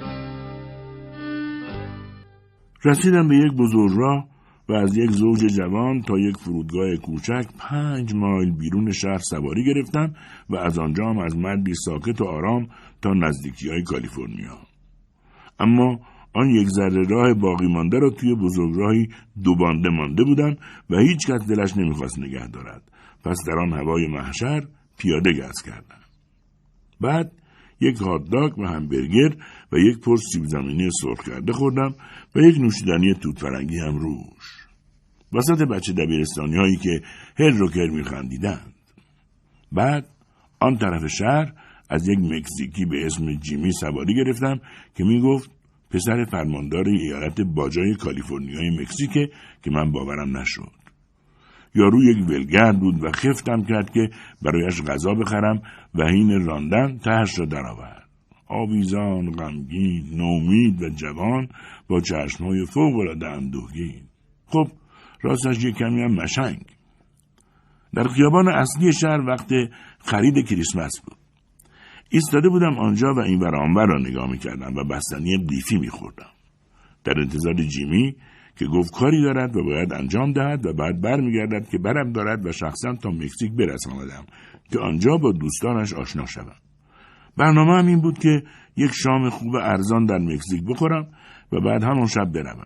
رسیدم به یک بزرگراه و از یک زوج جوان تا یک فرودگاه کوچک پنج مایل بیرون شهر سواری گرفتم و از آنجا هم از مردی ساکت و آرام تا نزدیکی‌های کالیفرنیا. اما آن یک ذره راه باقی مانده را توی بزرگراهی دو بانده مانده بودم و هیچ کس دلش نمیخواست نگه دارد. پس در آن هوای محشر پیاده گز کردم. بعد یک هات داگ و همبرگر و یک پرس سیب زمینی سرخ کرده خوردم و یک نوشیدنی توت فرنگی هم روش. وسط بچه دبیرستانی هایی که هر رو کر می خندیدند. بعد آن طرف شهر از یک مکزیکی به اسم جیمی سواری گرفتم که می گفت پسر فرماندار ایالت باجای کالیفرنیای مکزیکه که من باورم نشد. یارو یک ولگرد بود و خفتم کرد که برایش غذا بخرم و هین راندن تهش را درآورد. آویزان، غمگین، نومید و جوان با چشمهای فوق‌العاده اندوهگین. خب راستش یک کمی هم مشنگ. در خیابان اصلی شهر وقت خرید کریسمس بود. ایستاده بودم آنجا و این ور آنور را نگاه می‌کردم و بستنی قیفی می‌خوردم. در انتظار جیمی که گفت کاری دارد و باید انجام دهد و بعد برمیگردد که برم دارد و شخصا تا مکزیک برساندم که آنجا با دوستانش آشنا شوم. برنامه هم این بود که یک شام خوب ارزان در مکزیک بخورم و بعد همون شب بروم.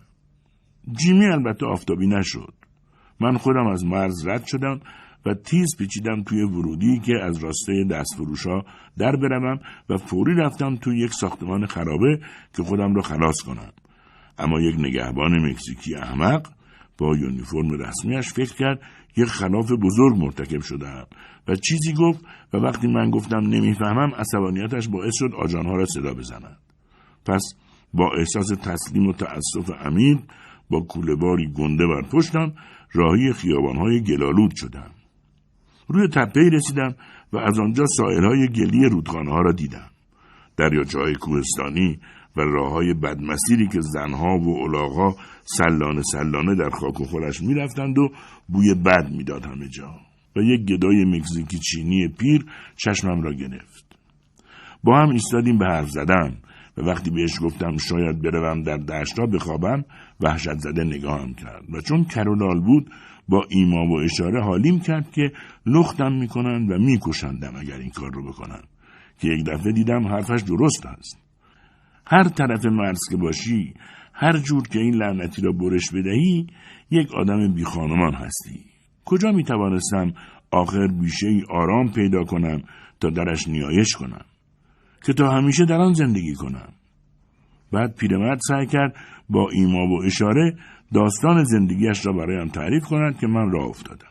جیمی البته آفتابی نشد. من خودم از مرز رد شدم و تیز پیچیدم توی ورودی که از راسته دستفروشا در بروم و فوری رفتم توی یک ساختمان خرابه که خودم را خلاص کنم. اما یک نگهبان مکزیکی احمق با یونیفرم رسمیش فکر کرد یک خلاف بزرگ مرتکب شدم و چیزی گفت و وقتی من گفتم نمیفهمم عصبانیتش باعث شد آجانها را صدا بزند. پس با احساس تسلیم و تأسف عمیق با کوله‌باری گنده بر پشتم راهی خیابان‌های گلالود شدم. روی تپه‌ای رسیدم و از آنجا ساحل‌های گلی رودخانه‌ها را دیدم. دریاچه‌های کوهستانی و راه‌های بدمسیری که زنها و الاغ‌ها سلانه سلانه در خاک و خلش می‌رفتند و بوی بد می‌داد همه جا. و یک گدای مکزیکی چینی پیر چشمم را گرفت. با هم ایستادیم به حرف زدن و وقتی بهش گفتم شاید بروم در دشت‌ها بخوابم وحشت زده نگاهم کرد و چون کرولال بود با ایما و اشاره حالیم کرد که لختم می‌کنند و می‌کشندم اگر این کار رو بکنم که یک دفعه دیدم حرفش درست است. هر طرف مرز که باشی، هر جور که این لعنتی را برش بدهی، یک آدم بی خانمان هستی. کجا می توانستم آخر بیشه‌ای آرام پیدا کنم تا درش نیایش کنم؟ که تا همیشه در آن زندگی کنم. بعد پیرمرد سعی کرد با ایما و اشاره داستان زندگیش را برایم تعریف کند که من راه افتادم.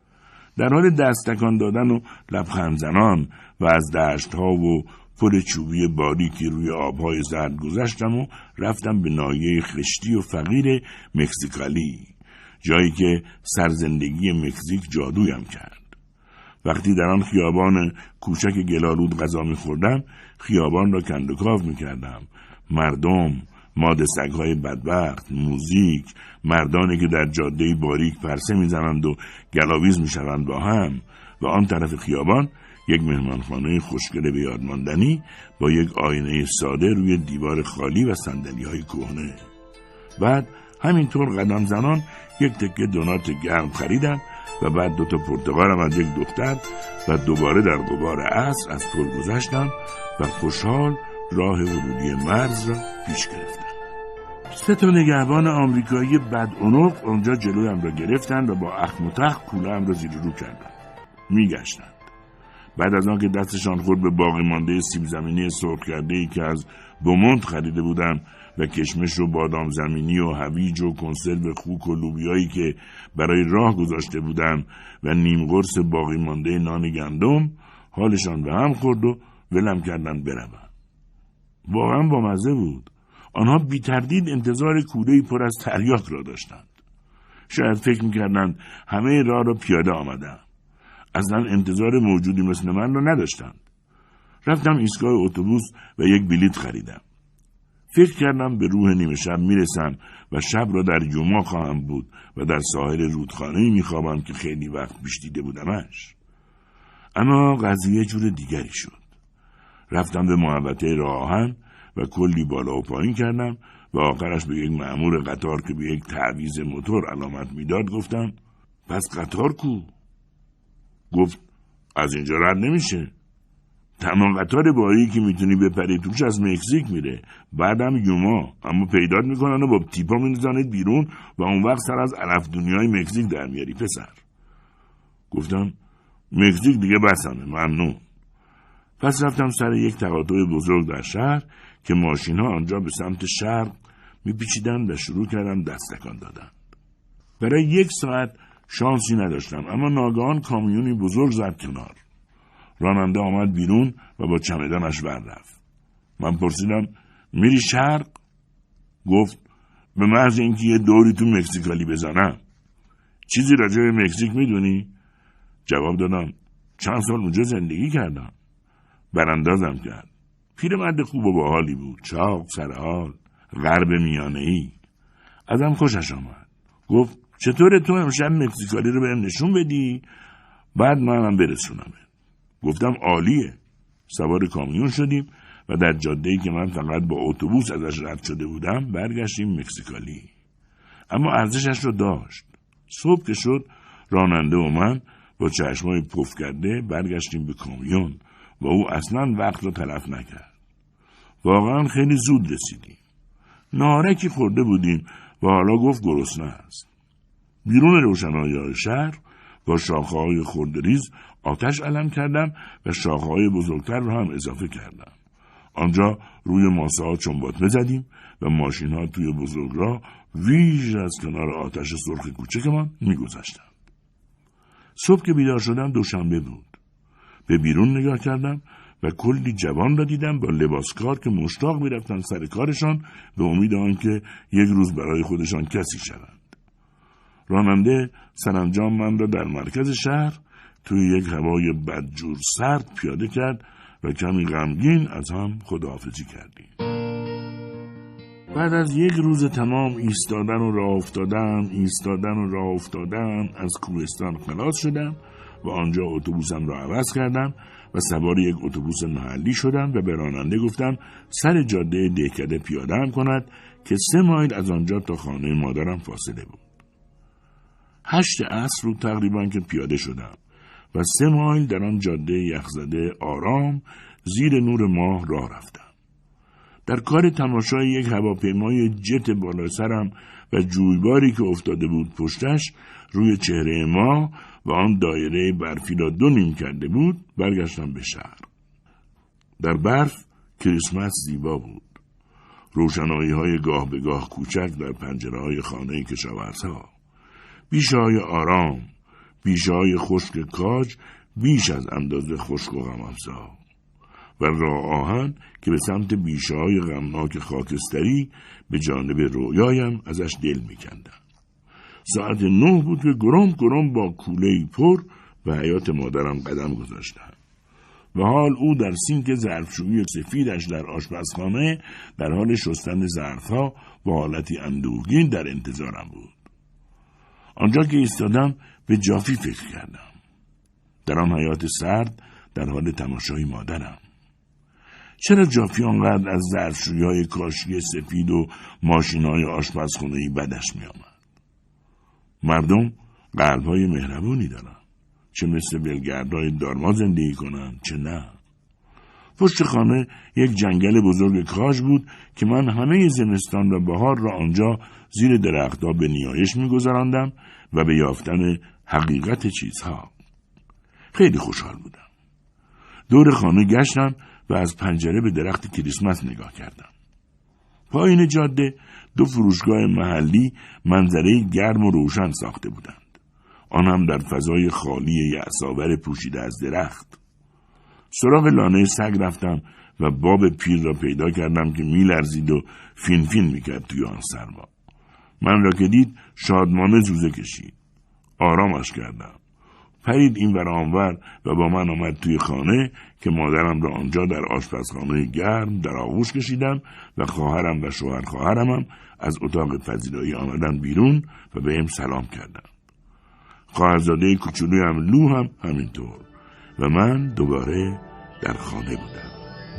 در حال دست تکان دادن و لبخند زنان و از دشت‌ها و پل چوبی باریکی روی آبهای زرد گذشتم و رفتم به ناحیه خشتی و فقیر مکزیکالی، جایی که سرزندگی مکزیک جادویم کرد. وقتی در آن خیابان کوچک گلالود غذا می‌خوردم، خیابان را کندوکاو می‌کردم. مردم، ماده سگ‌های بدبخت، موزیک، مردانی که در جاده باریک پرسه می‌زنند و گلاویز می‌شوند با هم و آن طرف خیابان یک مهمانخانه خوشگل به یاد ماندنی با یک آینه ساده روی دیوار خالی و صندلی‌های کهنه. بعد همینطور قدم زنان یک تکه دونات گرم خریدم و بعد دو تا پرتقالم از یک دختر و دوباره در غبار عصر از پل گذشتم و خوشحال راه ورودی مرز را پیش گرفتم. سه تا نگهبان آمریکایی بدعنق اونجا جلویم را گرفتند و با اخم و تخم کوله‌ام را زیر رو کردند. میگشتند. بعد از آن که دستشان خورد به باقی مانده سیب زمینی سرخ کرده‌ای که از بومونت خریده بودم و کشمش و بادام زمینی و هویج و کنسرو خوک و لوبیایی که برای راه گذاشته بودم و نیم قرص باقی مانده نان گندم، حالشان به هم خورد و ولم کردن بروم. واقعا بامزه بود. آنها بی تردید انتظار کوله‌ای پر از تریاک را داشتند. شاید فکر می‌کردند همه راه را پیاده آمدم. اصلا انتظار موجودی مثل من را نداشتند. رفتم ایستگاه اتوبوس و یک بلیط خریدم. فکر کردم به روح نیمه شب میرسم و شب را در یوما خواهم بود و در ساحل رودخانه‌ای میخوابم که خیلی وقت پیش دیده بودمش. اما قضیه جور دیگری شد. رفتم به محوطه راه آهن و کلی بالا و پایین کردم و آخرش به یک مأمور قطار که به یک تعویض موتور علامت میداد گفتم پس قطار کو؟ گفت از اینجا رد نمیشه. تمام قطار بایی که میتونی بپری توش از مکزیک میره، بعدم یوما، اما پیدات میکنن و با تیپا میزنید بیرون و اون وقت سر از علف دنیای مکزیک در میاری پسر. گفتم مکزیک دیگه بسمه، ممنون. پس رفتم سر یک تقاطع بزرگ در شهر که ماشین ها آنجا به سمت شرق میپیچیدن و شروع کردن دست تکان دادن. برای یک ساعت شانسی نداشتم، اما ناگهان کامیونی بزرگ زد کنار. راننده آمد بیرون و با چمدانش ور رفت. من پرسیدم میری شرق؟ گفت به محض اینکه یه دوری تو مکزیکالی بزنم. چیزی راجع به مکزیک میدونی؟ جواب دادم چند سال اونجا زندگی کردم. براندازم کرد. پیرمرد خوب و باحالی بود، چاق، سرحال، غرب میانه‌ای. ازم خوشش آمد. گفت چطوره تو امشب مکزیکالی رو بهم نشون بدی؟ بعد منم برسونم. گفتم عالیه. سوار کامیون شدیم و در جاده‌ای که من فقط با اتوبوس ازش رد شده بودم برگشتیم مکزیکالی. اما ارزشش رو داشت. صبح که شد راننده و من با چشمای پف کرده برگشتیم به کامیون و او اصلا وقت رو تلف نکرد. واقعا خیلی زود رسیدیم. نهارکی خورده بودیم و حالا گفت گرسنه است. بیرون روشنایی‌های شهر با شاخه‌های خردریز آتش علم کردم و شاخه‌های بزرگتر رو هم اضافه کردم. آنجا روی ماسه‌ها چنباتمه زدیم و ماشین‌ها توی بزرگراه ویژ از کنار آتش سرخ کوچکمان می‌گذشتند. صبح که بیدار شدم دوشنبه بود. به بیرون نگاه کردم و کلی جوان را دیدم با لباسکار که مشتاق می‌رفتند سر کارشان به امید آنکه یک روز برای خودشان کسی شوند. راننده سرانجام من را در مرکز شهر توی یک هوای بدجور سرد پیاده کرد و کمی غمگین از هم خداحافظی کردیم. بعد از یک روز تمام ایستادن و راه افتادن، ایستادن و راه افتادن از کوهستان خلاص شدم و آنجا اتوبوسم را عوض کردم و سوار یک اتوبوس محلی شدم و به راننده گفتم سر جاده دهکده پیاده‌ام کند که سه مایل از آنجا تا خانه مادرم فاصله بود. هشت عصر رو تقریبا که پیاده شدم و سه مایل در آن جاده یخزده آرام زیر نور ماه راه رفتم. در کار تماشای یک هواپیمای جت بالا سرم و جویباری که افتاده بود پشتش روی چهره ماه و آن دایره برفی را دو نیم کرده بود برگشتم به شهر. در برف کریسمس زیبا بود. روشنایی های گاه به گاه کوچک در پنجره های خانه کشاورزها. بیشه های آرام، بیشه های خشک کاج بیش از اندازه خشک و غم‌افزا و راه آهن که به سمت بیشه های غمناک خاکستری به جانب رویایم ازش دل میکندم. ساعت نه بود که گرم گرم با کوله‌ای پر به حیاط مادرم قدم گذاشتم و حال او در سینک ظرفشویی سفیدش در آشپزخانه در حال شستن ظرفها با حالتی اندوهگین در انتظارم بود. آنجا که ایستادم به جافی فکر کردم. در آن حیاط سرد در حال تماشای مادرم. چرا جافی آنقدر از ظرفشویی‌های کاشی سفید و ماشین‌های آشپزخانه‌ای بدش می‌آمد؟ مردم قلب‌های مهربونی دارن. چه مثل بلگردهای دارما زندگی کنن چه نه. پشت خانه یک جنگل بزرگ کاج بود که من همه زمستان و بهار را آنجا زیر درخت‌ها به نیایش می‌گذراندم و به یافتن حقیقت چیزها. خیلی خوشحال بودم. دور خانه گشتم و از پنجره به درخت کریسمس نگاه کردم. پایین جاده دو فروشگاه محلی منظره گرم و روشن ساخته بودند. آن هم در فضای خالی یأس‌آور پوشیده از درخت. سراغ لانه سگ رفتم و باب پیر را پیدا کردم که میلرزید و فین فین میکرد توی آن سرما. من را که دید شادمانه زوزه کشید. آرامش کردم. پرید این ور آنور و با من آمد توی خانه که مادرم را آنجا در آشپزخانه گرم در آغوش کشیدم و خواهرم و شوهر خواهرم هم از اتاق پذیرایی آمدن بیرون و بهم سلام کردند. خواهرزاده کوچولویم لو هم همینطور و من دوباره در خانه بودم.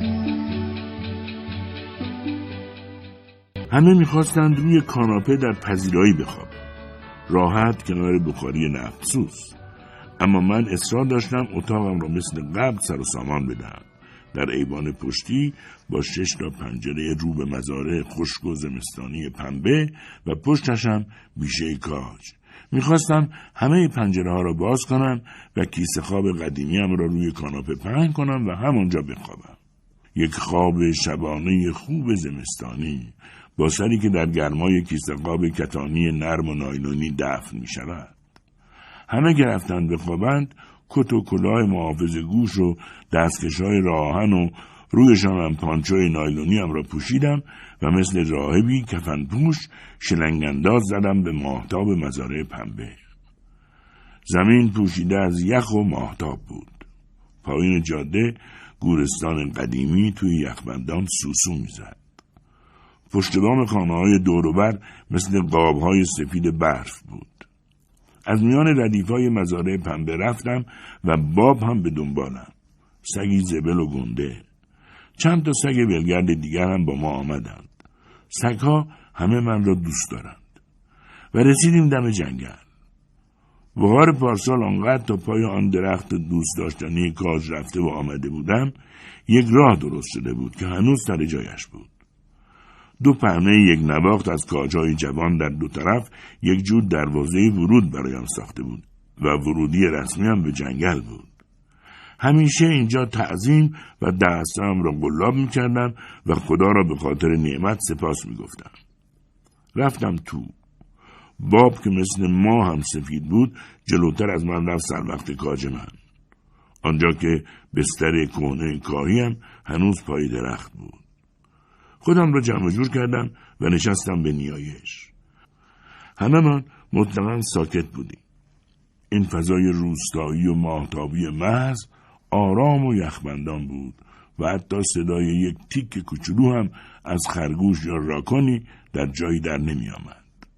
همه میخواستند روی کاناپه در پذیرایی بخوابم، راحت کنار بخاری نفت‌سوز. اما من اصرار داشتم اتاقم را مثل قبل سر و سامان بدهم. در ایوان پشتی با شش تا پنجره رو به مزارع خشک و زمستانی پنبه و پشتش هم بیشه کاج. میخواستم همه پنجره ها را باز کنم و کیسه خواب قدیمیم را روی کاناپه پهن کنم و همونجا بخوابم. یک خواب شبانه خوب زمستانی با سری که در گرمای کیسه خواب کتانی نرم و نایلونی دفن می شود. همه که رفتند بخوابند کت و کلاه محافظ گوش و دستکشای راهن و رویشان هم پانچوی نایلونی هم را پوشیدم و مثل راهبی کفن پوش شلنگانداز زدم به ماهتاب مزارع پنبه. زمین پوشیده از یخ و ماهتاب بود. پایین جاده گورستان قدیمی توی یخبندان سوسو میزد. پشت بام خانه‌های دور و بر مثل قاب‌های سفید برف بود. از میان ردیف‌های مزارع پنبه رفتم و باب هم به دنبالم. سگی زبل و گنده. چند تا سگ ولگرد دیگر هم با ما آمدند. سگ‌ها همه من را دوست دارند. و رسیدیم دم جنگل. بهار پارسال آنقدر تا پای آن درخت دوست داشتنی کاج رفته و آمده بودم، یک راه درست شده بود که هنوز سر جایش بود. دو پهنه یک نواخت از کاج‌های جوان در دو طرف یک جور دروازه ورود برایم ساخته بود و ورودی رسمی هم به جنگل بود. همیشه اینجا تعظیم و دستم را قلاب می‌کردم و خدا را به خاطر نعمت سپاس می‌گفتم. رفتم تو. باب که مثل ما هم سفید بود جلوتر از من رفت سر وقت کاج من. آنجا که بستر کهنه کاهیم هنوز پای درخت بود. خودم را جمع جور کردم و نشستم به نیایش. همه من مطلقاً ساکت بودیم. این فضای روستایی و ماهتابی محض آرام و یخبندان بود و حتی صدای یک تیک کوچولو هم از خرگوش یا راکونی در جایی در نمی آمد.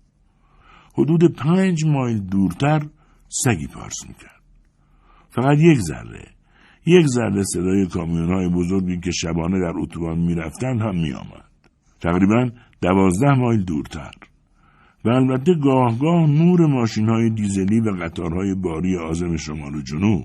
حدود پنج مایل دورتر سگی پارس میکرد. فقط یک ذره یک ذره صدای کامیون‌های بزرگی که شبانه در اتوبان می‌رفتند هم می‌آمد. تقریباً دوازده مایل دورتر. و البته گاه گاه نور ماشین‌های دیزلی و قطارهای باری عازم شمال و جنوب.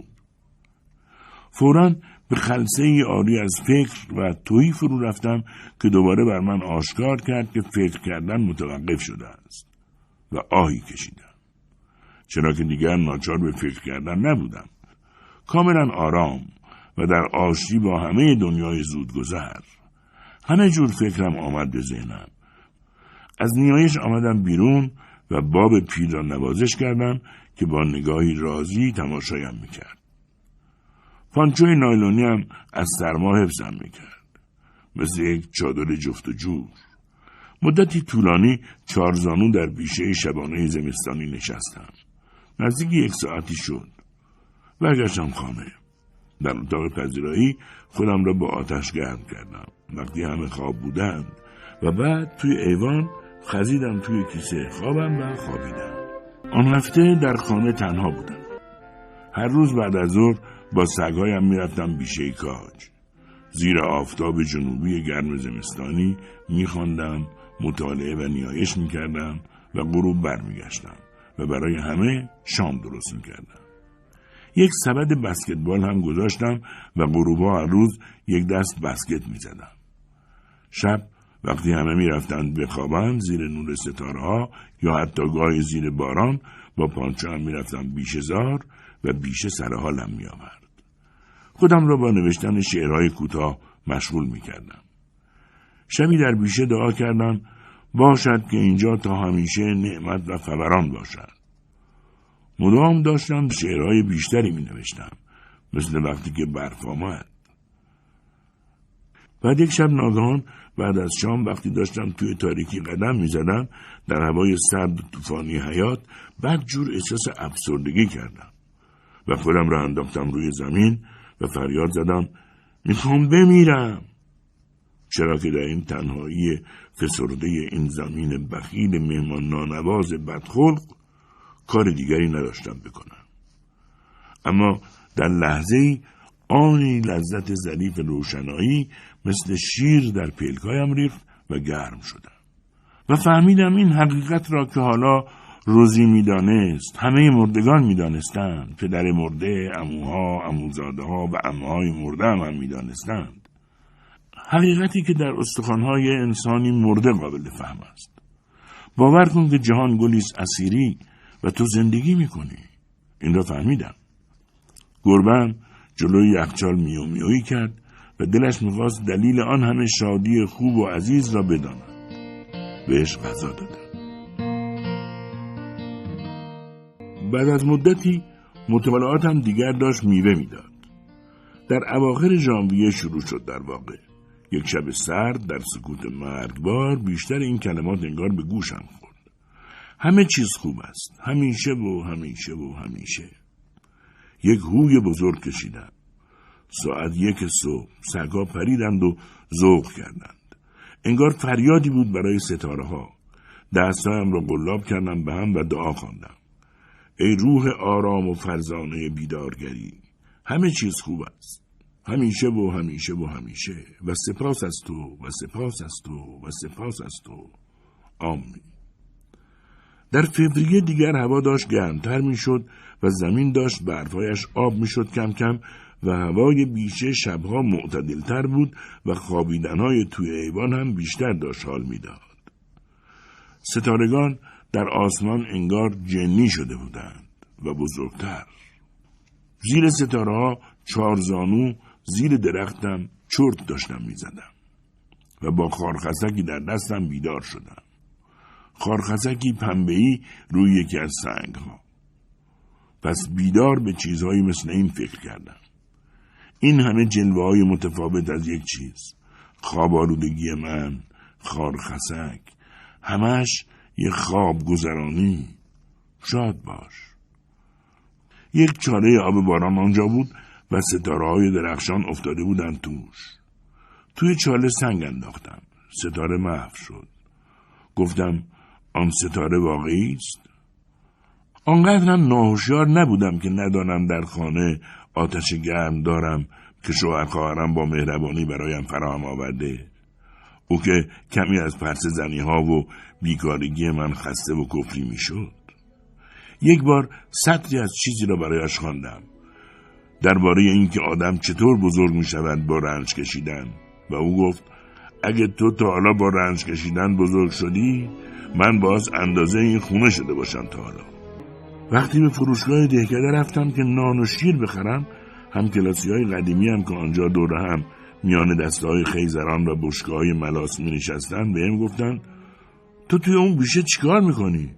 فوراً به خلسه‌ای عاری از فکر و تویی فرو رفتم که دوباره بر من آشکار کرد که فکر کردن متوقف شده است. و آهی کشیدم. چرا که دیگر ناچار به فکر کردن نبودم. کاملا آرام و در آشتی با همه دنیای زودگذر. همه جور فکرم آمد به ذهنم. از نیایش آمدم بیرون و باب پیر را نوازش کردم که با نگاهی رازی تماشایم میکرد. پانچوی نایلونی هم از سرما حفظم میکرد. مثل یک چادر جفت و جور. مدتی طولانی چارزانو در بیشه شبانه زمستانی نشستم. نزدیک یک ساعتی شد. برگشتم خانه. در اتاق پذیرایی خودم را با آتش گرم کردم. وقتی همه خواب بودند و بعد توی ایوان خزیدم توی کیسه خوابم و خوابیدم. آن هفته در خانه تنها بودم. هر روز بعد از ظهر با سگ‌هایم میرفتم بیشه کاج. زیر آفتاب جنوبی گرم زمستانی میخواندم، مطالعه و نیایش میکردم و غروب برمیگشتم و برای همه شام درست میکردم. یک سبد بسکتبال هم گذاشتم و غروبا هر روز یک دست بسکت می زدم. شب وقتی همه می رفتند بخوابند زیر نور ستاره ها یا حتی گاهی زیر باران با پانچه هم می رفتم بیشه زار و بیشه سر حالم می آورد. خودم را با نوشتن شعرهای کوتاه مشغول می کردم. شبی در بیشه دعا کردم باشد که اینجا تا همیشه نعمت و فوران باشد. مدام داشتم شعرهای بیشتری می نوشتم مثل وقتی که برف آمد. بعد یک شب ناگهان بعد از شام وقتی داشتم توی تاریکی قدم می زدم در هوای سرد و طوفانی حیات بدجور احساس افسردگی کردم و خودم را انداختم روی زمین و فریاد زدم میخوام بمیرم، چرا که در این تنهایی فسرده این زمین بخیل مهمان نانواز بدخلق کار دیگری نداشتم بکنم. اما در لحظه‌ای آنی لذت ظریف روشنایی مثل شیر در پلکایم ریخت و گرم شدم و فهمیدم این حقیقت را که حالا روزی میدانست، همه مردگان میدانستند، پدر مرده، عموها، عموزاده ها و عموهای مرده هم, هم میدانستند. حقیقتی که در استخوان‌های انسانی مرده قابل فهم است. باور کن که جهان گلیست اسیری و تو زندگی میکنی. این را فهمیدم. گربه‌ام جلوی یخچال میو میویی کرد و دلش میخواست دلیل آن همه شادی خوب و عزیز را بداند. بهش غذا دادم. بعد از مدتی مطالعاتم دیگر داشت میوه میداد. در اواخر ژانویه شروع شد در واقع. یک شب سرد در سکوت مرگبار بیشتر این کلمات انگار به گوشم خورد. همه چیز خوب است. همیشه و همیشه و همیشه. یک هوی بزرگ کشیدم. ساعت یک صبح سگا پریدند و ذوق کردند. انگار فریادی بود برای ستاره ها. دستایم را قلاب کردم به هم و دعا خواندم. ای روح آرام و فرزانه بیدارگری، همه چیز خوب است. همیشه و همیشه و همیشه و سپاس از تو و سپاس از تو و سپاس از تو. آمین. در فوریه دیگر هوا داشت گرمتر می شد و زمین داشت برفایش آب می شد کم کم و هوای بیشه شبها معتدلتر بود و خوابیدنهای توی ایوان هم بیشتر داشت حال می داد. ستارگان در آسمان انگار جنی شده بودند و بزرگتر. زیر ستاره ها چارزانو زیر درختم چرت داشتم می زدم و با خارخسکی در دستم بیدار شدم. خارخسکی پنبه‌ای روی یکی از سنگ ها. پس بیدار به چیزهایی مثل این فکر کردم. این همه جلوه های متفاوت از یک چیز. خواب آلودگی من، خارخسک، همش یک خواب گذرانی. شاد باش. یک چاله آب باران آنجا بود و ستاره های درخشان افتاده بودند توش. توی چاله سنگ انداختم. ستاره محو شد. گفتم آن ستاره واقعی است؟ آنقدر هم ناهوشیار نبودم که ندانم در خانه آتش گرم دارم که شوهر خواهرم با مهربانی برایم فراهم آورده. او که کمی از پرس زنی ها و بیکارگی من خسته و کفری می شد. یک بار سطری از چیزی را برایش خواندم درباره اینکه آدم چطور بزرگ می شود با رنج کشیدن و او گفت اگه تو تا حالا با رنج کشیدن بزرگ شدی من باز اندازه این خونه شده باشم تا حالا. وقتی به فروشگاه دهکده رفتم که نان و شیر بخرم هم کلاسی های قدیمی هم که آنجا دوره هم میان دسته های خیزران و بشکه های ملاس می نشستن به هم گفتن تو توی اون بیشه چیکار میکنی؟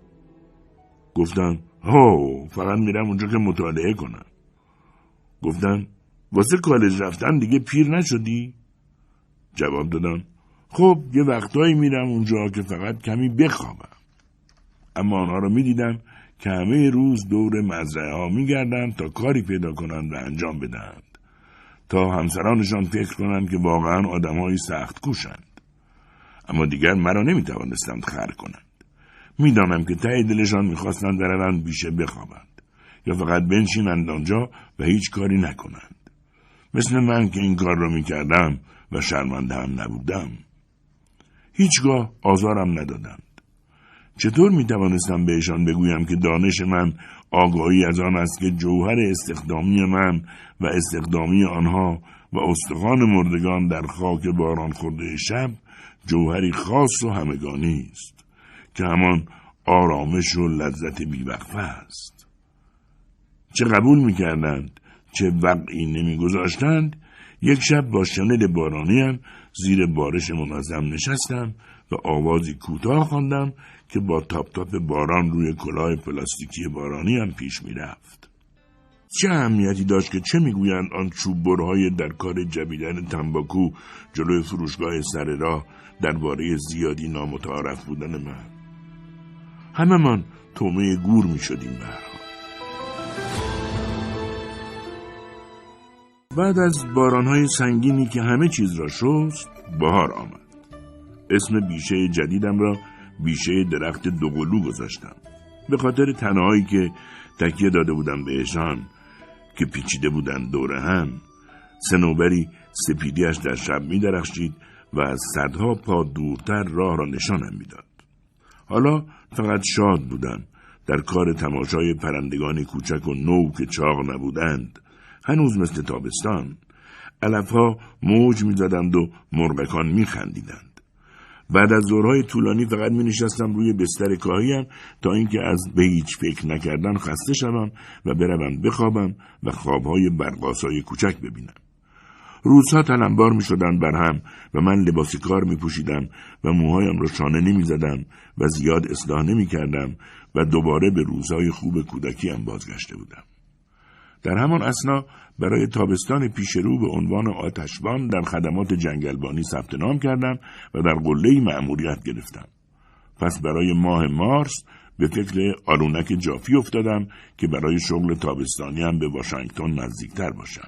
گفتم هو فقط میرم اونجا که مطالعه کنم. گفتن واسه کالج رفتن دیگه پیر نشدی؟ جواب دادم خب یه وقتایی میرم اونجا که فقط کمی بخوابم. اما آنها رو میدیدم که همه روز دور مزرعه ها میگردند تا کاری پیدا کنند و انجام بدهند تا همسرانشان فکر کنند که واقعا آدم‌های سخت کوشند. اما دیگر مرا نمیتوانستند خر کنند. میدانم که ته دلشان میخواستند بروند بیشه بخوابند یا فقط بنشینند آنجا و هیچ کاری نکنند. مثل من که این کار را میکردم و شرمنده هم نبودم. هیچگاه آزارم ندادند. چطور می توانستم بهشان بگویم که دانش من آگاهی از آن است که جوهر استخدامی من و استخدامی آنها و استخوان مردگان در خاک باران خورده شب جوهری خاص و همگانی است که همان آرامش و لذت بیوقفه است. چه قبول می کردند، چه وقعی نمی گذاشتند. یک شب با شنل بارانیم زیر بارش منظم نشستم و آوازی کوتاه خواندم که با تاپ تاپ باران روی کلاه پلاستیکی بارانیم پیش می رفت. چه اهمیتی داشت که چه میگویند آن چوب برهای در کار جویدن تنباکو جلوی فروشگاه سر راه درباره زیادی نامتعارف بودن من؟ همه من تومه گور می شدیم به هر حال. بعد از بارانهای سنگینی که همه چیز را شست، بهار آمد. اسم بیشه جدیدم را بیشه درخت دوقلو گذاشتم. به خاطر تنهایی که تکیه داده بودم بهشان که پیچیده بودند دور هم. صنوبری سپیدیش در شب می درخشید و از صدها پا دورتر راه را نشانم می داد. حالا فقط شاد بودم در کار تماشای پرندگان کوچک و نو که چاق نبودند. هنوز مثل تابستان علفها موج می زدند و مرغکان می خندیدند. بعد از ظهرهای طولانی فقط می نشستم روی بستر کاهیم تا اینکه از به هیچ فکر نکردن خسته شوم و بروم بخوابم و خوابهای برقاسای کوچک ببینم. روزها تلمبار می شدن بر هم و من لباس کار می پوشیدم و موهایم را شانه نمی زدم و زیاد اصلاح نمی کردم و دوباره به روزهای خوب کودکیم بازگشته بودم. در همان اثنا برای تابستان پیش رو به عنوان آتشبان در خدمات جنگلبانی ثبت نام کردم و در قله‌ای مأموریت گرفتم. پس برای ماه مارس به فکر آرونک جافی افتادم که برای شغل تابستانیم به واشنگتن نزدیکتر باشم.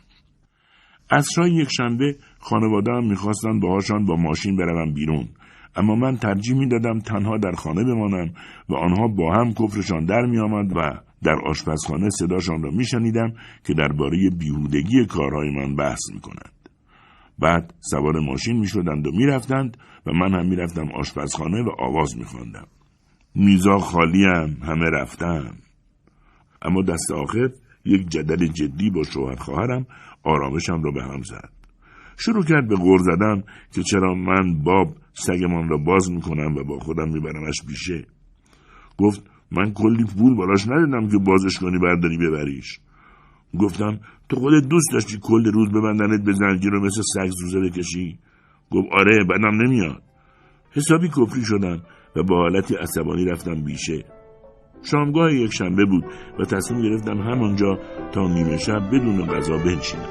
عصرهای یک شنبه خانواده‌ام می‌خواستند باهاشان با ماشین بروم بیرون، اما من ترجیح می‌دادم تنها در خانه بمانم و آنها با هم کفرشان در می‌آمد و در آشپزخانه صداشان را می‌شنیدم که درباره بیهودگی کارهای من بحث می‌کنند. بعد سوار ماشین می‌شدند و می‌رفتند و من هم می‌رفتم آشپزخانه و آواز می‌خواندم. میزا خالیم، همه رفتم. اما دست آخر یک جدل جدی با شوهر خواهرم آرامشم را به هم زد. شروع کرد به غر زدن که چرا من باب سگمان را باز میکنم و با خودم میبرمش بیشه. گفت من کلی پول بالاش ندادم که بازش کنی برداری ببریش. گفتم تو خودت دوست داشتی کل روز ببندنت به زنجیر و مثل سگ زوزه بکشی؟ گفت آره بدم نمیاد. حسابی کفری شدم و با حالتی عصبانی رفتم بیشه. شامگاه یک شنبه بود و تصمیم گرفتم همانجا تا نیمه شب بدون غذا بنشینم.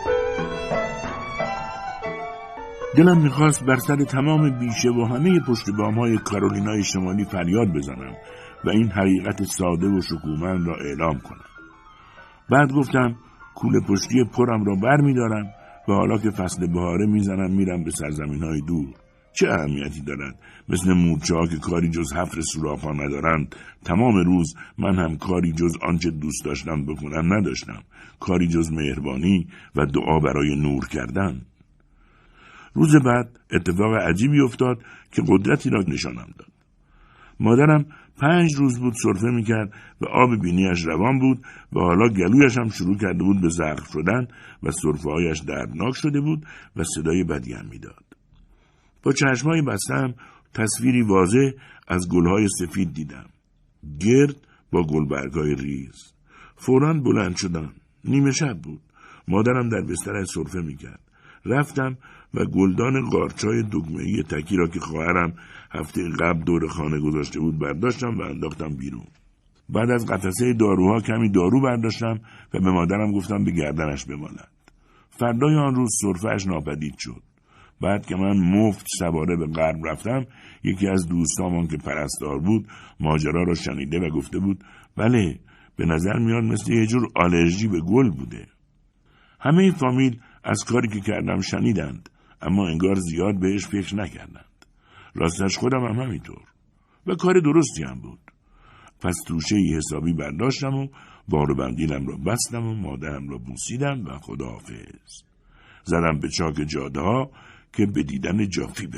دلم میخواست بر سر تمام بیشه و همه پشت بام‌های کارولینای شمالی فریاد بزنم و این حقیقت ساده و شکومند را اعلام کنم. بعد گفتم کوله پشتی پرم را بر می‌دارم و حالا که فصل بهاره میزنم میرم به سرزمین‌های دور. چه اهمیتی دارد؟ مثل مورچه‌ها که کاری جز حفر سوراخ‌ها ندارند، تمام روز من هم کاری جز آنچه دوست داشتم بکنم نداشتم، کاری جز مهربانی و دعا برای نور کردن. روز بعد اتفاق عجیبی افتاد که قدرتی را نشانم داد. مادرم پنج روز بود سرفه میکرد و آب بینیش روان بود و حالا گلویش هم شروع کرده بود به زخم شدن و سرفه هایش دردناک شده بود و صدای بدی هم میداد. با چشمای بستم تصویری واضح از گلهای سفید دیدم. گرد با گلبرگای ریز. فوراً بلند شدم. نیمه شب بود. مادرم در بسترش سرفه میکرد. رفتم و گلدان قارچای دگمه‌ای تکی را که خواهرم هفته قبل دور خانه گذاشته بود برداشتم و انداختم بیرون. بعد از قفسه داروها کمی دارو برداشتم و به مادرم گفتم به گردنش بماند. فردای آن روز سرفه‌اش ناپدید شد. بعد که من مفت سواره به غرب رفتم، یکی از دوستامان که پرستار بود ماجرا را شنیده و گفته بود بله، به نظر میاد مثل یه جور آلرژی به گل بوده. همه فامیل از کاری که کردم شنیدند، اما انگار زیاد بهش فکر نکردند. راستش خودم هم همینطور. و کار درستی هم بود. پس توشه‌ای حسابی برداشتم و بار و بندیلم را بستم و مادرم را بوسیدم و خداحافظ. زدم به چاک جاده ها که به دیدن جافی برم.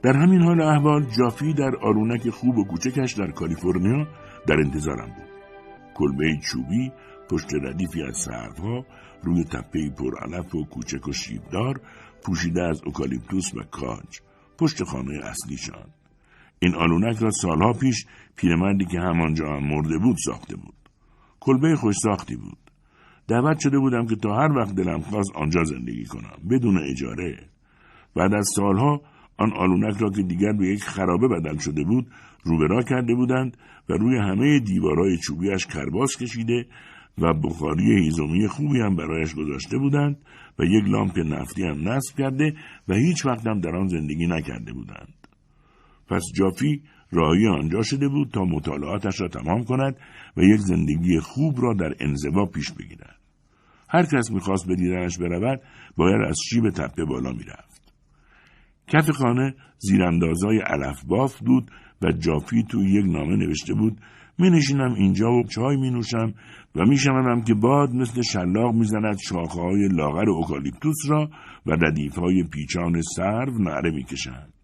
در همین حال احوال جافی در آرونک خوب و کوچکش در کالیفرنیا در انتظارم بود. کلبه چوبی پشت ردیفی از سروها روی تپه‌ای پر علف و کوچک و شیبدار پوشیده از اوکالیپتوس و کاج پشت خانه اصلیشان. این آلونک را سالها پیش پیرمردی که همانجا هم مرده بود ساخته بود. کلبه خوش ساختی بود. دعوت شده بودم که تا هر وقت دلم خواست آنجا زندگی کنم بدون اجاره. بعد از سالها آن آلونک را که دیگر به یک خرابه بدل شده بود روبرا کرده بودند و روی همه دیوارهای چوبیش کرباس کشیده و بخاری هیزومی خوبی هم برایش گذاشته بودند و یک لامپ نفتی هم نصب کرده و هیچ وقت هم در آن زندگی نکرده بودند. پس جافی راهی آنجا شده بود تا مطالعاتش را تمام کند و یک زندگی خوب را در انزوا پیش بگیرد. هر کس می‌خواست به دیدنش برود باید از شیب تپه بالا می‌رفت. کف خانه زیراندازای علف بافت بود و جافی توی یک نامه نوشته بود می نشینم اینجا و چای می نوشم و می شنوم که باد مثل شلاق می زند شاخه های لاغر اوکالیپتوس را و ردیف های پیچان سرو نعره می کشند.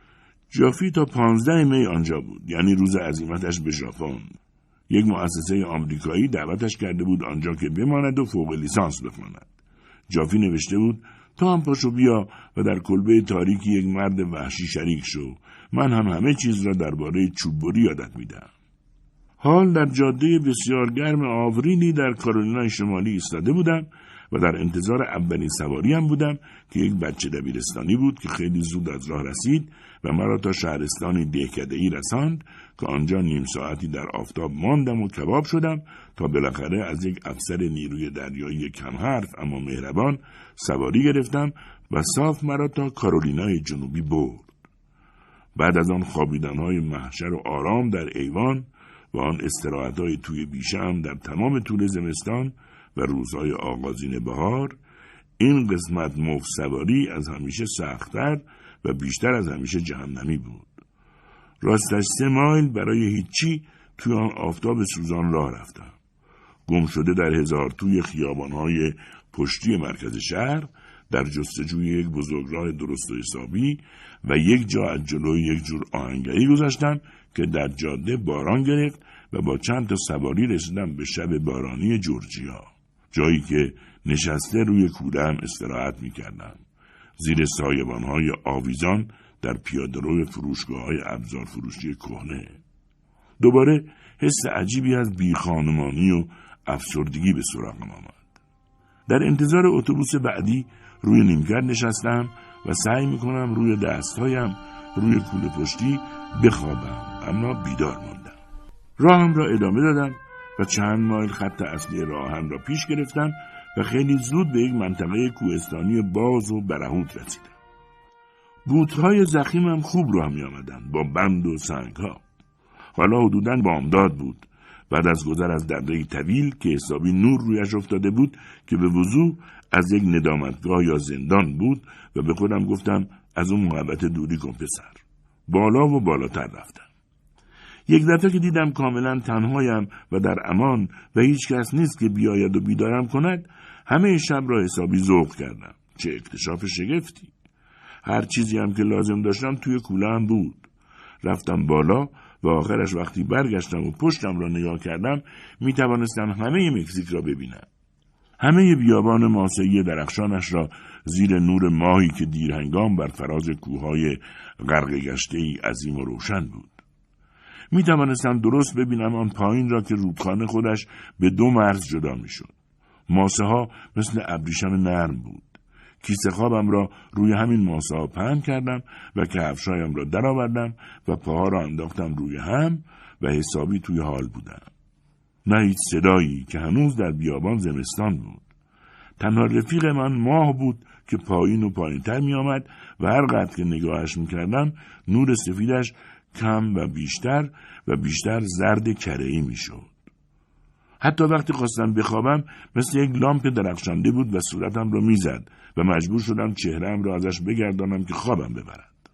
جافی تا پانزده می آنجا بود، یعنی روز عزیمتش به ژاپن. یک مؤسسه آمریکایی دعوتش کرده بود آنجا که بماند و فوق لیسانس بخواند. جافی نوشته بود تا هم پاشو بیا و در کلبه تاریکی یک مرد وحشی شریک شو. من هم همه چیز را درباره چوببری یادت میدم. حال در جاده بسیار گرم آورینی در کارولینای شمالی ایستاده بودم و در انتظار اولین سواری هم بودم که یک بچه دبیرستانی بود که خیلی زود از راه رسید و مرا تا شهرستانی دهکده‌ای رساند که آنجا نیم ساعتی در آفتاب ماندم و کباب شدم تا بالاخره از یک افسر نیروی دریایی کم حرف اما مهربان سواری گرفتم و صاف مرا تا کارولینای جنوبی برد. بعد از آن خوابیدن‌های محشر و آرام در ایوان و آن استراحت‌های توی بیشم در تمام طول زمستان و روزهای آغازین بهار، این قسمت مفت سواری از همیشه سخت‌تر و بیشتر از همیشه جهنمی بود. راستش سه مایل برای هیچی توی آن آفتاب سوزان راه رفتم. گم شده در هزار توی خیابان‌های پشتی مرکز شهر در جستجوی یک بزرگراه درست و حسابی و یک جا از جلوی یک جور آهنگری گذاشتم که در جاده باران گرفت و با چند تا سواری رسیدم به شب بارانی جورجیا، جایی که نشسته روی کوله‌ام استراحت می‌کردم زیر سایبان‌های آویزان در پیاده‌رو فروشگاه‌های ابزار فروشی کهنه. دوباره حس عجیبی از بیخانمانی و افسردگی به سراغم آمد. در انتظار اتوبوس بعدی روی نیمکت نشستم و سعی میکنم روی دستهایم روی کوله پشتی بخوابم، اما بیدار ماندم. راهم را ادامه دادم و چند مایل خط اصلی راهم را پیش گرفتم و خیلی زود به یک منطقه کوهستانی باز و برهوت رسیدم. بوتهای زخیمم خوب راه می آمدن با بند و سنگها. حالا حدوداً بامداد بود. بعد از گذر از دره طویل که حسابی نور رویش افتاده بود که به وضوح از یک ندامتگاه یا زندان بود و به خودم گفتم از اون محبت دوری کن پسر. بالا و بالاتر رفتم. یک دفعه که دیدم کاملا تنهایم و در امان و هیچ کس نیست که بیاید و بیدارم کند، همه شب را حسابی ذوق کردم. چه اکتشاف شگفتی! هر چیزی هم که لازم داشتم توی کوله‌ام بود. رفتم بالا و آخرش وقتی برگشتم و پشتم را نگاه کردم می توانستم همه مکزیک را ببینم. همه بیابان ماسه‌ای درخشانش را زیر نور ماهی که دیرهنگام بر فراز کوههای غرق گشته‌ای عظیم و روشن بود. می توانستم درست ببینم آن پایین را که رودخانه خودش به دو مرز جدا می شد. ماسه ها مثل ابریشم نرم بود. کیسه خوابم را روی همین ماسه ها پهن کردم و کفشایم را درآوردم و پاها را انداختم روی هم و حسابی توی حال بودم. نه هیچ صدایی که هنوز در بیابان زمستان بود. تنها رفیق من ماه بود که پایین و پایین تر می آمد و هر قدر که نگاهش می کردم نور سفیدش کم و بیشتر و بیشتر زرد کره‌ای می شد. حتی وقتی خواستم بخوابم مثل یک لامپ درخشنده بود و صورتم را می زد و مجبور شدم چهره‌ام را ازش بگردانم که خوابم ببرد.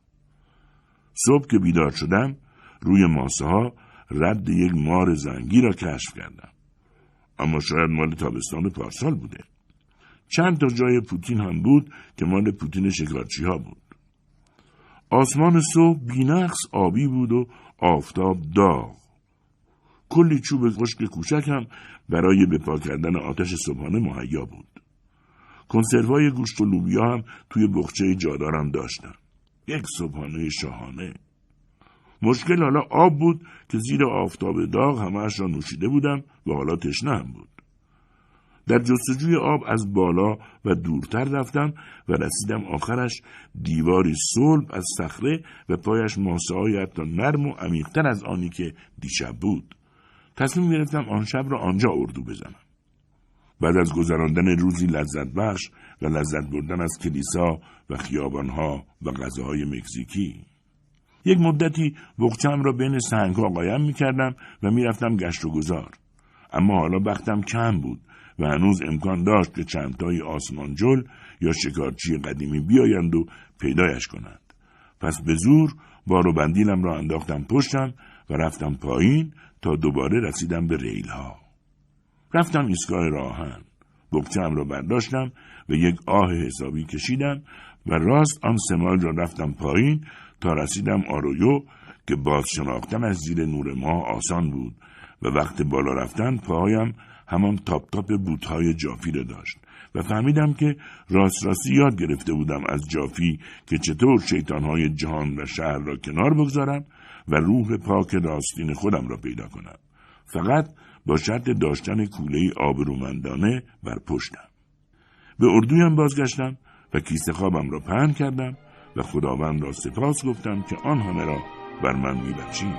صبح که بیدار شدم روی ماسه ها رد یک مار زنگی را کشف کردم. اما شاید مال تابستان پارسال بوده. چند تا جای پوتین هم بود که مال پوتین شکارچی ها بود. آسمان صبح بی‌نقص آبی بود و آفتاب داغ. کلی چوب خشک کوچک هم برای به پا کردن آتش صبحانه مهیا بود. کنسروهای گوشت و لوبیا هم توی بخچه جادارم داشتم. یک صبحانه شاهانه. مشکل حالا آب بود که زیر آفتاب داغ همه‌اش را نوشیده بودم و حالا تشنه هم بود. در جستجوی آب از بالا و دورتر رفتم و رسیدم آخرش دیواری صلب از صخره و پایش ماسه‌های حتی نرم و عمیق‌تر از آنی که دیشب بود. تصمیم گرفتم آن شب را آنجا اردو بزنم. بعد از گذراندن روزی لذت بخش و لذت بردن از کلیسا و خیابانها و غذاهای مکزیکی، یک مدتی بقچه‌ام را بین سنگ‌ها قایم می‌کردم و می‌رفتم گشت و گذار. اما حالا بختم کم بود و هنوز امکان داشت که چندتای آسمانجل یا شکارچی قدیمی بیایند و پیدایش کنند. پس به زور بار و بندیلم را انداختم پشتم و رفتم پایین تا دوباره رسیدم به ریل‌ها. رفتم ایستگاه راهن. بقچه‌ام را برداشتم و یک آه حسابی کشیدم و راست آن سمال را رفتم پایین تا رسیدم آرویو که باز شناختم از زیر نور ماه آسان بود و وقت بالا رفتن پاهایم همان تاپ تاپ بوت‌های جافی را داشت و فهمیدم که راست راستی یاد گرفته بودم از جافی که چطور شیطان‌های جهان و شهر را کنار بگذارم و روح پاک راستین خودم را پیدا کنم، فقط با شرط داشتن کوله آبرومندانه بر پشتم. به اردویم بازگشتم و کیسه خوابم را پهن کردم و خداوند را سپاس گفتم که آن همه را بر من می‌بخشید.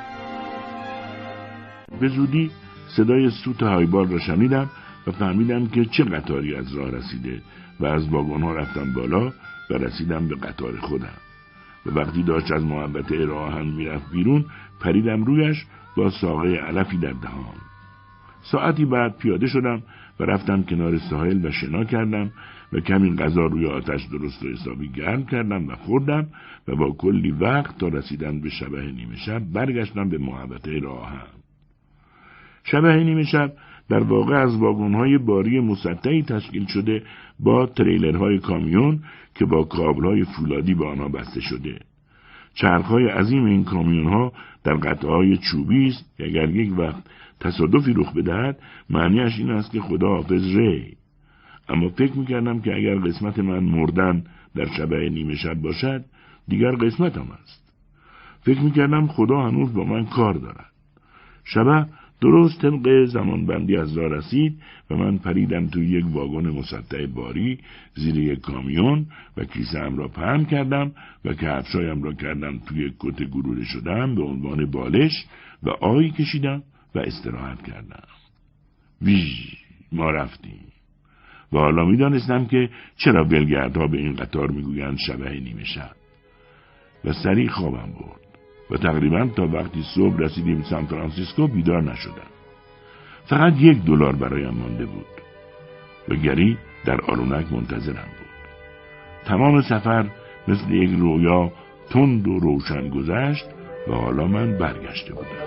به زودی صدای سوت هایبال را شنیدم و فهمیدم که چه قطاری از راه رسیده و از واگن‌ها رفتم بالا و رسیدم به قطار خودم. و وقتی داشت از محوطه راهن میرفت بیرون پریدم رویش با ساقه علفی در دهان. ساعتی بعد پیاده شدم و رفتم کنار ساحل و شنا کردم و کمی غذا روی آتش درست و حسابی گرم کردم و خوردم و با کلی وقت تا رسیدن به شبح نیمه شب برگشتم به محوطه راهن. شبح نیمه شب در واقع از واگن‌های باری مسطحی تشکیل شده با تریلرهای کامیون که با کابل‌های فولادی به آنها بسته شده. چرخ‌های عظیم این کامیون‌ها در قطعه‌های چوبی است که اگر یک وقت تصادفی رخ بدهد معنیش این است که خدا حافظ ری. اما فکر می‌کردم که اگر قسمت من مردن در شبح نیمه شب باشد دیگر قسمتم است. فکر می‌کردم خدا هنوز با من کار دارد. شبح درست طبق زمانبندی از راه رسید و من پریدم توی یک واگن مسطح باری زیر یک کامیون و کیسه‌ام را پهن کردم و کفشایم را کردم توی کت گلوله شدم به عنوان بالش و آهی کشیدم و استراحت کردم. ویژ ما رفتیم و حالا می دانستم که چرا بلگردها به این قطار می گویند شبح نیمه شب و سریع خوابم برد و تقریبا تا وقتی صبح رسیدیم سان فرانسیسکو بیدار نشدم. فقط یک دلار برایم مانده بود و گری در آرونک منتظرم بود. تمام سفر مثل یک رویا تند و روشن گذشت و حالا من برگشته بودم.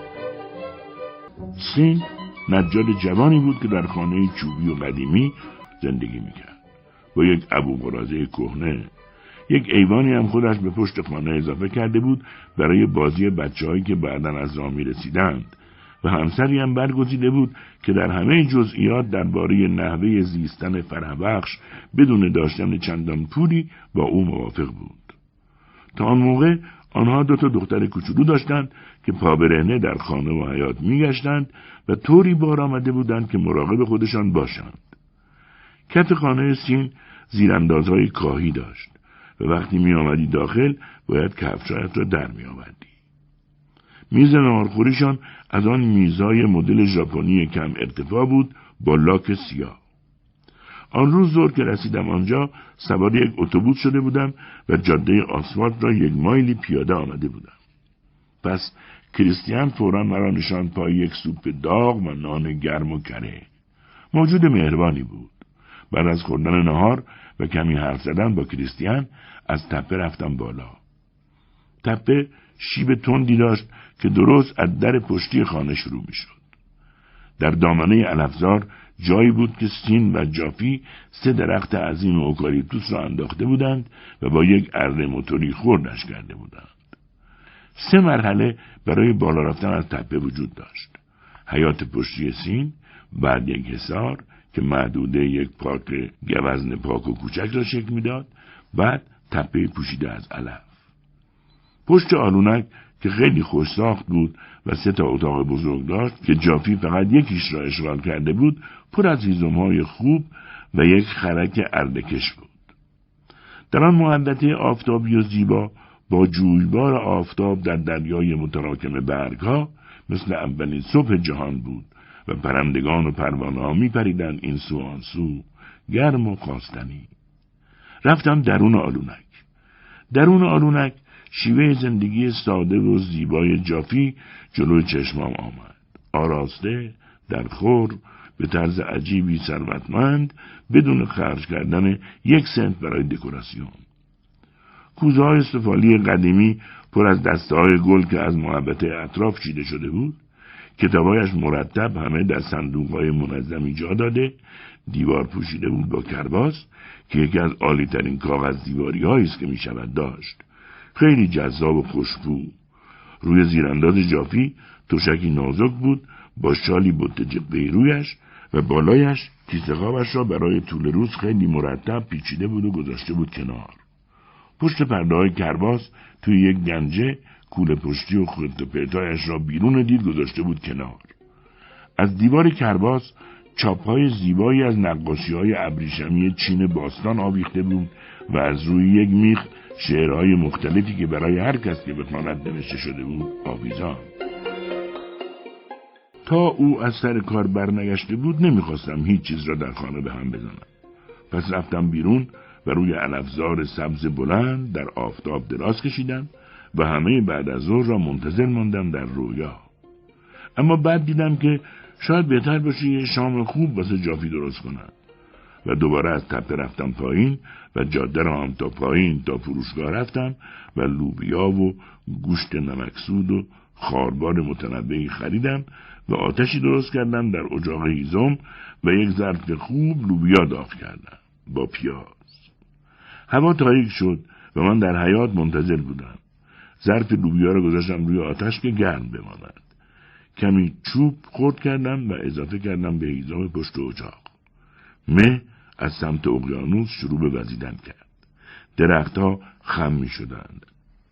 سین نجار جوانی بود که در خانه چوبی و قدیمی زندگی میکرد با یک ابوقراضه کهنه. یک ایوانی هم خودش به پشت خانه اضافه کرده بود برای بازی بچه‌هایی که بعداً از راه می‌رسیدند و همسری هم برگزیده بود که در همه جزئیات درباره نحوه زیستن فرهبخش بدون داشتن چندان پولی با او موافق بود. تا آن موقع آنها دو تا دختر کوچولو داشتند که پا برهنه در خانه و حیاط می‌گشتند و طوری بار آمده بودند که مراقب خودشان باشند. کف خانه سین زیراندازهای کاهی داشت و وقتی می آمدی داخل باید کفشایت را در می آوردی. میز ناهارخوریشان از آن میزهای مدل ژاپنی کم ارتفاع بود با لاک سیاه. آن روز ظهر که رسیدم آنجا سوار یک اتوبوس شده بودم و جاده آسفالت را یک مایلی پیاده آمده بودم. پس کریستیان فوراً مرا نشاند پای یک سوپ داغ و نان گرم و کره. موجود مهربانی بود. بعد از خوردن نهار و کمی حرف زدن با کریستیان از تپه رفتم بالا. تپه شیب تندی داشت که درست از در پشتی خانه شروع می شد. در دامنه علفزار جایی بود که سین و جافی سه درخت عظیم اوکالیپتوس را انداخته بودند و با یک اره موتوری خردش کرده بودند. سه مرحله برای بالا رفتن از تپه وجود داشت. حیات پشتی سین، بعد یک حصار که محدوده یک پارک گوزن پاک و کوچک را شکل میداد، بعد تپه پوشیده از علف. پشت آلونک که خیلی خوش ساخت بود و سه تا اتاق بزرگ داشت که جافی فقط یکیش را اشغال کرده بود، پر از هیزم‌های خوب و یک خرک اردکش بود. در آن محدثه آفتابی و زیبا با جویبار آفتاب در دریای متراکم برگها مثل اولین صبح جهان بود و پرندگان و پروانه‌ها می‌پریدند این سو آن سو، گرم و خواستنی. رفتم درون آلونک. درون آلونک شیوه زندگی ساده و زیبای جافی جلوی چشمام آمد. آراسته، در خور، به طرز عجیبی ثروتمند، بدون خرج کردن یک سنت برای دکوراسیون. کوزه های سفالی قدیمی پر از دسته های گل که از محبت اطراف چیده شده بود، کتابایش مرتب همه در صندوق های منظمی جا داده، دیوار پوشیده بود با کرباس که یکی از عالی ترین کاغذ دیواری هایی است که می شود داشت. خیلی جذاب و خوشبو. روی زیرانداز جافی تشکی نازک بود با شالی بت جبهه‌ای رویش و بالایش کیسه خوابش را برای طول روز خیلی مرتب پیچیده بود و گذاشته بود کنار. پشت پرده های کرباس توی یک گنجه کوله پشتی و خرد و پرتایش را بیرون دید گذاشته بود کنار. از دیوار کرباس چاپ‌های زیبایی از نقاشی‌های ابریشمی چین باستان آویخته بود و از روی یک میخ شعرهای مختلفی که برای هر کس که بخواند نوشته شده بود آویزان. تا او از سر کار برنگشته بود نمیخواستم هیچ چیز را در خانه به هم بزنم. پس رفتم بیرون و روی علفزار سبز بلند در آفتاب دراز کشیدم و همه بعد از ظهر را منتظر ماندم در رویا. اما بعد دیدم که شاید بهتر باشه یه شام خوب واسه جافی درست کنم و دوباره از تپه رفتم پایین و جاده را هم تا پایین تا فروشگاه رفتم و لوبیا و گوشت نمکسود و خاربار متنوعی خریدم و آتشی درست کردم در اجاق هیزم و یک ظرف خوب لوبیا داغ کردم با پیاز. هوا تاریک شد و من در حیاط منتظر بودم. ظرف لوبیا را گذاشتم روی آتش که گرم بماند. کمی چوب خرد کردم و اضافه کردم به هیزم پشت اجاق. مه از سمت اقیانوس شروع به وزیدن کرد. درختها خم می شدند.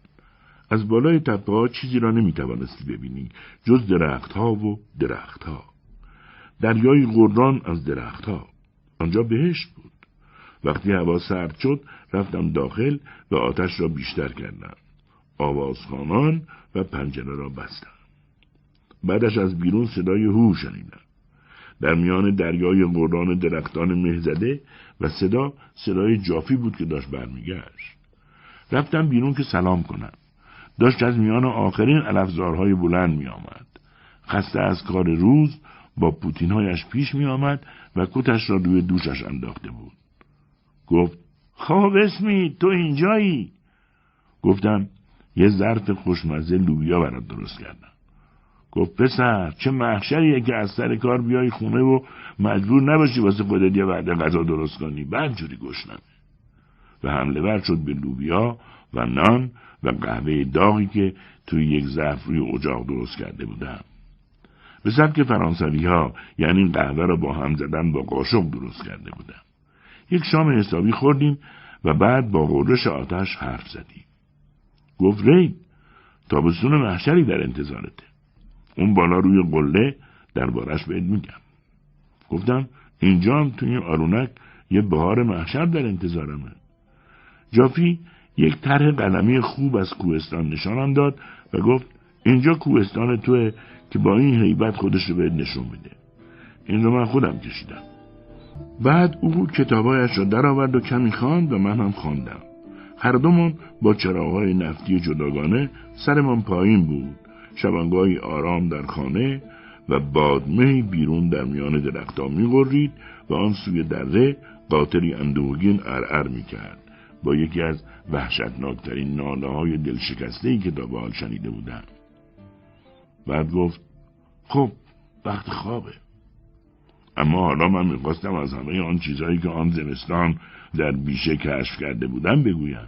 از بالای تپه ها چیزی را نمی توانستی ببینی جز درختها و درختها. دریای غران از درختها. آنجا بهشت بود. وقتی هوا سرد شد رفتم داخل و آتش را بیشتر کردم. آوازخوانان و پنجره را بستم. بعدش از بیرون صدای هو شنیدم. در میان دریای غران درختان مهزده و صدا صدای جافی بود که داشت برمیگشت. رفتم بیرون که سلام کنم. داشت از میان آخرین علفزارهای بلند می آمد. خسته از کار روز با پوتینهایش پیش می آمد و کتش را روی دوشش انداخته بود. گفت خب اسمی تو اینجایی؟ گفتم یه ظرف خوشمزه لوبیا برات درست کردم. گفت پسر چه محشریه که از سر کار بیای خونه و مجبور نباشی واسه خودت یه وعده غذا درست کنی، بعد جوری گشنمه. و حمله ور شد به لوبیا و نان و قهوه داغی که توی یک ظرف روی اجاق درست کرده بودم. به سبک فرانسوی ها، یعنی قهوه را با هم زدن با قاشق درست کرده بودم. یک شام حسابی خوردیم و بعد با غرش آتش حرف زدیم. گفت ری تابستون محشری در انتظارته. اون بالا روی قله دربارش بهت میگم. گفتم اینجا هم توی آرونک یه بهار محشر در انتظارمه. جافی یک طرح قلمی خوب از کوهستان نشانم داد و گفت اینجا کوهستان توه که با این هیبت خودش رو بهت نشون میده. این رو من خودم کشیدم. بعد او کتابایش رو در آورد و کمی خواند و من هم خواندم. هر دومون با چراغ‌های نفتی جداگانه سرمان پایین بود. شبانگاهی آرام در خانه و بادمهی بیرون در میان درخت‌ها می‌غرید و آن سوی دره قاطری اندوهگین ارعر می‌کرد با یکی از وحشتناکترین ناله‌های دلشکسته‌ای که تا به حال شنیده بودم. بعد گفت خب وقت خوابه. اما حالا من میخواستم از همه آن چیزهایی که آن زمستان در بیشه کشف کرده بودم بگویم.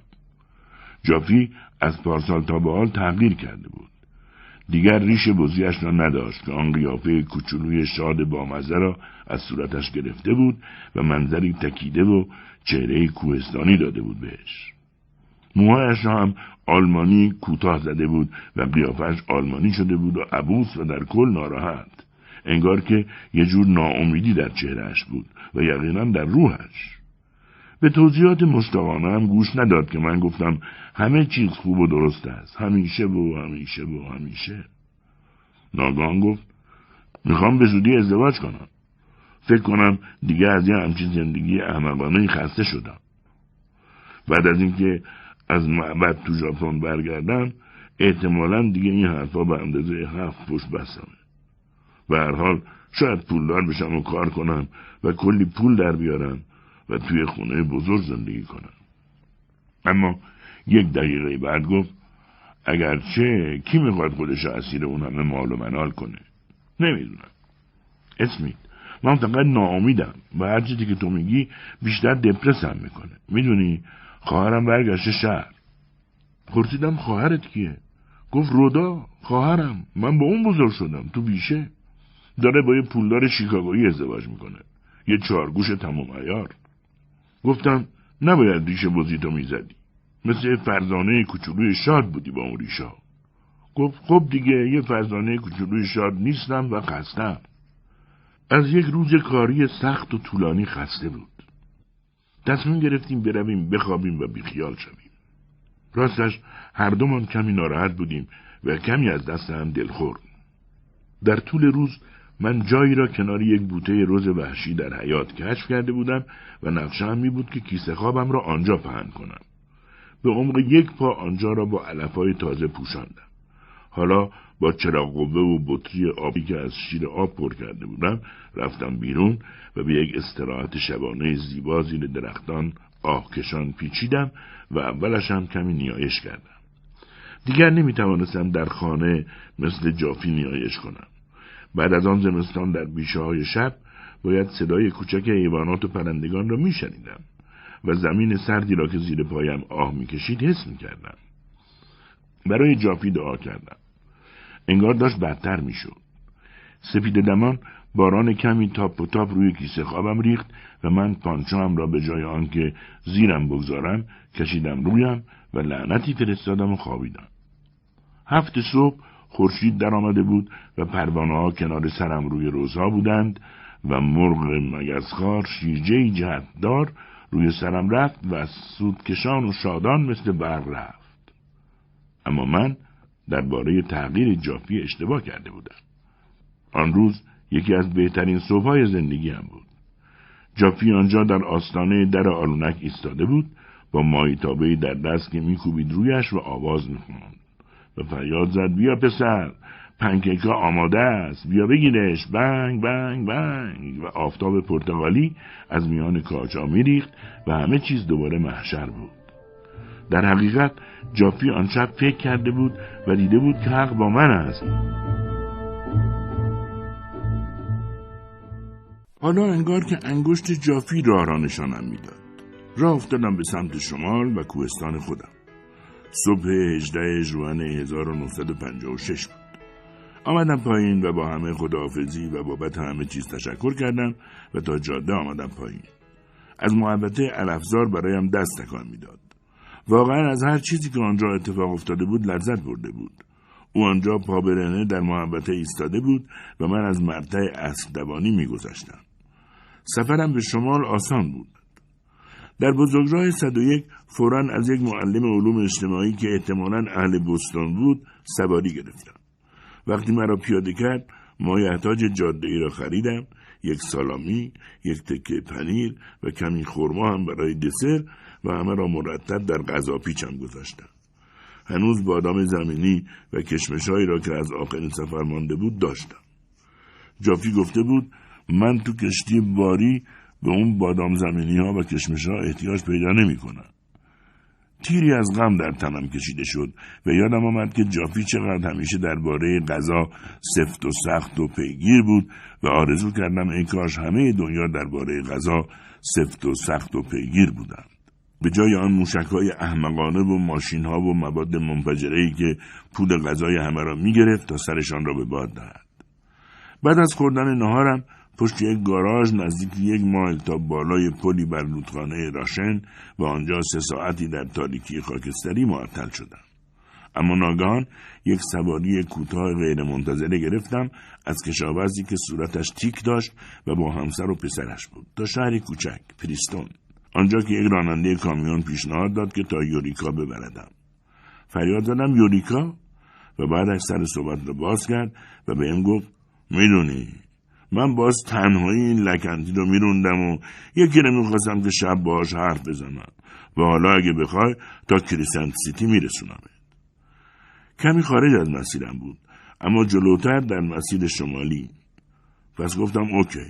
جافی از پارسال تا به حال تغییر کرده بود. دیگر ریش بزیش را نداشت که آن قیافه کوچولوی شاد بامزه را از صورتش گرفته بود و منظری تکیده و چهره کوهستانی داده بود بهش. موهایش را هم آلمانی کوتاه زده بود و قیافش آلمانی شده بود و عبوس و در کل ناراحت. انگار که یه جور ناامیدی در چهرهش بود و یقینا در روحش. به توضیحات مشتاقانه هم گوش نداد که من گفتم همه چیز خوب و درست است، همیشه و همیشه و همیشه. ناگهان گفت میخوام به زودی ازدواج کنم. فکر کنم دیگه از یه همچین زندگی احمقانه خسته شدم. بعد از اینکه از معبد تو ژاپن برگردم احتمالاً دیگه این حرفا به اندازه هفت پشت بسمه. به هر حال شاید پولدار بشم و کار کنم و کلی پول در بیارم و توی خونه بزرگ زندگی کنم. اما یک دقیقه بعد گفت اگرچه کی میخواد خودش اسیر اون همه مال و منال کنه؟ نمیدونم. اسمیت، من فقط ناامیدم و هر چیزی که تو میگی بیشتر دپرسم میکنه. میدونی خواهرم برگشته شهر. پرسیدم خواهرت کیه؟ گفت رودا، خواهرم. من با اون بزرگ شدم تو بیشه. داره با یه پولدار شیکاگویی ازدواج میکنه، یه چارگوش تمام عیار. گفتم نباید ریشه بزیتو میزدی، مثل فرزانه کوچولوی شاد بودی با اون ریشا. گفت خب دیگه یه فرزانه کوچولوی شاد نیستم و خستم. از یک روز کاری سخت و طولانی خسته بود. تصمیم گرفتیم برویم بخوابیم و بیخیال شویم. راستش هر دومان کمی ناراحت بودیم و کمی از دست هم دلخور. در طول روز من جایی را کنار یک بوته رز وحشی در حیاط کشف کرده بودم و نقشه‌ام می بود که کیسه خوابم را آنجا پهن کنم. به عمق یک پا آنجا را با علف‌های تازه پوشاندم. حالا با چراغ قوه و بطری آبی که از شیر آب پر کرده بودم رفتم بیرون و به یک استراحت شبانه زیبا زیر درختان آهکشان پیچیدم و اولش هم کمی نیایش کردم. دیگر نمی توانستم در خانه مثل جافی نیایش کنم. بعد از آن زمستان در بیشه های شب باید صدای کوچک حیوانات و پرندگان را می شنیدم و زمین سردی را که زیر پایم آه می کشید حس می کردم. برای جافی دعا کردم. انگار داشت بدتر می شد. سپید دمان باران کمی تاپ و تاپ روی کیسه خوابم ریخت و من پانچوام را به جای آنکه زیرم بگذارم کشیدم رویم و لعنتی فرستادم و خوابیدم. هفت صبح خورشید در آمده بود و پروانه ها کنار سرم روی روزها بودند و مرغ مگسخوار شیرجه‌ای جهتدار روی سرم رفت و سودکشان و شادان مثل برق رفت. اما من درباره تغییر جافی اشتباه کرده بودم. آن روز یکی از بهترین صبح‌های زندگیم بود. جافی آنجا در آستانه در آلونک ایستاده بود با ماهیتابه‌ای در دست که میکوبید رویش و آواز میخواند و فریاد زد بیا پسر، پنکیکا آماده است، بیا بگیرش، بنگ بنگ بنگ. و آفتاب پرتغالی از میان کاجا میریخت و همه چیز دوباره محشر بود. در حقیقت جافی آن شب فکر کرده بود و دیده بود که حق با من است. حالا انگار که انگشت جافی راه را نشانم میداد. راه افتادم به سمت شمال و کوهستان خودم. صبح هجدهم ژوئن هزار و نهصد و پنجاه و شش بود. آمدم پایین و با همه خداحافظی و بابت همه چیز تشکر کردم و تا جاده آمدم پایین. از محبته علفزار برایم دست تکان میداد. واقعا از هر چیزی که آنجا اتفاق افتاده بود لذت برده بود. او آنجا پابرهنه در محبته ایستاده بود و من از مرتع اسب دوانی میگذشتم. سفرم به شمال آسان بود. در بزرگراه صد و یک فوراً از یک معلم علوم اجتماعی که احتمالاً اهل بوستون بود سواری گرفتم. وقتی مرا پیاده کرد مایحتاج جاده‌ای را خریدم، یک سالامی، یک تکه پنیر و کمی خرما هم برای دسر و همه را مرتب در غذا پیچم گذاشتم. هنوز بادام زمینی و کشمشایی را که از آخرین سفر مانده بود داشتم. جافی گفته بود من تو کشتی باری به اون بادام زمینی ها و کشمش ها احتیاج پیدا نمی کنم. تیری از غم در تنم کشیده شد و یادم آمد که جافی چقدر همیشه درباره غذا سفت و سخت و پیگیر بود و آرزو کردم ای کاش همه دنیا درباره غذا سفت و سخت و پیگیر بودند. به جای آن موشک‌های احمقانه و ماشین‌ها و مواد منفجره‌ای که پول غذای همه را می‌گرفت تا سرشان را به باد دهد. بعد از خوردن نهارم پشت یک گاراژ نزدیک یک مایل تا بالای پلی بر رودخانه راشن و آنجا سه ساعتی در تاریکی خاکستری معطل شدم. اما ناگهان یک سواری کوتاه غیر منتظره گرفتم از کشاورزی که صورتش تیک داشت و با همسر و پسرش بود تا شهری کوچک پریستون، آنجا که یک راننده کامیون پیشنهاد داد که تا یوریکا ببردم. فریاد زدم یوریکا و بعدش سر صحبت را باز کرد و بهم گفت میدونی من باز تنهایی این لکنتی رو میروندم و یکی رو میخواستم که شب باهاش حرف بزنم و حالا اگه بخوای تا کریسنت سیتی میرسونم. کمی خارج از مسیرم بود اما جلوتر در مسیر شمالی. پس گفتم اوکی.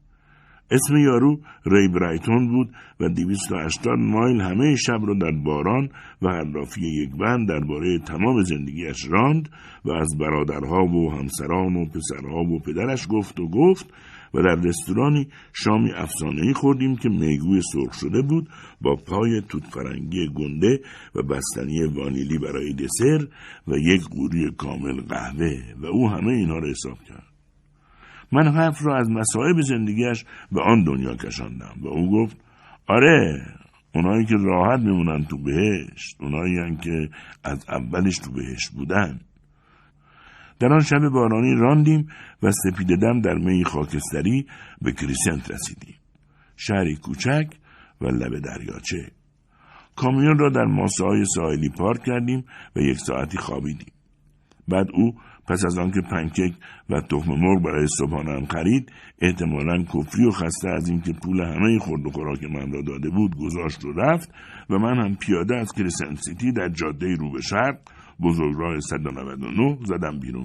اسم یارو ری برایتون بود و دویست و هشتاد مایل همه شب رو در باران و حرافی یک بند درباره تمام زندگیش راند و از برادرها و همسران و پسرها و پدرش گفت و گفت و در رستورانی شامی افسانه‌ای خوردیم که میگوی سرخ شده بود با پای توت فرنگی گنده و بستنی وانیلی برای دسر و یک قوری کامل قهوه و او همه اینها را حساب کرد. من حرف را از مصائب زندگیش به آن دنیا کشاندم و او گفت آره اونایی که راحت میمونن تو بهشت، اونایی هن که از اولش تو بهشت بودن. در آن شب بارانی راندیم و سپیده دم در می خاکستری به کریسنت رسیدیم. شهری کوچک و لب دریاچه. کامیون را در ماسه‌های ساحلی پارک کردیم و یک ساعتی خوابیدیم. بعد او پس از آنکه پنکیک و تخم مرغ برای صبحانه‌ام خرید، احتمالاً کفری و خسته از اینکه پول همه خورد و خوراک من را داده بود گذاشت و رفت و من هم پیاده از کریسنت سیتی در جاده رو به شرق بزرگراه صد و نود و نه زدم بیرون.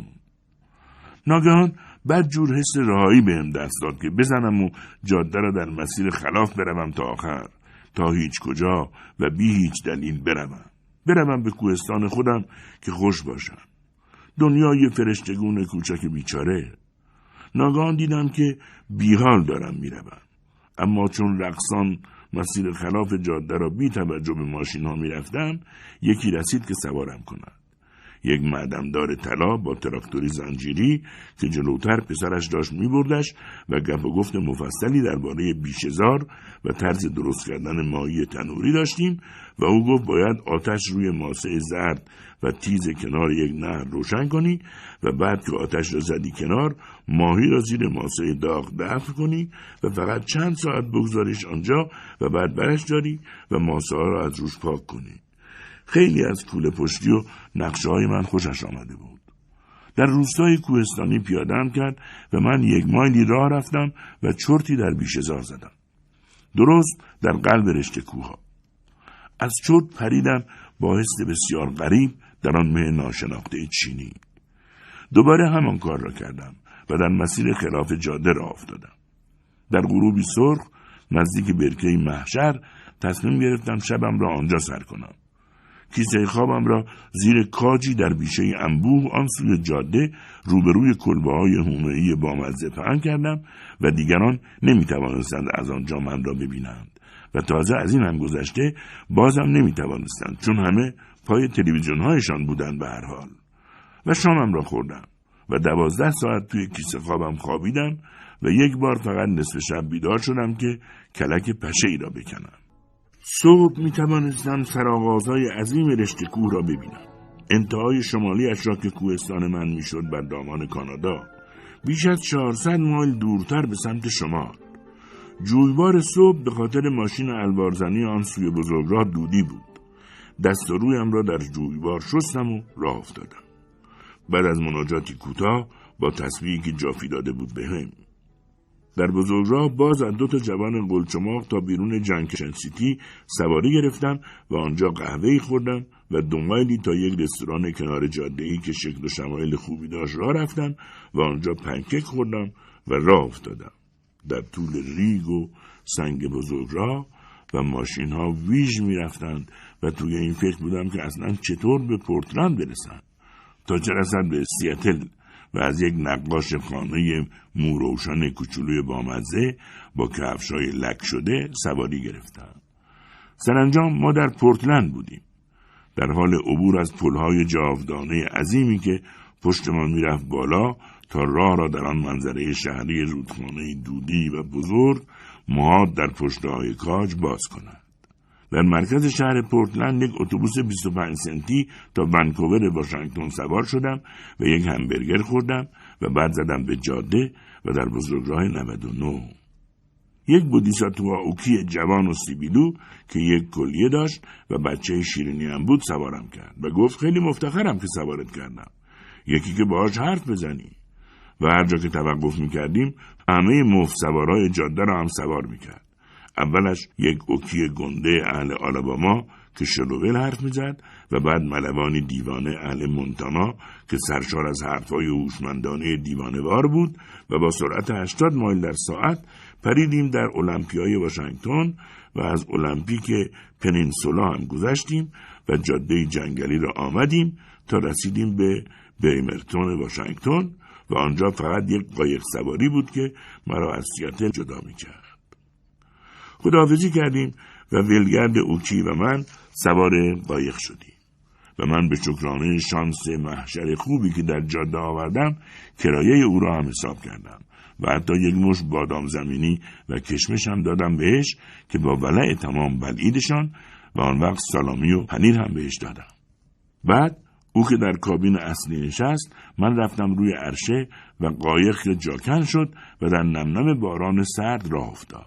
ناگهان بدجور حس رهایی بهم دست داد که بزنم و جاده را در مسیر خلاف بروم تا آخر، تا هیچ کجا و بی هیچ دلیل بروم. بروم به کوهستان خودم که خوش باشم. دنیای فرشتگون کوچک بیچاره. ناگهان دیدم که بیحال دارم میروم. اما چون رقصان مسیر خلاف جاده را بی توجه به ماشین ها میرفتم، یکی رسید که سوارم کند. یک معدمدار طلا با تراکتوری زنجیری که جلوتر پسرش داشت میبردش و گپ و گفت مفصلی درباره بیشه‌زار و طرز درست کردن ماهی تنوری داشتیم و او گفت باید آتش روی ماسه زرد و تیز کنار یک نهر روشن کنی و بعد که آتش را زدی کنار ماهی را زیر ماسه داغ دفن کنی و فقط چند ساعت بگذاریش آنجا و بعد برش داری و ماسه ها را از روش پاک کنی. خیلی از کوله پشتی و نقشه های من خوشش آمده بود. در روستای کوهستانی پیاده‌ام کرد و من یک مایلی راه رفتم و چرتی در بیشه‌زار زدم. درست در قلب رشته کوها. از چرت پریدم با حس بسیار غریب در آن مه ناشناخته چینی. دوباره همان کار را کردم و در مسیر خلاف جاده راه افتادم. در غروبی سرخ نزدیک برکه محشر تصمیم گرفتم شبم را آنجا سر کنم. کیسه خوابم را زیر کاجی در بیشه انبوه آن سوی جاده روبروی کلبه‌های حومه‌ای بامزه پهن کردم و دیگران نمی‌توانستند از آنجا من را ببینند و تازه از این هم گذشته بازم نمی‌توانستند چون همه پای تلویزیون‌هایشان بودند به هر حال. و شامم را خوردم و دوازده ساعت توی کیسه خوابم خوابیدم و یک بار فقط نصف شب بیدار شدم که کلک پشه‌ای را بکنم. صبح می توانستم سرآغازهای عظیم رشته کوه را ببینم. انتهای شمالی اش را که کوهستان من می شد بر دامان کانادا. بیش از چهارصد مایل دورتر به سمت شمال. جویبار صبح به خاطر ماشین الوارزنی آن سوی بزرگراه دودی بود. دست و رویم را در جویبار شستم و راه افتادم. بعد از مناجاتی کوتاه با تسبیحی که جافی داده بود بهم. در بزرگراه باز از دو تا جوان قلچماق تا بیرون جنکشن سیتی سواری گرفتم و آنجا قهوه‌ای خوردم و دو مایلی تا یک رستوران کنار جاده‌ای که شکل و شمایل خوبی داشت راه رفتم و آنجا پنکیک خوردم و راه افتادم. در طول ریگ و سنگ بزرگراه و ماشین ها ویژ می رفتند و توی این فکر بودم که اصلا چطور به پورتلند برسن تا چه رسد به سیاتل و از یک نقاش خانه موروشان کوچولوی بامزه با کفشای لک شده سواری گرفتم. سرانجام ما در پورتلند بودیم، در حال عبور از پلهای جاودانه عظیمی که پشت ما میرفت بالا تا راه را در آن منظره شهری رودخانه دودی و بزرگ مهاد در پشتهای کاج باز کنند. در مرکز شهر پورتلند یک اتوبوس بیست و پنج سنتی تا ونکوور واشنگتن سوار شدم و یک همبرگر خوردم و بعد زدم به جاده و در بزرگراه نود و نه. یک بودیساتوا اوکی جوان و سیبیلو که یک کلیه داشت و بچه شیرینی هم بود سوارم کرد و گفت خیلی مفتخرم که سوارت کردم، یکی که باهاش حرف بزنی. و هر جا که توقف میکردیم همه مفت سوارای جاده را هم سوار میکرد. اولش یک اوکی گنده اهل آلاباما که شلوول حرف میزد و بعد ملوانی دیوانه اهل مونتانا که سرشار از حرفای هوشمندانه دیوانه‌وار بود و با سرعت هشتاد مایل در ساعت پریدیم در المپیای واشنگتن و از المپیک پنینسولا هم گذشتیم و جاده جنگلی را آمدیم تا رسیدیم به بیمرتون واشنگتن و آنجا فقط یک قایق سواری بود که مرا از سیاتل جدا میکرد. خداحافظی کردیم و ولگرد اوکی و من سوار قایق شدیم و من به شکرانه شانس محشر خوبی که در جاده آوردم کرایه او را هم حساب کردم و حتی یک مشت بادام زمینی و کشمش هم دادم بهش که با ولع تمام بلعیدشان و آن وقت سالامی و پنیر هم بهش دادم. بعد او که در کابین اصلی نشست، من رفتم روی عرشه و قایق جاکن شد و در نمنم باران سرد راه افتاد.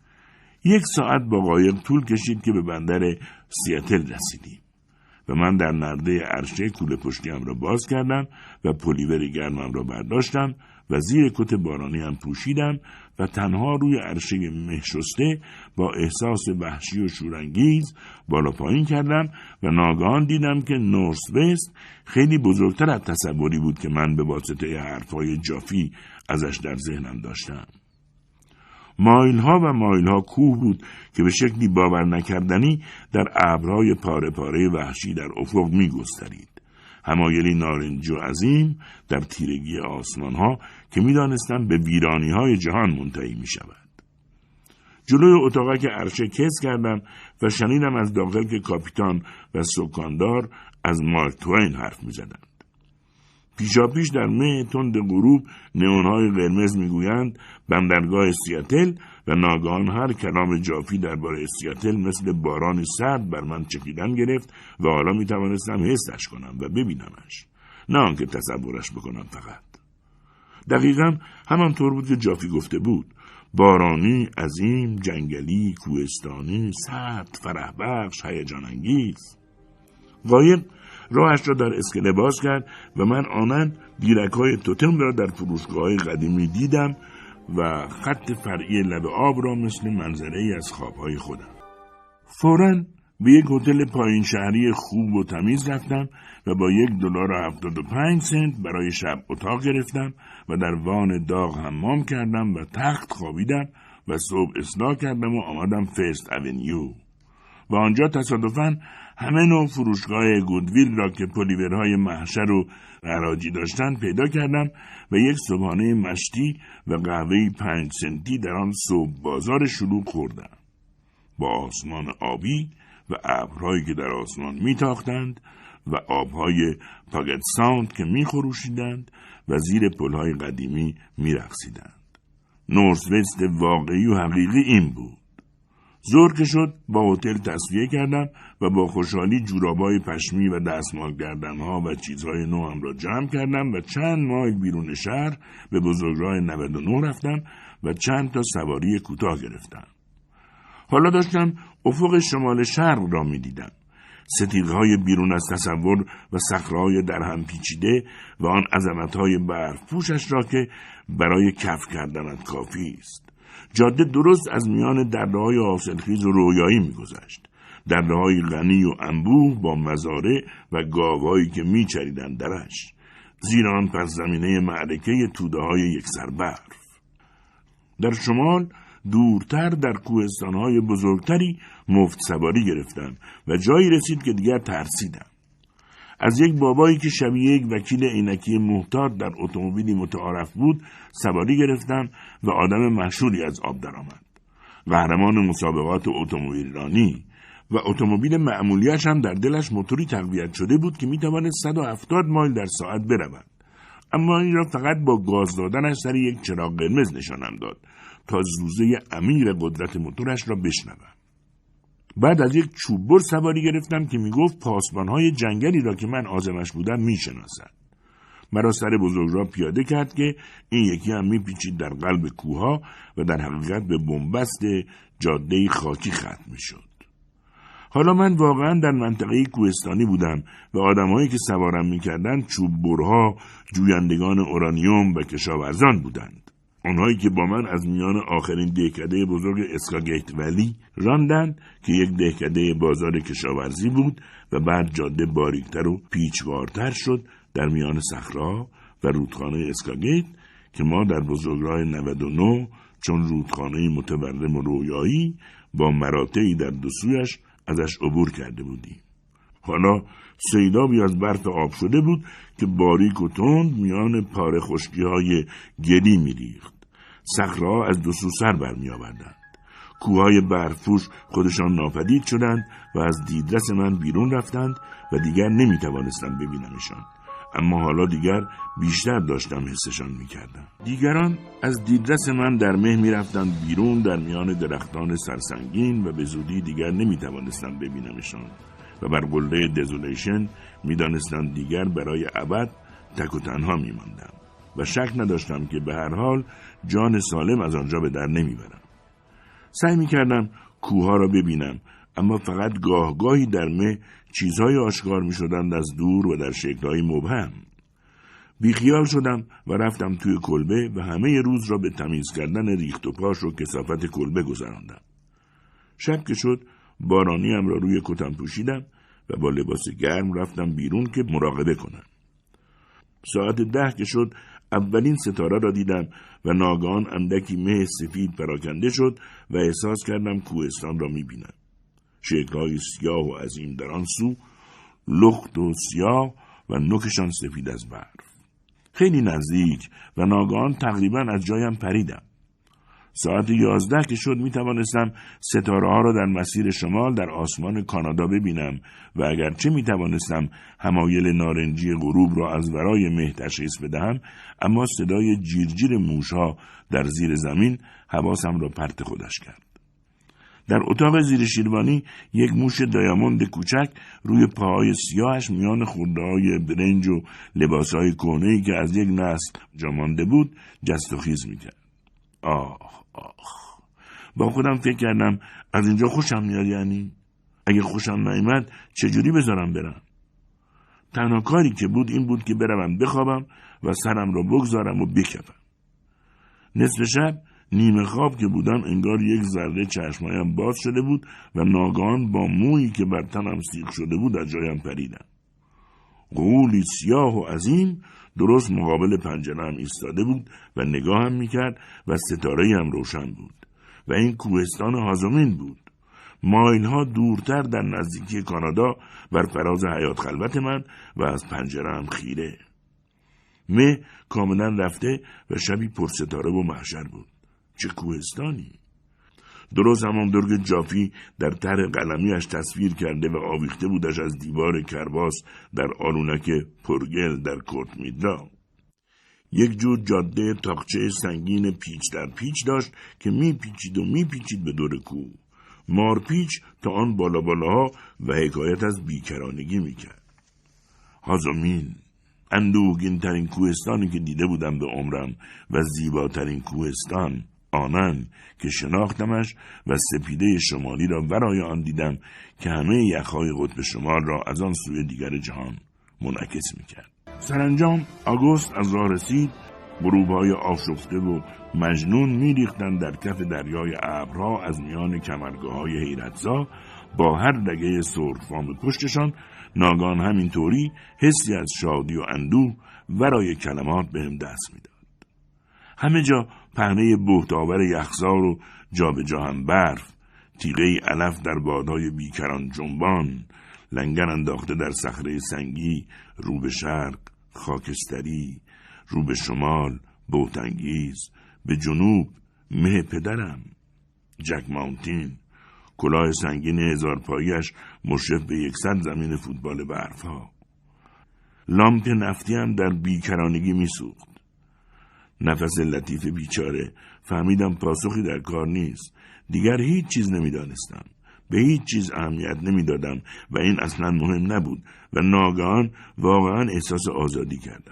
یک ساعت با قایق طول کشید که به بندر سیاتل رسیدیم و من در نرده عرشه کوله پشتیم را باز کردم و پلیور گرمم را برداشتم و زیر کت بارانی هم پوشیدم و تنها روی عرشه مه شسته با احساس وحشی و شورانگیز بالا پایین کردم و ناگهان دیدم که نورث وست خیلی بزرگتر از تصوری بود که من به واسطه حرفهای جافی ازش در ذهنم داشتم. مایل ها و مایل ها کوه بود که به شکلی باور نکردنی در ابرهای پاره پاره وحشی در افق می گسترید. همایلی نارنجی و عظیم در تیرگی آسمان ها که می دانستم به ویرانی های جهان منتهی می شود. جلوی اتاقک عرشه کز کردم و شنیدم از داخل که کاپیتان و سکاندار از مارک توین حرف می زدند. پیشا پیش در مه تند غروب نئون‌های قرمز میگویند بندرگاه سیاتل و ناگهان هر کلام جافی درباره سیاتل مثل باران سرد بر من چکیدن گرفت و حالا می توانستم حسش کنم و ببینمش، نه آنکه تصورش بکنم. فقط دقیقاً همانطور بود که جافی گفته بود، بارانی، عظیم، جنگلی، کوهستانی، سرد، فرح بخش، هیجان انگیز. قایق راهش را در اسکله باز کرد و من آنن گیرک‌های توتم را در فروشگاه‌های قدیمی دیدم و خط فرعی لب آب را مثل منظره‌ای از خواب‌های خودم. فوراً به یک هتل پایین شهری خوب و تمیز رفتم و با یک دلار و هفتاد و پنج سنت برای شب اتاق گرفتم و در وان داغ حمام کردم و تخت خوابیدم و صبح اصلاح کردم و آمدم فرست اونیو و آنجا تصادفاً همه نوع فروشگاه گودویل را که پلیورهای محشر و حراجی داشتند پیدا کردم و یک صبحانه مشتی و قهوه‌ای پنج سنتی در آن صبح بازار شلوغ خوردم. با آسمان آبی و ابرهایی که در آسمان میتاختند و آبهای پاگت ساوند که میخروشیدند و زیر پلهای قدیمی میرقصیدند. نورث وست واقعی و حقیقی این بود. ظهر که شد با هتل تصفیه کردم و با خوشحالی جورابای پشمی و دستمال گردنها و چیزهای نوام را جمع کردم و چند مایل بیرون شهر به بزرگراه نود و نه رفتم و چند تا سواری کوتاه گرفتم. حالا داشتم افق شمال شرق را می دیدم. ستیغه‌های بیرون از تصور و صخره‌های در هم پیچیده و آن عظمت‌های برف پوشش را که برای کف کردنت کافی است. جاده درست از میان دره‌های حاصلخیز و رویایی می‌گذشت. دره‌های غنی و انبوه با مزارع و گاوهایی که می‌چریدند درش. زیر آن پس زمینه معرکه توده‌های یکسر برف. در شمال دورتر در کوهستان‌های بزرگتری مفت سواری گرفتم و جایی رسید که دیگر ترسیدم. از یک بابایی که شبیه یک وکیل عینکی محتاط در اتومبیلی متعارف بود سواری گرفتم و آدم مشهوری از آب درآمد. قهرمان مسابقات اتومبیل رانی و اتومبیل معمولیش هم در دلش موتوری تقویت شده بود که میتواند صد و هفتاد مایل در ساعت برود. اما این را فقط با گاز دادنش سر یک چراغ قرمز نشانم داد تا زوزه عمیق قدرت موتورش را بشنوم. بعد از یک چوببر سواری گرفتم که میگفت پاسبانهای جنگلی را که من عازمش بودم میشناسد. مرا سر بزرگراه پیاده کرد که این یکی هم میپیچید در قلب کوها و در حقیقت به بنبست جاده خاکی ختم میشد. حالا من واقعا در منطقه کوهستانی بودم و آدمایی که سوارم میکردند چوببرها، جویندگان اورانیوم و کشاورزان بودند. آنهایی که با من از میان آخرین دهکده بزرگ اسکاگیت ولی راندند که یک دهکده بازار کشاورزی بود و بعد جاده باریکتر و پیچوارتر شد در میان صخره‌ها و رودخانه اسکاگیت که ما در بزرگراه نود و نه چون رودخانه متورم و رویایی با مراتعی در دو سویش ازش عبور کرده بودیم. حالا سیلابی از برف آب شده بود که باریک و تند میان پاره خشکی‌های گلی می‌ریخت. صخره‌ها از دو سو سر برمی‌آوردند. کوههای برفپوش خودشان ناپدید شدند و از دیدرس من بیرون رفتند و دیگر نمی‌توانستم ببینمشان. اما حالا دیگر بیشتر داشتم حسشان می‌کردم. دیگران از دیدرس من در مه می‌رفتند بیرون در میان درختان سرسنگین و به زودی دیگر نمی‌توانستم ببینمشان. و بر قله دزولیشن می‌دانستند دیگر برای ابد تک و تنها می‌ماندم و شک نداشتم که به هر حال جان سالم از آنجا به در نمی‌برم. سعی می‌کردم کوه‌ها را ببینم، اما فقط گاه گاهی در مه چیزهای آشکار می‌شدند از دور و در شکل‌های مبهم. بیخیال شدم و رفتم توی کلبه و همه روز را به تمیز کردن ریخت و پاش و کثافت کلبه گذراندم. شب که شد بارانیم را روی کتم پوشیدم و با لباس گرم رفتم بیرون که مراقبه کنم. ساعت ده که شد اولین ستاره را دیدم و ناگهان اندکی مه سفید پراکنده شد و احساس کردم کوهستان را می‌بینم. شکل‌های سیاه و عظیم در آن سو، لخت و سیاه و نوکشان سفید از برف. خیلی نزدیک و ناگهان تقریباً از جایم پریدم. ساعت یازده که شد می توانستم ستاره ها را در مسیر شمال در آسمان کانادا ببینم و اگرچه می توانستم حمایل نارنجی غروب را از ورای مه تشخیص بدهم، اما صدای جیرجیر موش ها در زیر زمین حواسم را پرت خودش کرد. در اتاق زیر شیروانی یک موش دایاموند کوچک روی پاهای سیاهش میان خرده‌های برنج و لباسهای کهنه‌ای که از یک نسل جا مانده بود جست و خیز می‌کرد. آه آه با خودم فکر کردم از اینجا خوشم میاد. یعنی اگه خوشم نیامد چجوری بذارم برم؟ تنها کاری که بود این بود که بروم بخوابم و سرم را بگذارم و بکپم. نصف شب نیمه خواب که بودم انگار یک ذره چشمایم باز شده بود و ناگهان با مویی که بر تنم سیخ شده بود از جایم پریدم. غولی سیاه و عظیم درست مقابل پنجره‌ام ایستاده بود و نگاهم میکرد و ستاره‌ای هم روشن بود و این کوهستان هازومین بود. مایل‌ها دورتر در نزدیکی کانادا بر فراز حیات خلوت من و از پنجره‌ام خیره. مه کاملا رفته و شبی پر ستاره و محشر بود. چه کوهستانی! درست همانطور که جافی در طرح قلمیش تصویر کرده و آویخته بودش از دیوار کرباس در آرونک پرگل در کورت میدرا. یک جور جاده تاقچه سنگین پیچ در پیچ داشت که می پیچید و می پیچید به دور کوه. مار پیچ تا آن بالا بالاها و حکایت از بیکرانگی می کرد. هازومین، اندوهگین ترین کوهستانی که دیده بودم به عمرم و زیباترین کوهستان، آنن که شناختمش و سپیده شمالی را ورای آن دیدم که همه یخهای قطب شمال را از آن سوی دیگر جهان منعکس میکرد. سرانجام آگوست از راه رسید. غروب‌های آشفته و مجنون میریختند در کف دریای ابرها از میان کمرگاه‌های حیرتزا با هر دگه سرخفام پشتشان. ناگهان همینطوری حسی از شادی و اندوه ورای کلمات بهم دست میداد. همه جا پهنه بهت‌آور یخزار و جا به جا هم برف، تیغه علف در بادهای بیکران جنبان، لنگر انداخته در صخره سنگی، رو به شرق خاکستری، رو به شمال بهت‌انگیز، به جنوب مه پدرم جک ماونتین، کلاه سنگین هزار پایش مشرف به یکصد زمین فوتبال برفها. لامپ نفتی هم در بیکرانگی میسوخت. نفس لطیف بیچاره. فهمیدم پاسخی در کار نیست. دیگر هیچ چیز نمیدانستم. به هیچ چیز اهمیت نمیدادم و این اصلا مهم نبود و ناگهان واقعا احساس آزادی کردم.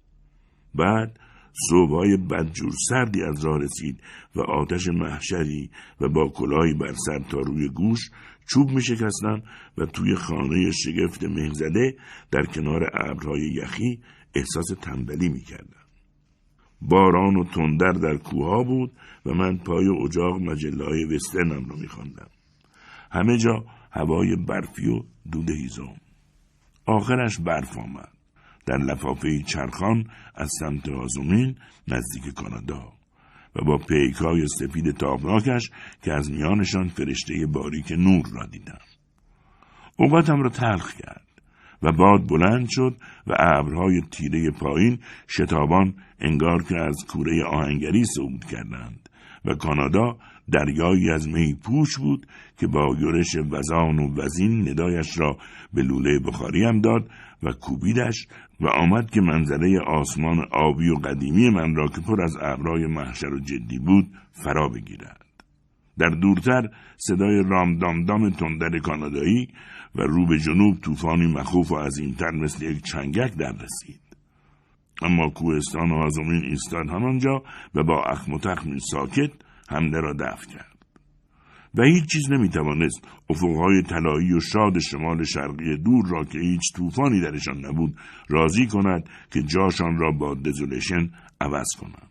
بعد صبح‌های بدجور سردی از راه رسید و آتش محشری و با کلاهی بر سر تا روی گوش چوب می شکستم و توی خانه شگفت مهزده در کنار ابرهای یخی احساس تنبلی می کردم. باران و تندر در کوها بود و من پای اجاق مجله‌های وسترنم رو می خواندم. همه جا هوای برفی و دود هیزم. آخرش برف آمد. در لفافه چرخان از سمت آزومین نزدیک کانادا و با پیکای سپید تابناکش که از میانشان فرشته باریک نور را دیدم. اوقاتم را تلخ کرد و باد بلند شد و ابرهای تیره پایین شتابان انگار که از کوره آهنگری صعود کردند و کانادا دریایی از می پوش بود که با یورش وزان و وزین ندایش را به لوله بخاری هم داد و کوبیدش و آمد که منظره آسمان آبی و قدیمی من را که پر از ابرهای محشر و جدی بود فرا بگیرد. در دورتر صدای رامدامدام تندر کانادایی و رو به جنوب طوفانی مخوف و عظیمتر مثل یک چنگک در رسید. اما کوهستان و آزومین ایستاد همانجا و با اخم و تخمی ساکت حمله را دفع کرد. و هیچ چیز نمیتوانست افقهای طلایی و شاد شمال شرقی دور را که هیچ طوفانی درشان نبود راضی کند که جاشان را با دزولیشن عوض کنند.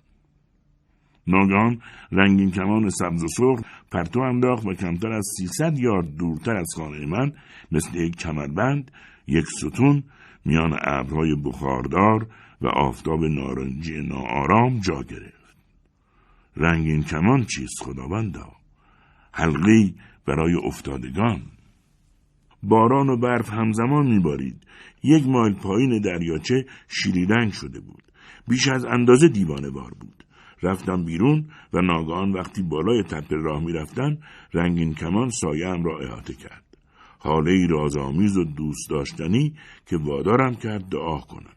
ناگهان رنگین کمان سبز و سرخ پرتو انداخت و کمتر از سیصد یارد دورتر از خانه من مثل یک کمربند یک ستون میان ابرهای بخاردار و آفتاب نارنجی ناآرام جا گرفت. رنگین کمان چیست خداوندا؟ حلقه‌ای برای افتادگان. باران و برف همزمان میبارید. یک مایل پایین دریاچه شیری رنگ شده بود. بیش از اندازه دیوانه بار بود. رفتم بیرون و ناگهان وقتی بالای تپه راه میرفتم رنگین کمان سایه‌ام را احاطه کرد. حاله‌ای رازآمیز و دوست داشتنی که وادارم کرد دعا کنم.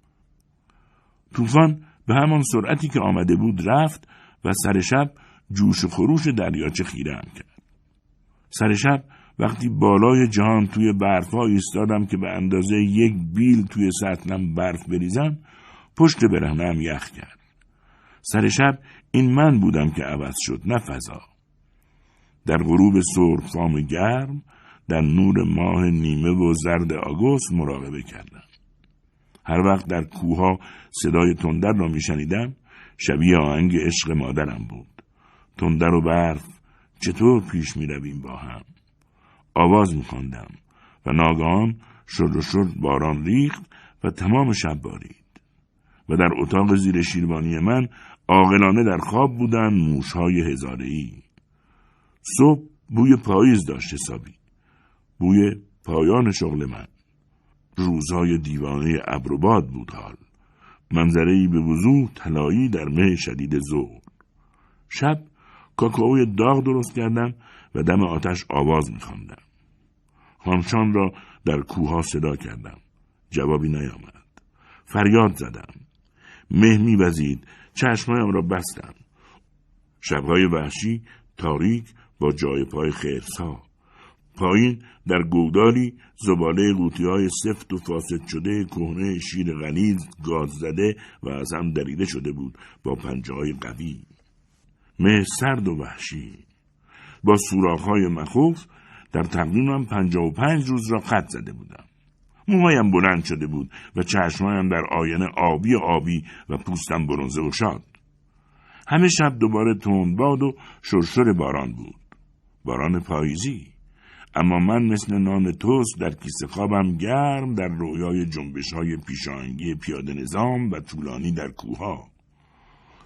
طوفان به همان سرعتی که آمده بود رفت و سر شب جوش و خروش دریاچه خیره‌ام کرد. سر شب وقتی بالای جهان توی برف‌ها ایستادم که به اندازه یک بیل توی سطلم برف بریزم، پشت برهنه‌ام یخ کرد. سر شب این من بودم که عوض شد، نه فضا. در غروب سرخفام گرم در نور ماه نیمه و زرد آگوست مراقبه کردم. هر وقت در کوها صدای تندر را میشنیدم شبیه آهنگ عشق مادرم بود. تندر و برف چطور پیش می رویم با هم؟ آواز می خواندم و ناگهان شرد و شرد باران ریخت و تمام شب بارید و در اتاق زیر شیروانی من عاقلانه در خواب بودن موشهای هزاره‌ای. صبح بوی پاییز داشت حسابی، بوی پایان شغل من. روزهای دیوانه ابر و باد بود حال، منظره‌ای به وضوح طلایی در مه شدید ظهر. شب کاکائوی داغ درست کردم و دم آتش آواز می‌خواندم. خانشان را در کوها صدا کردم. جوابی نیامد. فریاد زدم. مه می‌وزید. چشمایم را بستم. شب‌های وحشی تاریک با جای پای خرس‌ها. پایین در گودالی زباله قوطی‌های سفت و فاسد شده کهنه شیر غلیظ گاز زده و از هم دریده شده بود با پنجه‌های قوی. مه سرد و وحشی با سوراخ‌های مخوف در تقویمم پنجاه و پنج روز را خط زده بودم. موهایم بلند شده بود و چشمایم در آینه آبی آبی و پوستم برنزه و شاد. همه شب دوباره تندباد و شرشر باران بود. باران پاییزی. اما من مثل نان توست در کیسه خوابم گرم در رویای جنبش‌های پیشاهنگی پیاده نظام و طولانی در کوها.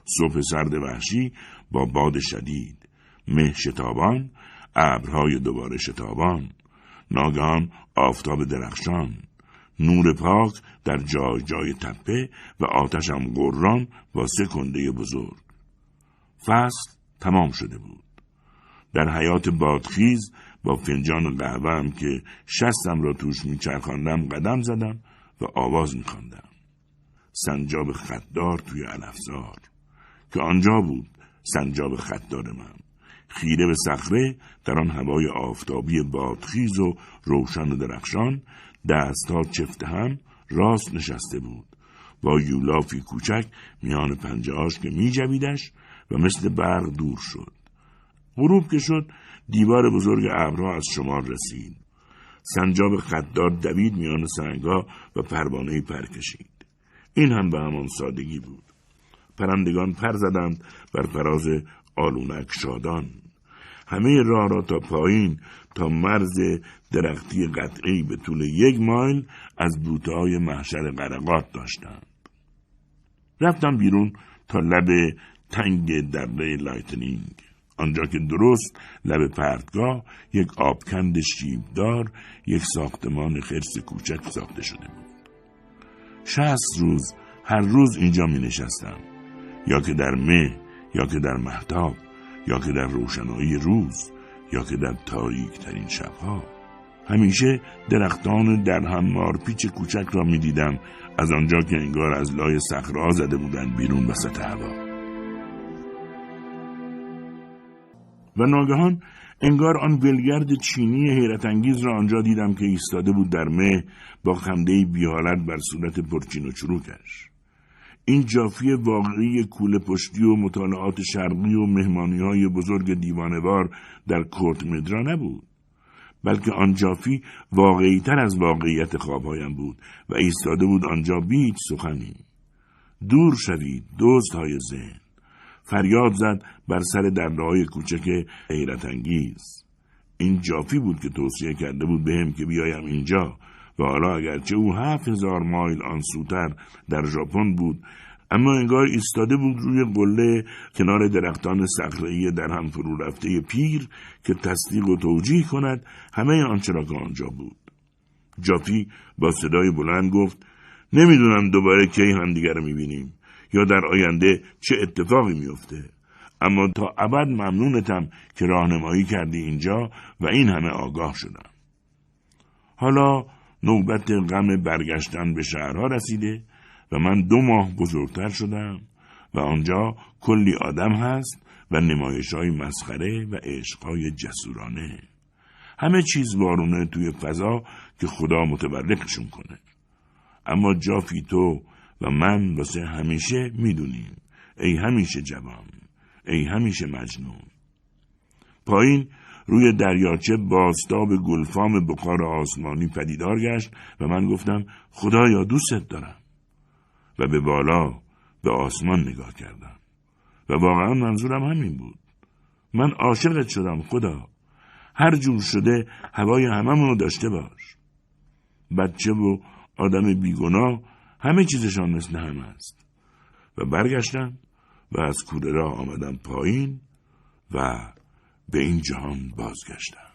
صبح سرد وحشی با باد شدید، مه شتابان، ابرهای دوباره شتابان، ناگهان آفتاب درخشان، نور پاک در جای جای تپه و آتشم قران با سه کنده بزرگ. فصل تمام شده بود. در حیات بادخیز با فنجان قهوه‌ام که شستم را توش میچرخاندم قدم زدم و آواز میخواندم. سنجاب خطدار توی علفزار، که آنجا بود سنجاب خطدار من، خیره به صخره در آن هوای آفتابی بادخیز و روشن و درخشان، دست‌ها چفت هم راست نشسته بود با یولافی کوچک میان پنجه‌هاش که می‌جویدش و مثل برق دور شد. غروب که شد دیوار بزرگ ابرها از شمار رسید. سنجاب خطدار دوید میان سنگ‌ها و پروانه‌ای پر کشید. این هم به همان سادگی بود. پرندگان پر زدند بر فراز آلونک شادان. همه راه را تا پایین تا مرز درختی قطعی به طول یک مایل از بوته‌های محشر قرقات داشتند. رفتم بیرون تا لب تنگ دره لایتنینگ، آنجا که درست لب پرتگاه یک آبکند شیبدار، یک ساختمان خرس کوچک ساخته شده بود. شصت روز هر روز اینجا می نشستم، یا که در مه، یا که در مهتاب، یا که در روشنایی روز، یا که در تاریک ترین شبها. همیشه درختان در هم مارپیچ کوچک را می دیدم، از آنجا که انگار از لای صخره‌ها زده بودند بیرون وسط هوا. و ناگهان انگار آن ولگرد چینی حیرت انگیز را آنجا دیدم که ایستاده بود در مه با خنده‌ای بی‌حالت بر صورت پرچین و چروکش. این جافی واقعی کوله پشتی و مطالعات شرقی و مهمانی‌های بزرگ دیوانه‌وار در کورت مدرا نبود، بلکه آن جافی واقعی‌تر از واقعیت خوابهایم بود و ایستاده بود آنجا بی هیچ سخنی. دور شوید دزدهای ذهن، فریاد زد بر سر دره‌های کوچک حیرت انگیز. این جافی بود که توصیه کرده بود بهم که بیایم اینجا و حالا اگرچه او هفت هزار مایل آن سوتر در ژاپن بود، اما انگار ایستاده بود روی قله کنار درختان صخره‌ای در هم فرو رفته پیر که تصدیق و توجیه کند همه آنچه را که آنجا بود. جافی با صدای بلند گفت: نمیدونم دوباره کی همدیگر رو میبینیم یا در آینده چه اتفاقی میفته، اما تا ابد ممنونتم که راهنمایی کردی اینجا و این همه آگاه شدم. حالا نوبت غم برگشتن به شهرها رسیده و من دو ماه بزرگتر شدم و آنجا کلی آدم هست و نمایش‌های مسخره و عشق‌های جسورانه. همه چیز وارونه توی فضا که خدا متبرکشون کنه. اما جافی تو و من واسه همیشه میدونیم، ای همیشه جوان، ای همیشه مجنون. پایین روی دریاچه بازتاب گلفام بخار آسمانی پدیدار گشت و من گفتم خدایا دوستت دارم و به بالا به آسمان نگاه کردم و واقعا منظورم همین بود. من عاشقت شدم خدا، هر جور شده هوای هممونو داشته باش. بچه و آدم بیگناه همه چیزشان مثل هم است. و برگشتم و از کوره راه آمدم پایین و به این جهان بازگشتم.